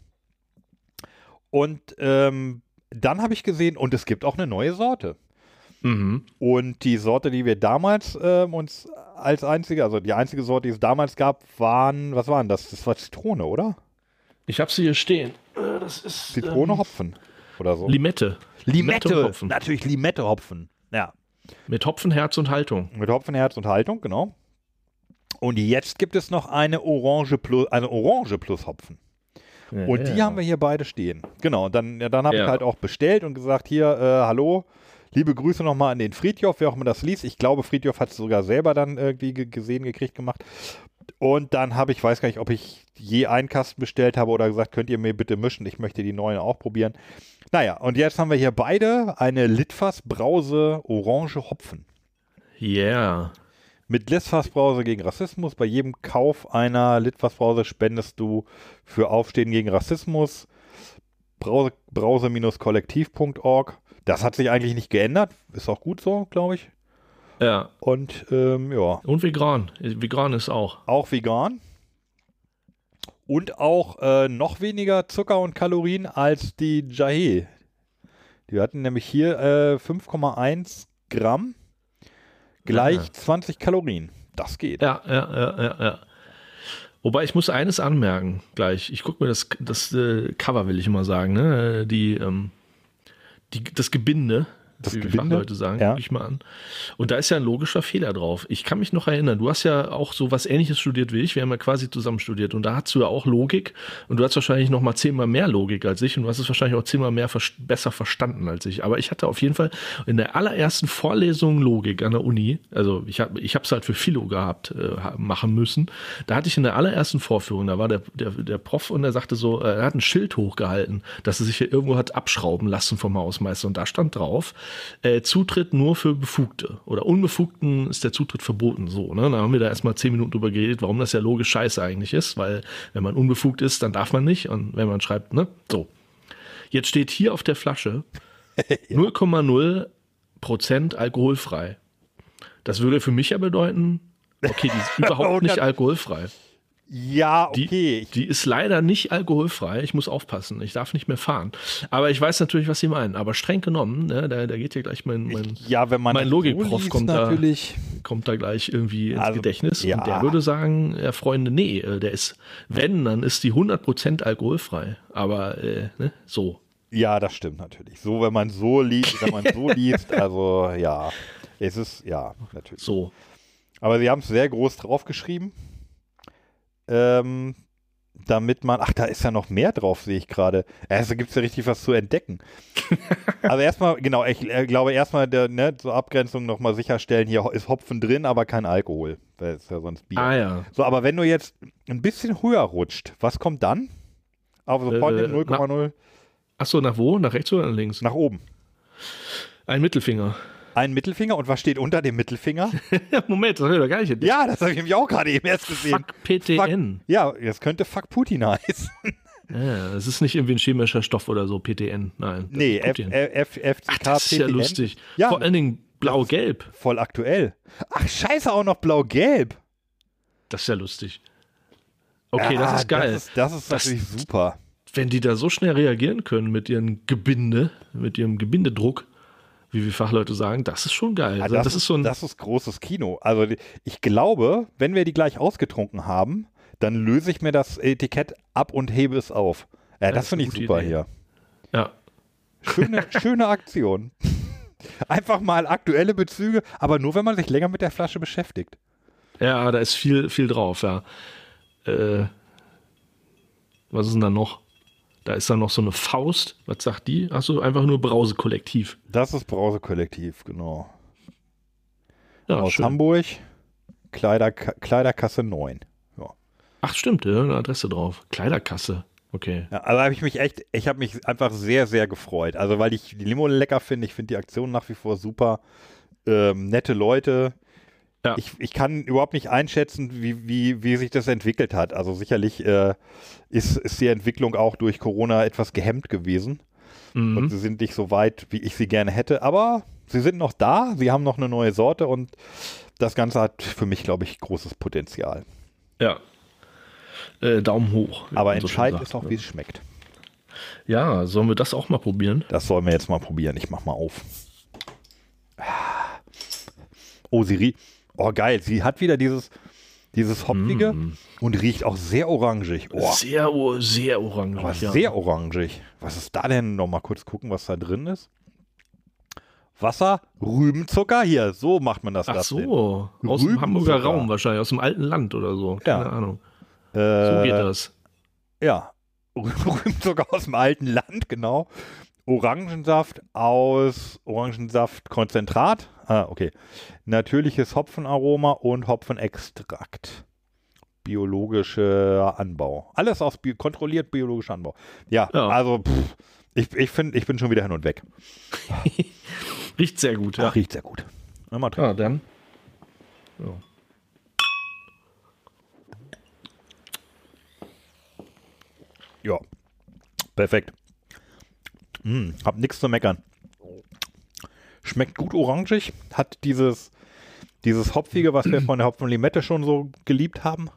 und ähm, dann habe ich gesehen, und es gibt auch eine neue Sorte. Mhm. Und die Sorte, die wir damals ähm, uns als einzige, also die einzige Sorte, die es damals gab, waren, was waren das? Das war Zitrone, oder? Ich habe sie hier stehen. Äh, Das ist Zitrone, ähm, Hopfen oder so. Limette. Limette, und Hopfen. natürlich Limette, Hopfen. Ja. Mit Hopfen, Herz und Haltung. Mit Hopfen, Herz und Haltung, genau. Und jetzt gibt es noch eine Orange plus, eine Orange plus Hopfen. Ja, und die ja. haben wir hier beide stehen. Genau, dann, ja, dann habe Ja. ich halt auch bestellt und gesagt, hier, äh, hallo, liebe Grüße nochmal an den Friedjof, wer auch immer das liest. Ich glaube, Friedjof hat es sogar selber dann irgendwie ge- gesehen, gekriegt, gemacht. Und dann habe ich, weiß gar nicht, ob ich je einen Kasten bestellt habe oder gesagt, könnt ihr mir bitte mischen, ich möchte die neuen auch probieren. Naja, und jetzt haben wir hier beide eine Litfaß Brause Orange Hopfen. Yeah. Mit Litfaß Brause gegen Rassismus. Bei jedem Kauf einer Litfaß Brause spendest du für Aufstehen gegen Rassismus. Brause, brause-kollektiv punkt org. Das hat sich eigentlich nicht geändert. Ist auch gut so, glaube ich. Ja. Und ähm, ja. Und vegan. Vegan ist auch. Auch vegan. Und auch äh, noch weniger Zucker und Kalorien als die Jahe. Die hatten nämlich hier äh, fünf Komma eins Gramm gleich Ja. zwanzig Kalorien. Das geht. Ja, ja, ja, ja, ja. Wobei ich muss eines anmerken gleich. Ich gucke mir das, das äh, Cover, will ich immer sagen, ne? Die, ähm, die, das Gebinde. Das wie Gebinde? Leute sagen, Ja. guck ich mal an. Und da ist ja ein logischer Fehler drauf. Ich kann mich noch erinnern, du hast ja auch so was Ähnliches studiert wie ich. Wir haben ja quasi zusammen studiert. Und da hast du ja auch Logik. Und du hast wahrscheinlich noch mal zehnmal mehr Logik als ich. Und du hast es wahrscheinlich auch zehnmal mehr ver- besser verstanden als ich. Aber ich hatte auf jeden Fall in der allerersten Vorlesung Logik an der Uni, also ich habe ich es halt für Philo gehabt, äh, machen müssen. Da hatte ich in der allerersten Vorführung, da war der, der, der Prof und der sagte so, äh, er hat ein Schild hochgehalten, dass er sich hier irgendwo hat abschrauben lassen vom Hausmeister. Und da stand drauf, Äh, Zutritt nur für Befugte oder Unbefugten ist der Zutritt verboten. So, ne? Da haben wir da erstmal zehn Minuten drüber geredet, warum das ja logisch scheiße eigentlich ist, weil wenn man unbefugt ist, dann darf man nicht und wenn man schreibt, ne, so. Jetzt steht hier auf der Flasche null Komma null Prozent alkoholfrei. Das würde für mich ja bedeuten, okay, die ist überhaupt nicht alkoholfrei. Ja, Die, okay. Ich, die ist leider nicht alkoholfrei. Ich muss aufpassen. Ich darf nicht mehr fahren. Aber ich weiß natürlich, was sie meinen. Aber streng genommen, ne, da, da geht ja gleich mein, mein, ja, wenn man mein das Logikprof so liest, kommt da, natürlich. kommt da gleich irgendwie ins Also, Gedächtnis. ja. Und der würde sagen, ja, Freunde, nee, äh, der ist, wenn, dann ist die hundert Prozent alkoholfrei. Aber äh, ne, so. Ja, das stimmt natürlich. So, wenn man so liest, wenn man so liest, also ja, es ist, ja, natürlich. So. Aber sie haben es sehr groß draufgeschrieben. Ähm, damit man, ach, da ist ja noch mehr drauf, sehe ich gerade. Also gibt es ja richtig was zu entdecken. Also erstmal, genau, ich äh, glaube erstmal, der, ne, zur Abgrenzung nochmal sicherstellen, hier ist Hopfen drin, aber kein Alkohol. Das ist ja sonst Bier. Ah ja. So, aber wenn du jetzt ein bisschen höher rutscht, was kommt dann? Aber sofort Äh, in null Komma null Achso, nach wo? Nach rechts oder nach links? nach oben. Ein Mittelfinger. Ein Mittelfinger und was steht unter dem Mittelfinger? Ja, Moment, das habe ich doch gar nicht entdeckt. Ja, das habe ich nämlich auch gerade eben erst gesehen. Fuck P T N. Fuck, ja, das könnte Fuck Putin heißen. Ja, das ist nicht irgendwie ein chemischer Stoff oder so, P T N. Nein. das Nee, ist F, Putin. F, F, Ach, F C K das ist ja P T N. lustig. Ja, Vor allen Dingen blau-gelb. voll aktuell. Ach, scheiße, auch noch blau-gelb. Das ist ja lustig. Okay, das Ja, ist geil. Das ist, das ist Das- natürlich super. Wenn die da so schnell reagieren können mit ihren Gebinde, mit ihrem Gebindedruck, wie wir Fachleute sagen, das ist schon geil. Ja, Also, das, das, ist so ein. das ist großes Kino. Also die- ich glaube, wenn wir die gleich ausgetrunken haben, dann löse ich mir das Etikett ab und hebe es auf. Ja, das das ist finde eine ich gute super Idee. hier. Ja. Schöne, schöne Aktion. Einfach mal aktuelle Bezüge, aber nur, wenn man sich länger mit der Flasche beschäftigt. ja, da ist viel, viel drauf, ja. Äh, was ist denn da noch? Da ist dann noch so eine Faust. Was sagt die? Achso, einfach nur Brause-Kollektiv. Das ist Brause-Kollektiv, genau. Ja, Aus schön. Hamburg, Kleider, Kleiderkasse neun. Ja. Ach, stimmt, ja, eine Adresse drauf. Kleiderkasse. Okay. Ja, also habe ich mich echt, ich habe mich einfach sehr, sehr gefreut. Also weil ich die Limo lecker finde, ich finde die Aktion nach wie vor super. Ähm, nette Leute. Ja. Ich, ich kann überhaupt nicht einschätzen, wie, wie, wie sich das entwickelt hat. Also sicherlich äh, ist, ist die Entwicklung auch durch Corona etwas gehemmt gewesen. Mhm. Und sie sind nicht so weit, wie ich sie gerne hätte. Aber sie sind noch da, sie haben noch eine neue Sorte und das Ganze hat für mich, glaube ich, großes Potenzial. Ja. Äh, Daumen hoch. wie Aber man so schön entscheidend sagt, ist auch, ne? wie es schmeckt. Ja, sollen wir das auch mal probieren? Das sollen wir jetzt mal probieren. Ich mach mal auf. Oh, sie riecht. Oh, geil. Sie hat wieder dieses, dieses Hopfige Mm. und riecht auch sehr orangig. Oh, Sehr, o- sehr orange. aber ja. sehr orangig. Was ist da denn? Noch mal kurz gucken, was da drin ist. Wasser, Rübenzucker, hier, so macht man das. Ach das so, denn. aus dem Hamburger Rübenzucker. Raum wahrscheinlich, aus dem alten Land oder so. Keine Ja. Ahnung. Äh, So geht das. Ja, Rübenzucker aus dem alten Land, genau. Orangensaft aus Orangensaftkonzentrat. Ah, okay. Natürliches Hopfenaroma und Hopfenextrakt. Biologischer Anbau. Alles aus bi kontrolliert biologischer Anbau. Ja, Ja. also pff, ich, ich finde, ich bin schon wieder hin und weg. Riecht sehr gut, ja. Ach, riecht sehr gut. Mal trinken. Ja, dann. Ja. Ja, perfekt. Hm, hab nichts zu meckern. Schmeckt gut orangig, hat dieses, dieses Hopfige, was wir von der Hopfenlimette schon so geliebt haben.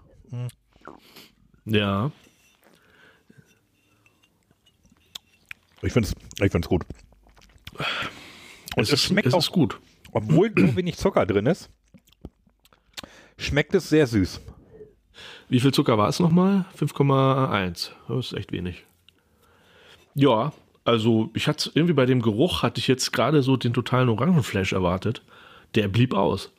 Ja. Ich finde es ich find's gut. Und es, ist, schmeckt es auch, ist gut. obwohl so wenig Zucker drin ist, schmeckt es sehr süß. Wie viel Zucker war es nochmal? fünf Komma eins. Das ist echt wenig. Ja, also ich hatte irgendwie bei dem Geruch, hatte ich jetzt gerade so den totalen Orangenflash erwartet. Der blieb aus.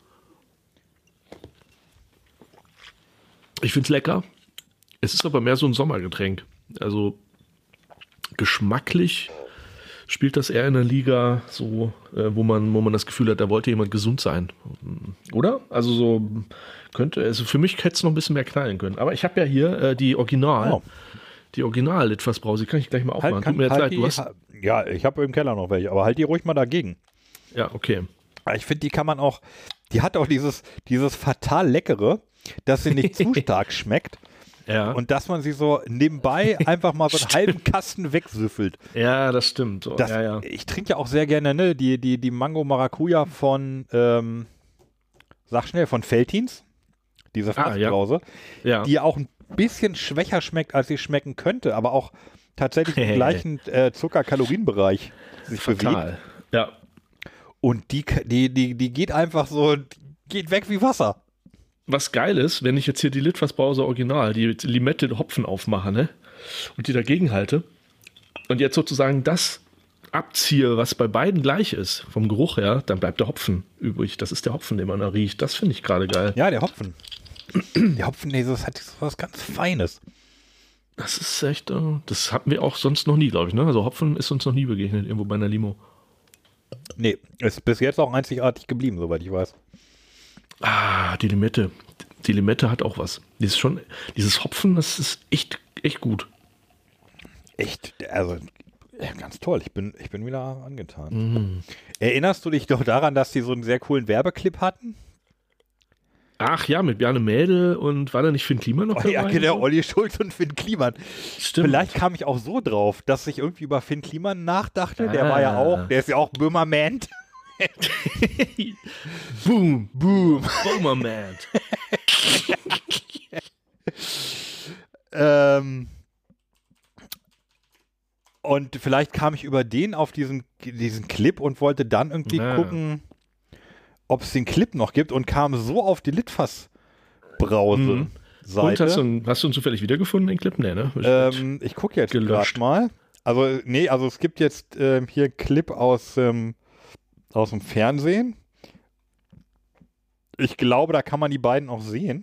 Ich finde es lecker. Es ist aber mehr so ein Sommergetränk. Also geschmacklich spielt das eher in der Liga so, äh, wo man, wo man das Gefühl hat, da wollte jemand gesund sein. Oder? Also so könnte, also für mich hätte es noch ein bisschen mehr knallen können. Aber ich habe ja hier äh, die Original, Oh. die Original-Litfaßbrause, die kann ich gleich mal aufmachen. Tut mir jetzt leid, die, du hast. ha- ja, ich habe im Keller noch welche, aber halt die ruhig mal dagegen. Ja, okay. Aber ich finde, die kann man auch, die hat auch dieses, dieses fatal Leckere, dass sie nicht zu stark schmeckt Ja. und dass man sie so nebenbei einfach mal so einen halben Kasten wegsüffelt. ja, das stimmt. Oh, Das, ja, ja. Ich trinke ja auch sehr gerne, ne, die, die, die Mango Maracuja von, ähm, sag schnell, von Veltins, diese Ah, ja. Fassbrause, ja. die auch ein bisschen schwächer schmeckt, als sie schmecken könnte, aber auch tatsächlich im gleichen äh, Zucker-Kalorienbereich sich bewegt. Total. Ja. Und die, die, die, die geht einfach so, die geht weg wie Wasser. Was geil ist, wenn ich jetzt hier die Litfaßbrause Original, die Limette Hopfen aufmache, ne? Und die dagegen halte und jetzt sozusagen das abziehe, was bei beiden gleich ist, vom Geruch her, dann bleibt der Hopfen übrig. Das ist der Hopfen, den man da riecht. Das finde ich gerade geil. Ja, der Hopfen. Der Hopfen, nee, das hat so was ganz Feines. Das ist echt, äh, das hatten wir auch sonst noch nie, glaube ich, ne? Also Hopfen ist uns noch nie begegnet, irgendwo bei einer Limo. Nee, ist bis jetzt auch einzigartig geblieben, soweit ich weiß. Ah, die Limette. Die Limette hat auch was. Die ist schon, dieses Hopfen, das ist echt, echt gut. Echt, also ja, ganz toll. Ich bin, ich bin wieder angetan. Mhm. Erinnerst du dich doch daran, dass die so einen sehr coolen Werbeclip hatten? Ach ja, mit Bjarne Mädel und war da nicht Finn Kliman noch Oh, dabei? ja, genau, Olli Schulz und Finn Kliman. Stimmt. Vielleicht kam ich auch so drauf, dass ich irgendwie über Finn Kliman nachdachte. Der Ah. war ja auch, der ist ja auch Böhmerman. Boom, boom, Bomberman. ähm, und vielleicht kam ich über den auf diesen, diesen Clip und wollte dann irgendwie Ja. gucken, ob es den Clip noch gibt und kam so auf die Litfaßbrause. Mhm. Und hast du, hast du ihn zufällig wiedergefunden, den Clip? Nee, ne? Ähm, ich gucke jetzt Gelöscht. gerade mal. Also, nee, also es gibt jetzt ähm, hier einen Clip aus, ähm, aus dem Fernsehen. Ich glaube, da kann man die beiden auch sehen.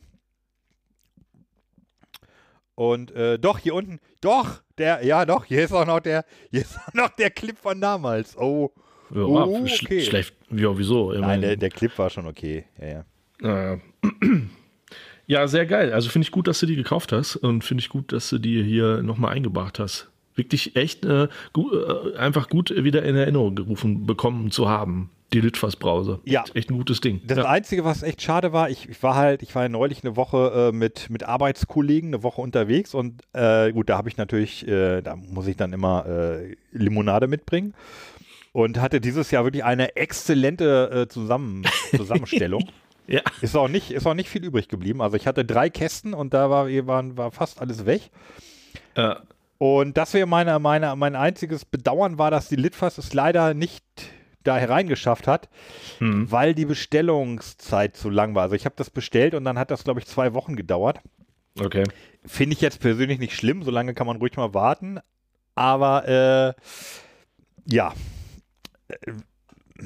Und äh, doch, hier unten, doch, der, ja doch, hier ist auch noch der, hier ist auch noch der Clip von damals. Oh, ja, oh, sch- okay. Schlecht. Ja, wieso? Ich Nein, meine, der, der Clip war schon okay. Ja, ja. Äh, ja, sehr geil. Also finde ich gut, dass du die gekauft hast und finde ich gut, dass du die hier nochmal eingebracht hast. Wirklich echt äh, gut, äh, einfach gut wieder in Erinnerung gerufen bekommen zu haben. Die Litfaßbrause. Ja. Echt, echt ein gutes Ding. Das ja. Einzige, was echt schade war, ich, ich war halt, ich war ja neulich eine Woche äh, mit, mit Arbeitskollegen, eine Woche unterwegs und äh, gut, da habe ich natürlich, äh, da muss ich dann immer äh, Limonade mitbringen und hatte dieses Jahr wirklich eine exzellente äh, Zusammen Zusammenstellung. Ja. Ist auch nicht, ist auch nicht viel übrig geblieben. Also ich hatte drei Kästen und da war, waren, war fast alles weg. Äh, Und das wäre meine, meine, mein einziges Bedauern war, dass die Litfaß es leider nicht da hereingeschafft hat, hm. weil die Bestellungszeit zu lang war. Also ich habe das bestellt und dann hat das, glaube ich, zwei Wochen gedauert. Okay. Finde ich jetzt persönlich nicht schlimm, so lange kann man ruhig mal warten. Aber äh, ja,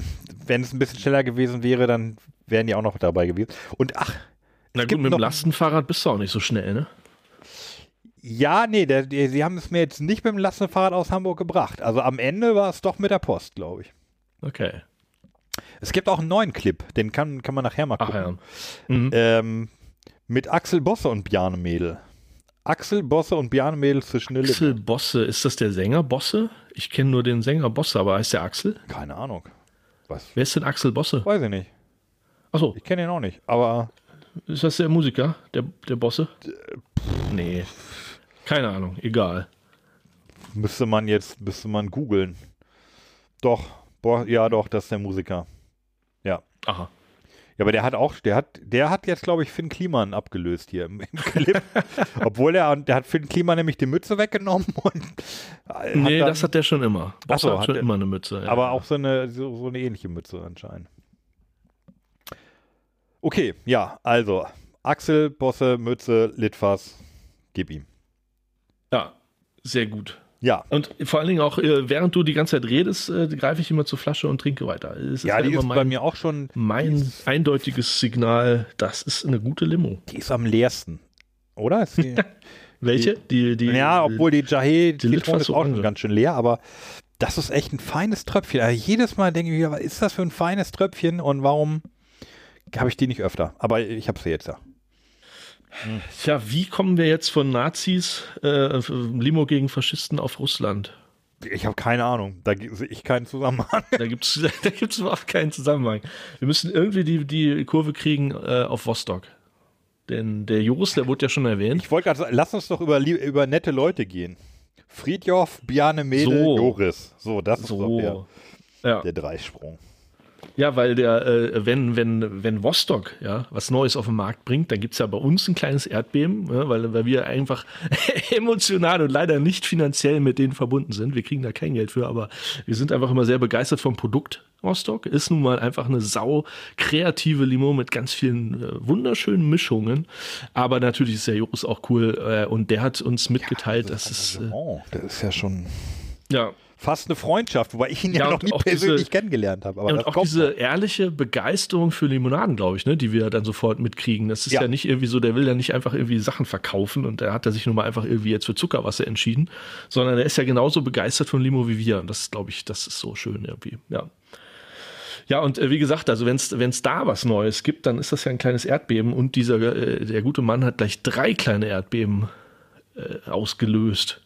wenn es ein bisschen schneller gewesen wäre, dann wären die auch noch dabei gewesen. Und ach, Na gut, mit dem Lastenfahrrad bist du auch nicht so schnell, ne? Ja, nee, der, der, sie haben es mir jetzt nicht mit dem Lastenfahrrad aus Hamburg gebracht. Also am Ende war es doch mit der Post, glaube ich. Okay. Es gibt auch einen neuen Clip, den kann, kann man nachher mal gucken. Ach ja. Mhm. Ähm, mit Axel Bosse und Bjarne Mädel. Axel Bosse und Bjarne Mädel zwischen den Axel Lippen. Bosse, ist das der Sänger Bosse? Ich kenne nur den Sänger Bosse, aber heißt der Axel? Keine Ahnung. Was? Wer ist denn Axel Bosse? Weiß ich nicht. Achso, Ich kenne ihn auch nicht, aber ist das der Musiker, der, der Bosse? Nee. Keine Ahnung, egal. müsste man jetzt, müsste man googeln. Doch, boah, ja doch, das ist der Musiker. Ja. Aha. Ja, aber der hat auch, der hat, der hat jetzt, glaube ich, Finn Kliman abgelöst hier im, im Clip. Obwohl er, der hat Finn Kliman nämlich die Mütze weggenommen und Nee, dann, das hat der schon immer. Bosse Ach so, hat schon hat der- immer eine Mütze. Ja. aber auch so eine, so, so eine ähnliche Mütze anscheinend. Okay, ja, also Axel, Bosse, Mütze, Litfaß, gib ihm. Ja, sehr gut. Ja, Und vor allen Dingen auch, äh, während du die ganze Zeit redest, äh, greife ich immer zur Flasche und trinke weiter. Es ist ja, ja die immer ist mein, bei mir auch schon, mein eindeutiges Signal, das ist eine gute Limo. die ist am leersten, oder? Ist die, Welche? Die, die, ja, obwohl die Jahe, die die Litfaß ist auch schon Orange. ganz schön leer, aber das ist echt ein feines Tröpfchen. Also jedes Mal denke ich mir, was ist das für ein feines Tröpfchen und warum habe ich die nicht öfter? Aber ich habe sie jetzt ja. Tja, wie kommen wir jetzt von Nazis, äh, Limo gegen Faschisten auf Russland? Ich habe keine Ahnung. Da sehe ich keinen Zusammenhang. Da gibt es da gibt's überhaupt keinen Zusammenhang. Wir müssen irgendwie die, die Kurve kriegen äh, auf Vostok. Denn der Joris, der wurde ja schon erwähnt. Ich wollte gerade sagen, lass uns doch über, lie- über nette Leute gehen. Friedjof, Bjarne Mädel, So. Joris. So, das ist doch So. Ja. der, der Dreisprung. Ja, weil der, äh, wenn, wenn, wenn Vostok ja, was Neues auf den Markt bringt, dann gibt es ja bei uns ein kleines Erdbeben, ja, weil, weil wir einfach emotional und leider nicht finanziell mit denen verbunden sind. Wir kriegen da kein Geld für, aber wir sind einfach immer sehr begeistert vom Produkt. Vostok ist nun mal einfach eine sau kreative Limo mit ganz vielen äh, wunderschönen Mischungen. Aber natürlich ist der Joris auch cool äh, und der hat uns mitgeteilt, dass es äh, Oh, das ist ja schon ja, fast eine Freundschaft, wobei ich ihn ja, Ja, noch und nie auch persönlich diese- kennengelernt habe. Aber Ja, das und auch kommt diese noch. ehrliche Begeisterung für Limonaden, glaube ich, ne, die wir dann sofort mitkriegen. Das ist ja. Ja. nicht irgendwie so, der will ja nicht einfach irgendwie Sachen verkaufen und der hat er sich nun mal einfach irgendwie jetzt für Zuckerwasser entschieden, sondern der ist ja genauso begeistert von Limo wie wir. Und das glaube ich, das ist so schön irgendwie, ja. Ja, und äh, wie gesagt, also wenn es da was Neues gibt, dann ist das ja ein kleines Erdbeben und dieser, äh, der gute Mann hat gleich drei kleine Erdbeben äh, ausgelöst.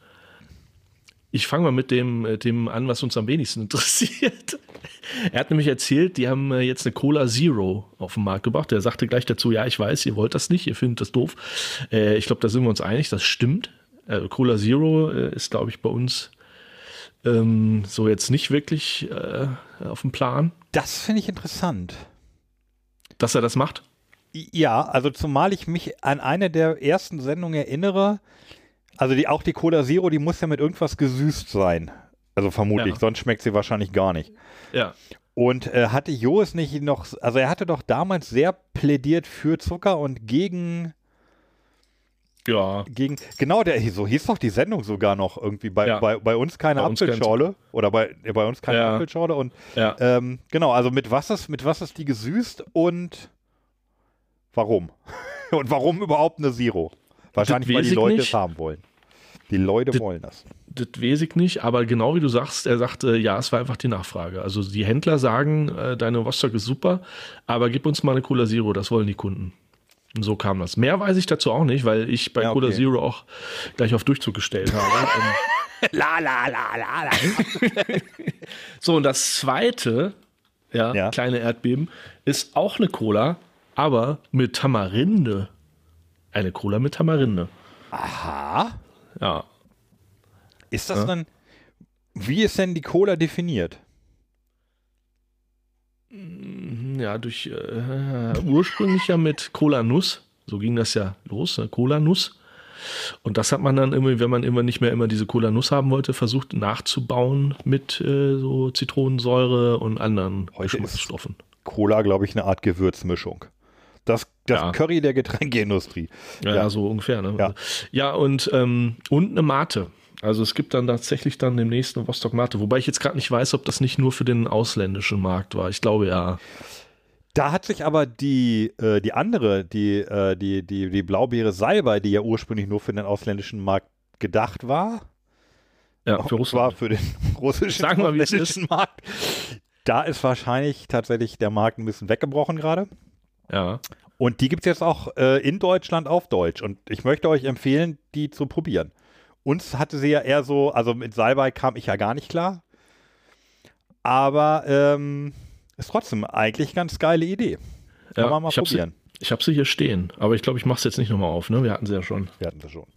Ich fange mal mit dem, äh, dem an, was uns am wenigsten interessiert. Er hat nämlich erzählt, die haben äh, jetzt eine Cola Zero auf den Markt gebracht. Er sagte gleich dazu, ja, ich weiß, ihr wollt das nicht, ihr findet das doof. Äh, ich glaube, da sind wir uns einig, das stimmt. Äh, Cola Zero äh, ist, glaube ich, bei uns ähm, so jetzt nicht wirklich äh, auf dem Plan, Das finde ich interessant. dass er das macht. Ja, also zumal ich mich an eine der ersten Sendungen erinnere, also die, auch die Cola Zero, die muss ja mit irgendwas gesüßt sein. Also vermutlich, Ja. sonst schmeckt sie wahrscheinlich gar nicht. Ja. Und äh, hatte Joris nicht noch, also er hatte doch damals sehr plädiert für Zucker und gegen, Ja. gegen genau, der, so hieß doch die Sendung sogar noch irgendwie, bei, Ja. bei, bei uns keine Bei uns kein Apfelschorle oder bei, äh, bei uns keine Ja. Apfelschorle und Ja. ähm, genau, also mit was ist, mit was ist die gesüßt und warum? Und warum überhaupt eine Zero? Wahrscheinlich, weil weiß die ich Leute nicht. es haben wollen. Die Leute Das- wollen das. Das weiß ich nicht, aber genau wie du sagst, er sagte, ja, es war einfach die Nachfrage. Also die Händler sagen, äh, deine Vostok ist super, aber gib uns mal eine Cola Zero, das wollen die Kunden. Und so kam das. Mehr weiß ich dazu auch nicht, weil ich bei Ja, okay. Cola Zero auch gleich auf Durchzug gestellt habe. ähm, La la la la la. so, und das zweite, ja, Ja. kleine Erdbeben, ist auch eine Cola, aber mit Tamarinde. Eine Cola mit Tamarinde. Aha. Ja. Ist das Ja. dann, wie ist denn die Cola definiert? Ja, durch äh, ursprünglich ja mit Cola-Nuss. So ging das ja los, ne? Cola-Nuss. Und das hat man dann immer, wenn man immer nicht mehr immer diese Cola-Nuss haben wollte, versucht nachzubauen mit äh, so Zitronensäure und anderen Heute Geschmacksstoffen. Cola, glaube ich, eine Art Gewürzmischung. Das, das Ja. Curry der Getränkeindustrie. Ja, Ja. ja, so ungefähr. Ne? Ja. Ja, und, ähm, und eine Mate. Also es gibt dann tatsächlich dann demnächst eine Vostok Mate, wobei ich jetzt gerade nicht weiß, ob das nicht nur für den ausländischen Markt war. Ich glaube ja. Da hat sich aber die, äh, die andere, die, äh, die, die, die Blaubeere Salbei, die ja ursprünglich nur für den ausländischen Markt gedacht war, ja, für Russland. War für den russischen Sag mal, wie es ausländischen ist. Markt. Da ist wahrscheinlich tatsächlich der Markt ein bisschen weggebrochen gerade. Ja. Und die gibt es jetzt auch äh, in Deutschland auf Deutsch. Und ich möchte euch empfehlen, die zu probieren. Uns hatte sie ja eher so, also mit Salbei kam ich ja gar nicht klar. Aber ähm, ist trotzdem eigentlich ganz geile Idee. Kann Ja, man mal ich hab probieren. Sie, ich habe sie hier stehen, aber ich glaube, ich mache es jetzt nicht nochmal auf. Ne? Wir hatten sie ja schon. Wir hatten sie schon.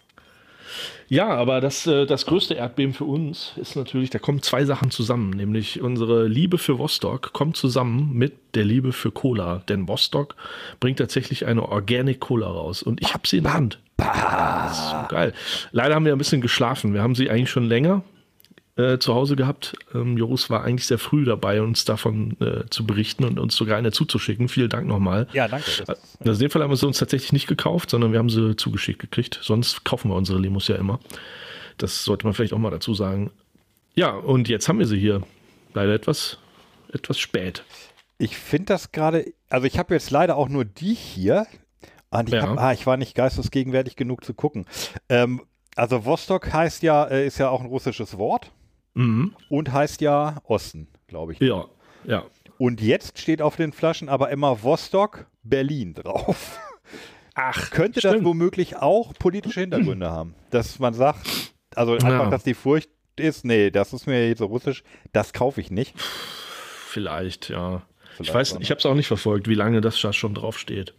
Ja, aber das, äh, das größte Erdbeben für uns ist natürlich, da kommen zwei Sachen zusammen, nämlich unsere Liebe für Vostok kommt zusammen mit der Liebe für Cola, denn Vostok bringt tatsächlich eine Organic Cola raus und ich habe sie in der Hand. Das ist so geil. Leider haben wir ein bisschen geschlafen, wir haben sie eigentlich schon länger äh, zu Hause gehabt. Ähm, Joris war eigentlich sehr früh dabei, uns davon äh, zu berichten und uns sogar eine zuzuschicken. Vielen Dank nochmal. Ja, danke. Das ist, Also in dem Fall haben wir sie uns tatsächlich nicht gekauft, sondern wir haben sie zugeschickt gekriegt. Sonst kaufen wir unsere Limos ja immer. Das sollte man vielleicht auch mal dazu sagen. Ja, und jetzt haben wir sie hier. Leider etwas, etwas spät. Ich finde das gerade, also ich habe jetzt leider auch nur die hier. Und ich, Ja. hab, ah, ich war nicht geistesgegenwärtig genug zu gucken. Ähm, also Vostok heißt ja, äh, ist ja auch ein russisches Wort Mhm. und heißt ja Osten, glaube ich. Ja, ja. Und jetzt steht auf den Flaschen aber immer Vostok Berlin drauf. Ach, Könnte das stimmt. womöglich auch politische Hintergründe haben? Dass man sagt, also einfach, Ja. dass die Furcht ist, nee, das ist mir jetzt so russisch, das kaufe ich nicht. Vielleicht, ja. Vielleicht ich weiß, auch, ne? ich habe es auch nicht verfolgt, wie lange das da schon drauf steht.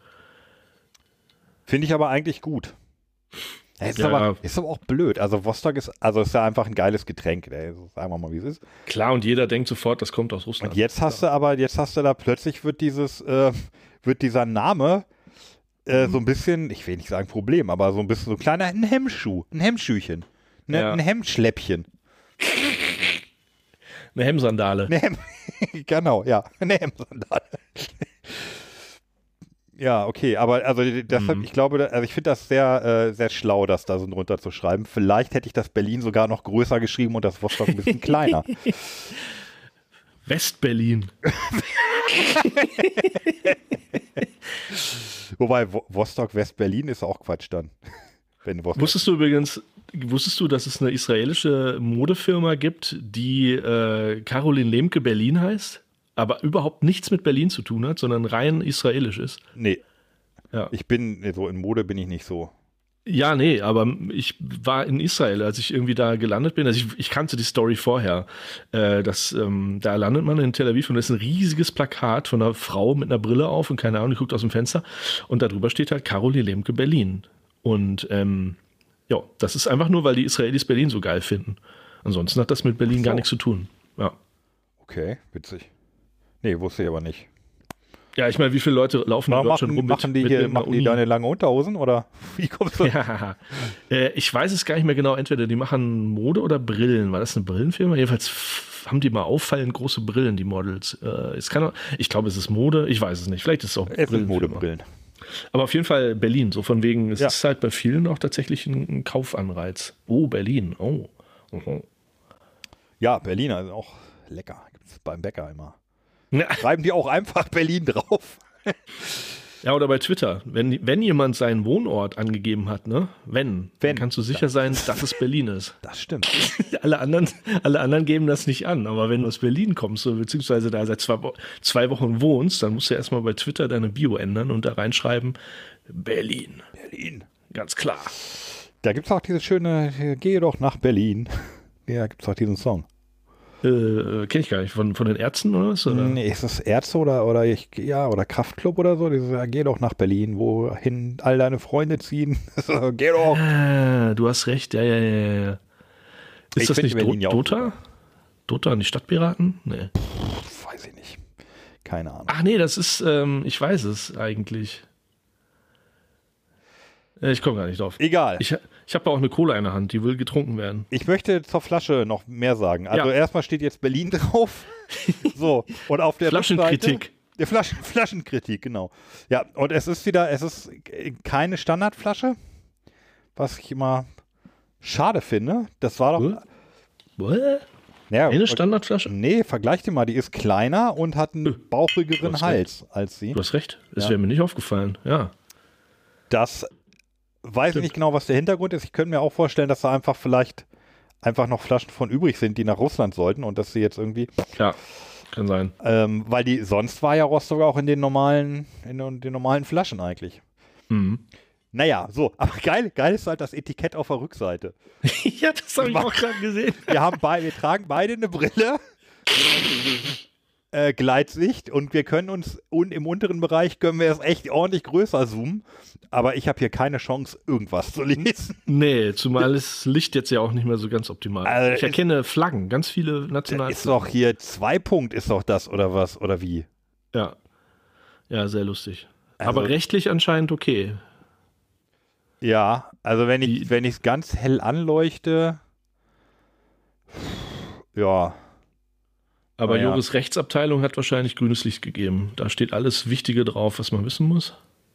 Finde ich aber eigentlich gut. Ja, ist, Ja, aber, ja. ist aber auch blöd. Also Vostok ist, also ist ja einfach ein geiles Getränk. Ey. Sagen wir mal, wie es ist. Klar, und jeder denkt sofort, das kommt aus Russland. Und jetzt hast du aber, jetzt hast du da plötzlich wird dieses, äh, wird dieser Name äh, so ein bisschen, ich will nicht sagen Problem, aber so ein bisschen so ein kleiner ein Hemmschuh, ein Hemmschüchen, ne, Ja. ein Hemmschläppchen. Eine Hemmsandale. Eine Hemm genau, ja, eine Hemmsandale. Ja, okay, aber also deshalb, Mhm. ich glaube, da- also ich finde das sehr, äh, sehr schlau, das da so drunter zu schreiben. Vielleicht hätte ich das Berlin sogar noch größer geschrieben und das Vostok ein bisschen kleiner. West-Berlin. Wobei Wo- Vostok West-Berlin ist auch Quatsch dann. Wenn Vostok Wusstest du übrigens, wusstest du, dass es eine israelische Modefirma gibt, die äh, Caroline Lemke Berlin heißt, aber überhaupt nichts mit Berlin zu tun hat, sondern rein israelisch ist? Nee, Ja. ich bin, nee, so in Mode bin ich nicht so. Ja, nee, aber ich war in Israel, als ich irgendwie da gelandet bin. Also ich, ich kannte die Story vorher. Äh, dass, ähm, da landet man in Tel Aviv und da ist ein riesiges Plakat von einer Frau mit einer Brille auf und keine Ahnung, die guckt aus dem Fenster. Und darüber steht halt Caroline Lemke Berlin. Und ähm, ja, das ist einfach nur, weil die Israelis Berlin so geil finden. Ansonsten hat das mit Berlin Ach so. gar nichts zu tun. Ja, Okay, witzig. Nee, wusste ich aber nicht. ja ich meine, wie viele Leute laufen in Warum Deutschland machen, rum mit, machen die mit hier, irgendeiner machen die Uni? deine lange Unterhosen oder wie kommst du? Ja, äh, ich weiß es gar nicht mehr genau. Entweder die machen Mode oder Brillen. War das eine Brillenfirma? Jedenfalls f- haben die mal auffallend große Brillen, die Models. Äh, es kann auch, ich glaube, es ist Mode. Ich weiß es nicht. Vielleicht ist es auch Es sind Brillenfirma. Modebrillen. Aber auf jeden Fall Berlin. So von wegen, es Ja. ist halt bei vielen auch tatsächlich ein, ein Kaufanreiz. Oh, Berlin. Oh. Mhm. Ja, Berliner ist auch lecker. Gibt es beim Bäcker immer. Ja. Schreiben die auch einfach Berlin drauf? Ja, oder bei Twitter. Wenn, wenn jemand seinen Wohnort angegeben hat, ne? Wenn, Wenn. dann kannst du sicher sein, dass es Berlin ist. Das stimmt. alle, anderen, alle anderen geben das nicht an. Aber wenn du aus Berlin kommst, so, beziehungsweise da seit zwei, Wo- zwei Wochen wohnst, dann musst du erstmal bei Twitter deine Bio ändern und da reinschreiben, Berlin. Berlin. Ganz klar. Da gibt es auch diese schöne, geh doch nach Berlin. Ja, gibt es auch diesen Song. Äh, Kenn ich gar nicht. Von, von den Ärzten oder was? Oder? Nee, ist das Ärzte oder, oder, ich, ja, oder Kraftclub oder so? Dieses, ja, geh doch nach Berlin, wohin all deine Freunde ziehen. So, geh doch. Ah, du hast recht. Ja, ja, ja, ja. Ist Ich das find nicht Berlin Do ja auch Dota? super. Dota an die Stadtpiraten? Nee. Weiß ich nicht. Keine Ahnung. Ach nee, das ist, ähm, ich weiß es eigentlich. Äh, Ich komme gar nicht drauf. Egal. Ich, ich habe auch eine Cola in der Hand, die will getrunken werden. Ich möchte zur Flasche noch mehr sagen. Also Ja. erstmal steht jetzt Berlin drauf. So, und auf der Flaschenkritik. Rückseite- Der Flaschen, Flaschenkritik, genau. Ja, und es ist wieder, es ist keine Standardflasche, was ich immer schade finde, das war doch... What? Ja, Eine Standardflasche? Nee, vergleich dir mal, die ist kleiner und hat einen Äh, bauchigeren Hals recht. als sie. Du hast recht, das Ja. wäre mir nicht aufgefallen, ja. Das weiß ich Stimmt. nicht genau, was der Hintergrund ist. Ich könnte mir auch vorstellen, dass da einfach vielleicht einfach noch Flaschen von übrig sind, die nach Russland sollten und dass sie jetzt irgendwie, Ja, kann sein. ähm, weil die, sonst war ja Rostock auch in den normalen, in den, den normalen Flaschen eigentlich. Mhm. Naja, so, aber geil, geil ist halt das Etikett auf der Rückseite. Ja, das habe ich auch gerade gesehen. Wir haben beide, wir tragen beide eine Brille, äh, Gleitsicht und wir können uns und im unteren Bereich können wir es echt ordentlich größer zoomen, aber ich habe hier keine Chance, irgendwas zu lesen. Nee, zumal das Licht jetzt ja auch nicht mehr so ganz optimal ist. Also ich erkenne Flaggen, ganz viele nationale Ist doch hier zwei Punkt, ist doch das oder was oder wie? Ja. Ja, sehr lustig. Also- Aber rechtlich anscheinend okay. Ja, also wenn ich Die- wenn ich es ganz hell anleuchte, ja, Aber Ah, ja. Joris Rechtsabteilung hat wahrscheinlich grünes Licht gegeben. Da steht alles Wichtige drauf, was man wissen muss.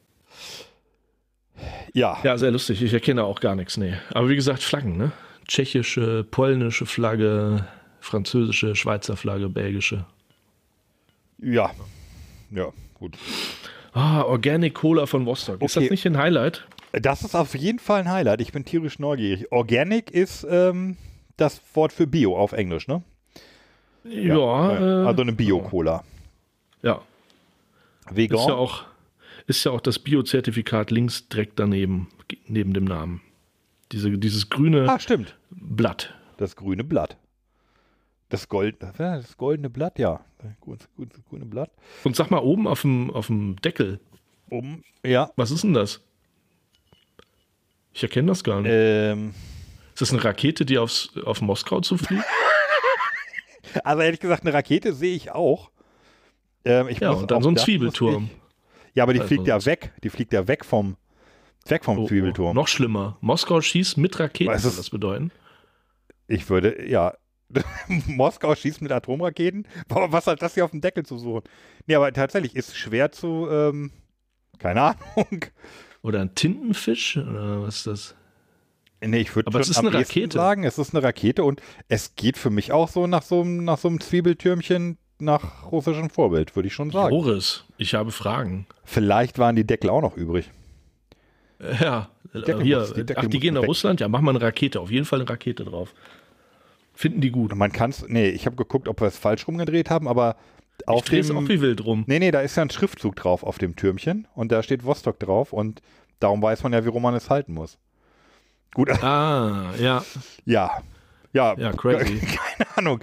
ja, Ja, sehr lustig. Ich erkenne auch gar nichts, nee. Aber wie gesagt, Flaggen, ne? Tschechische, polnische Flagge, französische, Schweizer Flagge, belgische. ja, ja, gut. Ah, Organic Cola von Vostok. Ist Okay. das nicht ein Highlight? Das ist auf jeden Fall ein Highlight. Ich bin tierisch neugierig. Organic ist ähm, das Wort für Bio auf Englisch, ne? Ja. äh, also eine Bio-Cola. Ja. Vegan. Ist ja auch, ist ja auch das Bio-Zertifikat links direkt daneben, ge- neben dem Namen. Diese, dieses grüne ah, stimmt. Blatt. Das grüne Blatt. Das, Gold, das goldene Blatt, ja. Das grüne Blatt. Und sag mal, oben auf dem, auf dem Deckel, Um, ja. was ist denn das? Ich erkenne das gar nicht. Ähm, Ist das eine Rakete, die aufs, auf Moskau zufliegt? also ehrlich gesagt, eine Rakete sehe ich auch. Ähm, ich Ja, muss und dann auch so ein das Zwiebelturm. muss Ich, ja, aber die Also fliegt ja sonst- weg. Die fliegt ja weg vom, weg vom Oh, Zwiebelturm. oh, noch schlimmer. Moskau schießt mit Raketen, Was soll ist- das bedeuten? Ich würde, ja. Moskau schießt mit Atomraketen. Aber was hat das hier auf dem Deckel zu suchen? Nee, aber tatsächlich ist schwer zu, ähm, keine Ahnung. Oder ein Tintenfisch? Oder was ist das? Nee, ich würde Aber es schon ist am eine ehesten Rakete. sagen, es ist eine Rakete und es geht für mich auch so nach so einem, nach so einem Zwiebeltürmchen nach russischem Vorbild, würde ich schon sagen. Joris, ich habe Fragen. Vielleicht waren die Deckel auch noch übrig. Äh, Ja, äh, Deckel hier. muss- die Deckel Ach, die muss gehen nach weg. Russland? Ja, mach mal eine Rakete. Auf jeden Fall eine Rakete drauf. Finden die gut. Man kann es, nee, ich habe geguckt, ob wir es falsch rumgedreht haben, aber auf Ich drehe es auch dem, wie wild rum. nee, nee, da ist ja ein Schriftzug drauf auf dem Türmchen und da steht Vostok drauf und darum weiß man ja, wie rum man es halten muss. Gut, Ah, ja. ja, ja, Ja, crazy. keine Ahnung.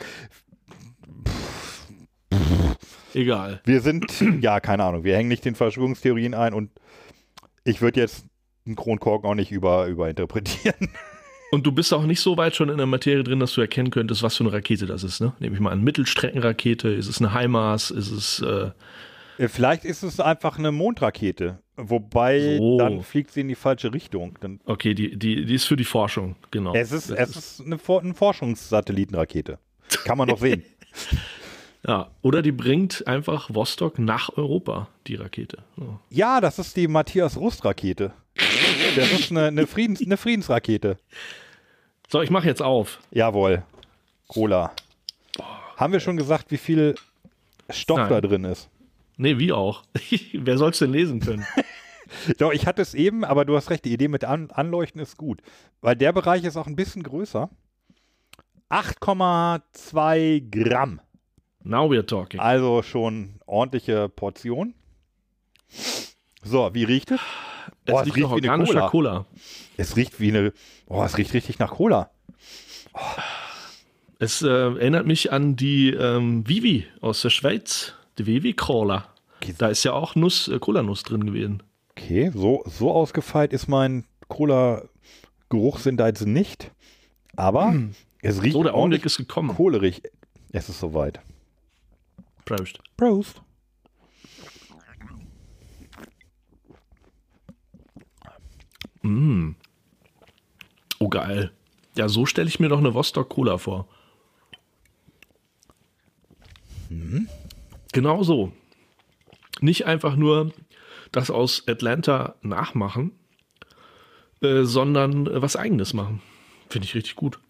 Egal. Wir sind, ja, keine Ahnung, wir hängen nicht den Verschwörungstheorien ein und ich würde jetzt einen Kronkorken auch nicht über, überinterpretieren. Und du bist auch nicht so weit schon in der Materie drin, dass du erkennen könntest, was für eine Rakete das ist, ne? Nehme ich mal an. Mittelstreckenrakete, ist es eine HIMARS, ist es, äh, Vielleicht ist es einfach eine Mondrakete, wobei So. dann fliegt sie in die falsche Richtung. Dann, okay, die, die, die ist für die Forschung, genau. es ist, Das es ist eine, For eine Forschungssatellitenrakete. Kann man noch sehen. Ja, oder die bringt einfach Vostok nach Europa, die Rakete. So. Ja, das ist die Matthias-Rust-Rakete. Das ist eine, eine, Friedens eine Friedensrakete. So, ich mache jetzt auf. Jawohl. Cola. Haben wir schon gesagt, wie viel Stoff Nein. da drin ist? Nee, wie auch. Wer soll es denn lesen können? Doch, ich hatte es eben, aber du hast recht, die Idee mit An Anleuchten ist gut. Weil der Bereich ist auch ein bisschen größer. acht Komma zwei Gramm. Now we're talking. Also schon ordentliche Portion. So, wie riecht es? Es Oh, riecht nach organischer Cola. Es riecht wie eine. Oh, es riecht richtig nach Cola. Es äh, erinnert mich an die ähm, Vivi aus der Schweiz. Die Vivi Cola. Da ist ja auch Nuss, äh, Cola-Nuss drin gewesen. Okay, so, so ausgefeilt ist mein Cola-Geruchssinn da jetzt nicht. Aber es riecht So, der Augenblick ordentlich ist gekommen. kohlerig. Es ist soweit. Prost. Prost. Mm. Oh, geil. Ja, so stelle ich mir doch eine Vostok Cola vor. Genau so. Nicht einfach nur das aus Atlanta nachmachen, äh, sondern äh, was Eigenes machen. Finde ich richtig gut.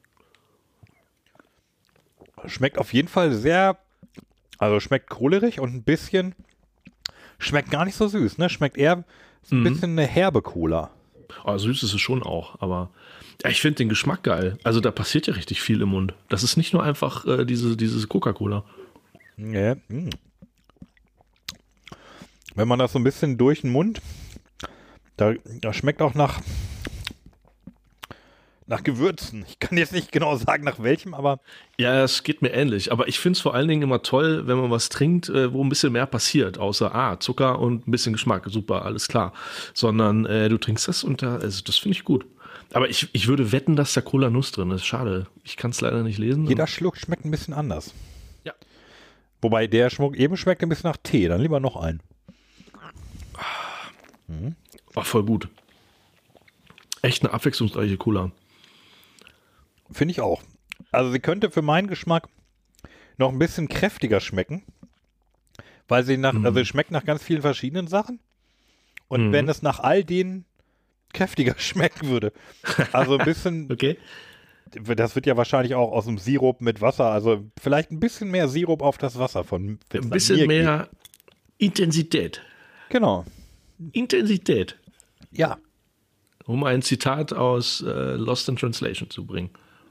Schmeckt auf jeden Fall sehr, also schmeckt kohlerig und ein bisschen, schmeckt gar nicht so süß, ne? Schmeckt eher so ein Mhm. bisschen eine herbe Cola. Aber süß ist es schon auch, aber ja, ich finde den Geschmack geil. Also da passiert ja richtig viel im Mund. Das ist nicht nur einfach äh, diese, diese Coca-Cola. Ja. mm. Wenn man das so ein bisschen durch den Mund, da, da schmeckt auch nach nach Gewürzen. Ich kann jetzt nicht genau sagen, nach welchem, aber Ja, es geht mir ähnlich. Aber ich finde es vor allen Dingen immer toll, wenn man was trinkt, äh, wo ein bisschen mehr passiert, außer ah, Zucker und ein bisschen Geschmack. Super, alles klar. Sondern äh, du trinkst das und da, also das finde ich gut. Aber ich, ich würde wetten, dass da Cola Nuss drin ist. Schade. Ich kann es leider nicht lesen. jeder Schluck schmeckt ein bisschen anders. Ja. Wobei der Schmuck eben schmeckt ein bisschen nach Tee, dann lieber noch einen. War voll gut. Echt eine abwechslungsreiche Cola. Finde ich auch. Also sie könnte für meinen Geschmack noch ein bisschen kräftiger schmecken, weil sie nach, Mhm. also sie schmeckt nach ganz vielen verschiedenen Sachen. Und Mhm. wenn es nach all denen kräftiger schmecken würde, also ein bisschen, Okay. das wird ja wahrscheinlich auch aus dem Sirup mit Wasser, also vielleicht ein bisschen mehr Sirup auf das Wasser von Ein bisschen mehr Intensität. Genau. Intensität. Ja. Um ein Zitat aus äh, Lost in Translation zu bringen.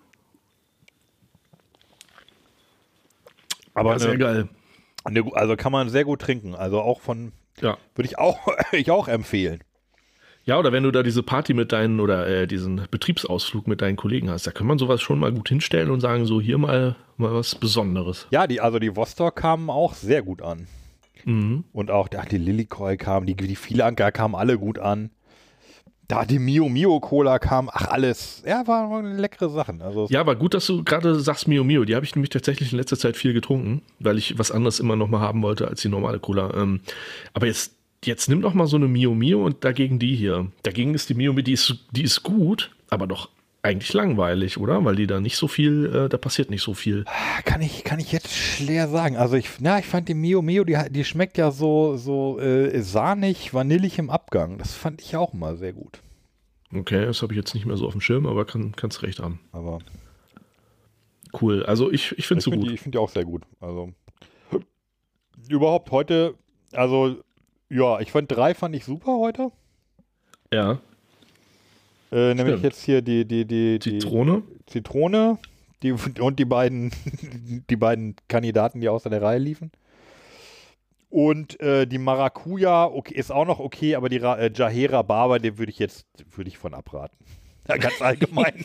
Aber Ja, sehr eine, geil. eine, also kann man sehr gut trinken. Also auch von, Ja. würde ich auch, ich auch empfehlen. Ja, oder wenn du da diese Party mit deinen oder äh, diesen Betriebsausflug mit deinen Kollegen hast, da kann man sowas schon mal gut hinstellen und sagen, so hier mal, mal was Besonderes. Ja, die, also die Vostok kamen auch sehr gut an. Mhm. Und auch ach, die Lilikoi kamen, die, die Vielanker kamen alle gut an. Da die Mio Mio Cola kam, ach alles. Ja, waren leckere Sachen. Also Ja, aber gut, dass du gerade sagst Mio Mio. Die habe ich nämlich tatsächlich in letzter Zeit viel getrunken, weil ich was anderes immer noch mal haben wollte als die normale Cola. Ähm, aber jetzt, jetzt nimm doch mal so eine Mio Mio und dagegen die hier. Dagegen ist die Mio Mio, die ist, die ist gut, aber doch eigentlich langweilig, oder? Weil die da nicht so viel, äh, da passiert nicht so viel. kann ich, kann ich jetzt schwer sagen. Also ich, na, ich fand die Mio Mio, die, die schmeckt ja so, so äh, sahnig, vanillig im Abgang. Das fand ich auch mal sehr gut. Okay, das habe ich jetzt nicht mehr so auf dem Schirm, aber kann, kannst recht haben. Aber Cool. Also ich, ich finde es ich so finde gut. die, ich find die auch sehr gut. Also überhaupt heute, also ja, ich fand drei fand ich super heute. Ja. Äh, nämlich Stimmt. jetzt hier die, die, die, die Zitrone. Zitrone die, und die beiden, die beiden Kandidaten, die außer der Reihe liefen. Und äh, die Maracuja okay, ist auch noch okay, aber die Ra äh, Jahera Barber, den würde ich jetzt würde ich von abraten. Ja, ganz allgemein.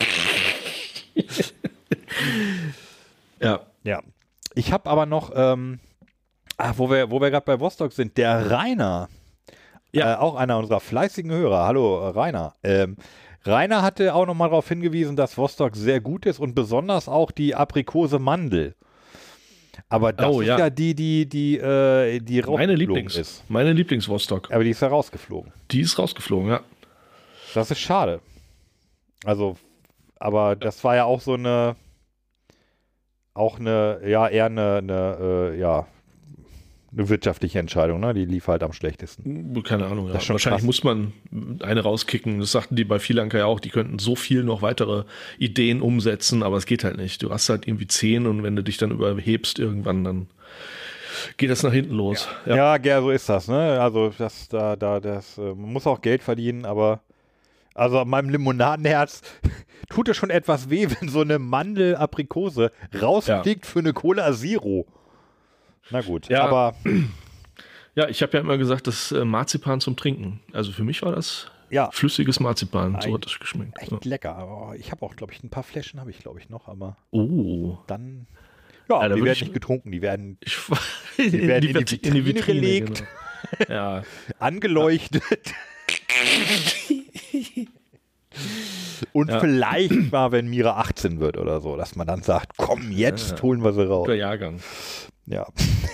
Ja. Ja. Ich habe aber noch, ähm, ah, wo wir, wo wir gerade bei Vostok sind, der Rainer, Ja. äh, auch einer unserer fleißigen Hörer. Hallo, äh, Rainer. Ähm, Rainer hatte auch nochmal darauf hingewiesen, dass Vostok sehr gut ist und besonders auch die Aprikose Mandel. Aber das Oh, ist ja. ja die, die, die, äh, die Meine rausgeflogen Lieblings. ist. Meine Lieblings-Vostok. Aber die ist ja rausgeflogen. Die ist rausgeflogen, ja. Das ist schade. Also, aber das war ja auch so eine, auch eine, ja, eher eine, eine äh, ja, eine wirtschaftliche Entscheidung, ne? Die lief halt am schlechtesten. Keine Ahnung, ja. Das ist schon Wahrscheinlich krass. muss man eine rauskicken. Das sagten die bei Vielanker ja auch, die könnten so viel noch weitere Ideen umsetzen, aber es geht halt nicht. Du hast halt irgendwie zehn und wenn du dich dann überhebst irgendwann, dann geht das nach hinten los. Ja. Ja, ja, so ist das, ne? Also das, da, da, das, äh, man muss auch Geld verdienen, aber also meinem Limonadenherz tut es schon etwas weh, wenn so eine Mandel-Aprikose rausfliegt für eine Cola Zero. Na gut, Ja. aber Ja, ich habe ja immer gesagt, das äh, Marzipan zum Trinken. Also für mich war das ja, flüssiges Marzipan. So Ein- hat das geschmeckt. echt Ja. lecker. Aber ich habe auch, glaube ich, ein paar Flaschen habe ich, glaube ich, noch, aber Oh. dann, ja, Ja, da die würd werden ich- nicht getrunken, die werden Ich, Die werden in die Vitrine gelegt. Genau. Ja. angeleuchtet. Und Ja. vielleicht mal, wenn Mira achtzehn wird oder so, dass man dann sagt, komm, jetzt Ja. holen wir sie raus. Guter Jahrgang. Ja.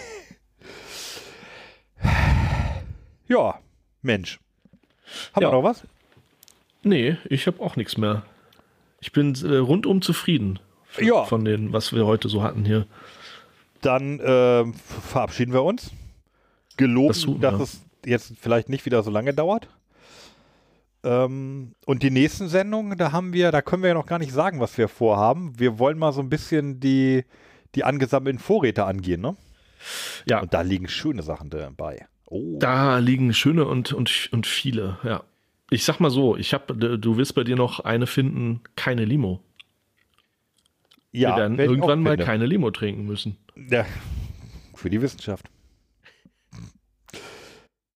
Ja, Mensch. Haben Ja. wir noch was? Nee, ich habe auch nichts mehr. Ich bin äh, rundum zufrieden f- Ja. von den, was wir heute so hatten hier. Dann ähm, verabschieden wir uns. Geloben, Das tun dass wir. es jetzt vielleicht nicht wieder so lange dauert. Ähm, und die nächsten Sendungen, da haben wir, da können wir ja noch gar nicht sagen, was wir vorhaben. Wir wollen mal so ein bisschen die, die angesammelten Vorräte angehen, ne? Ja. Und da liegen schöne Sachen dabei. Oh. Da liegen schöne und, und, und viele, ja. Ich sag mal so, ich hab, du wirst bei dir noch eine finden, keine Limo. Ja, wir werden irgendwann mal keine Limo trinken müssen. Ja, für die Wissenschaft.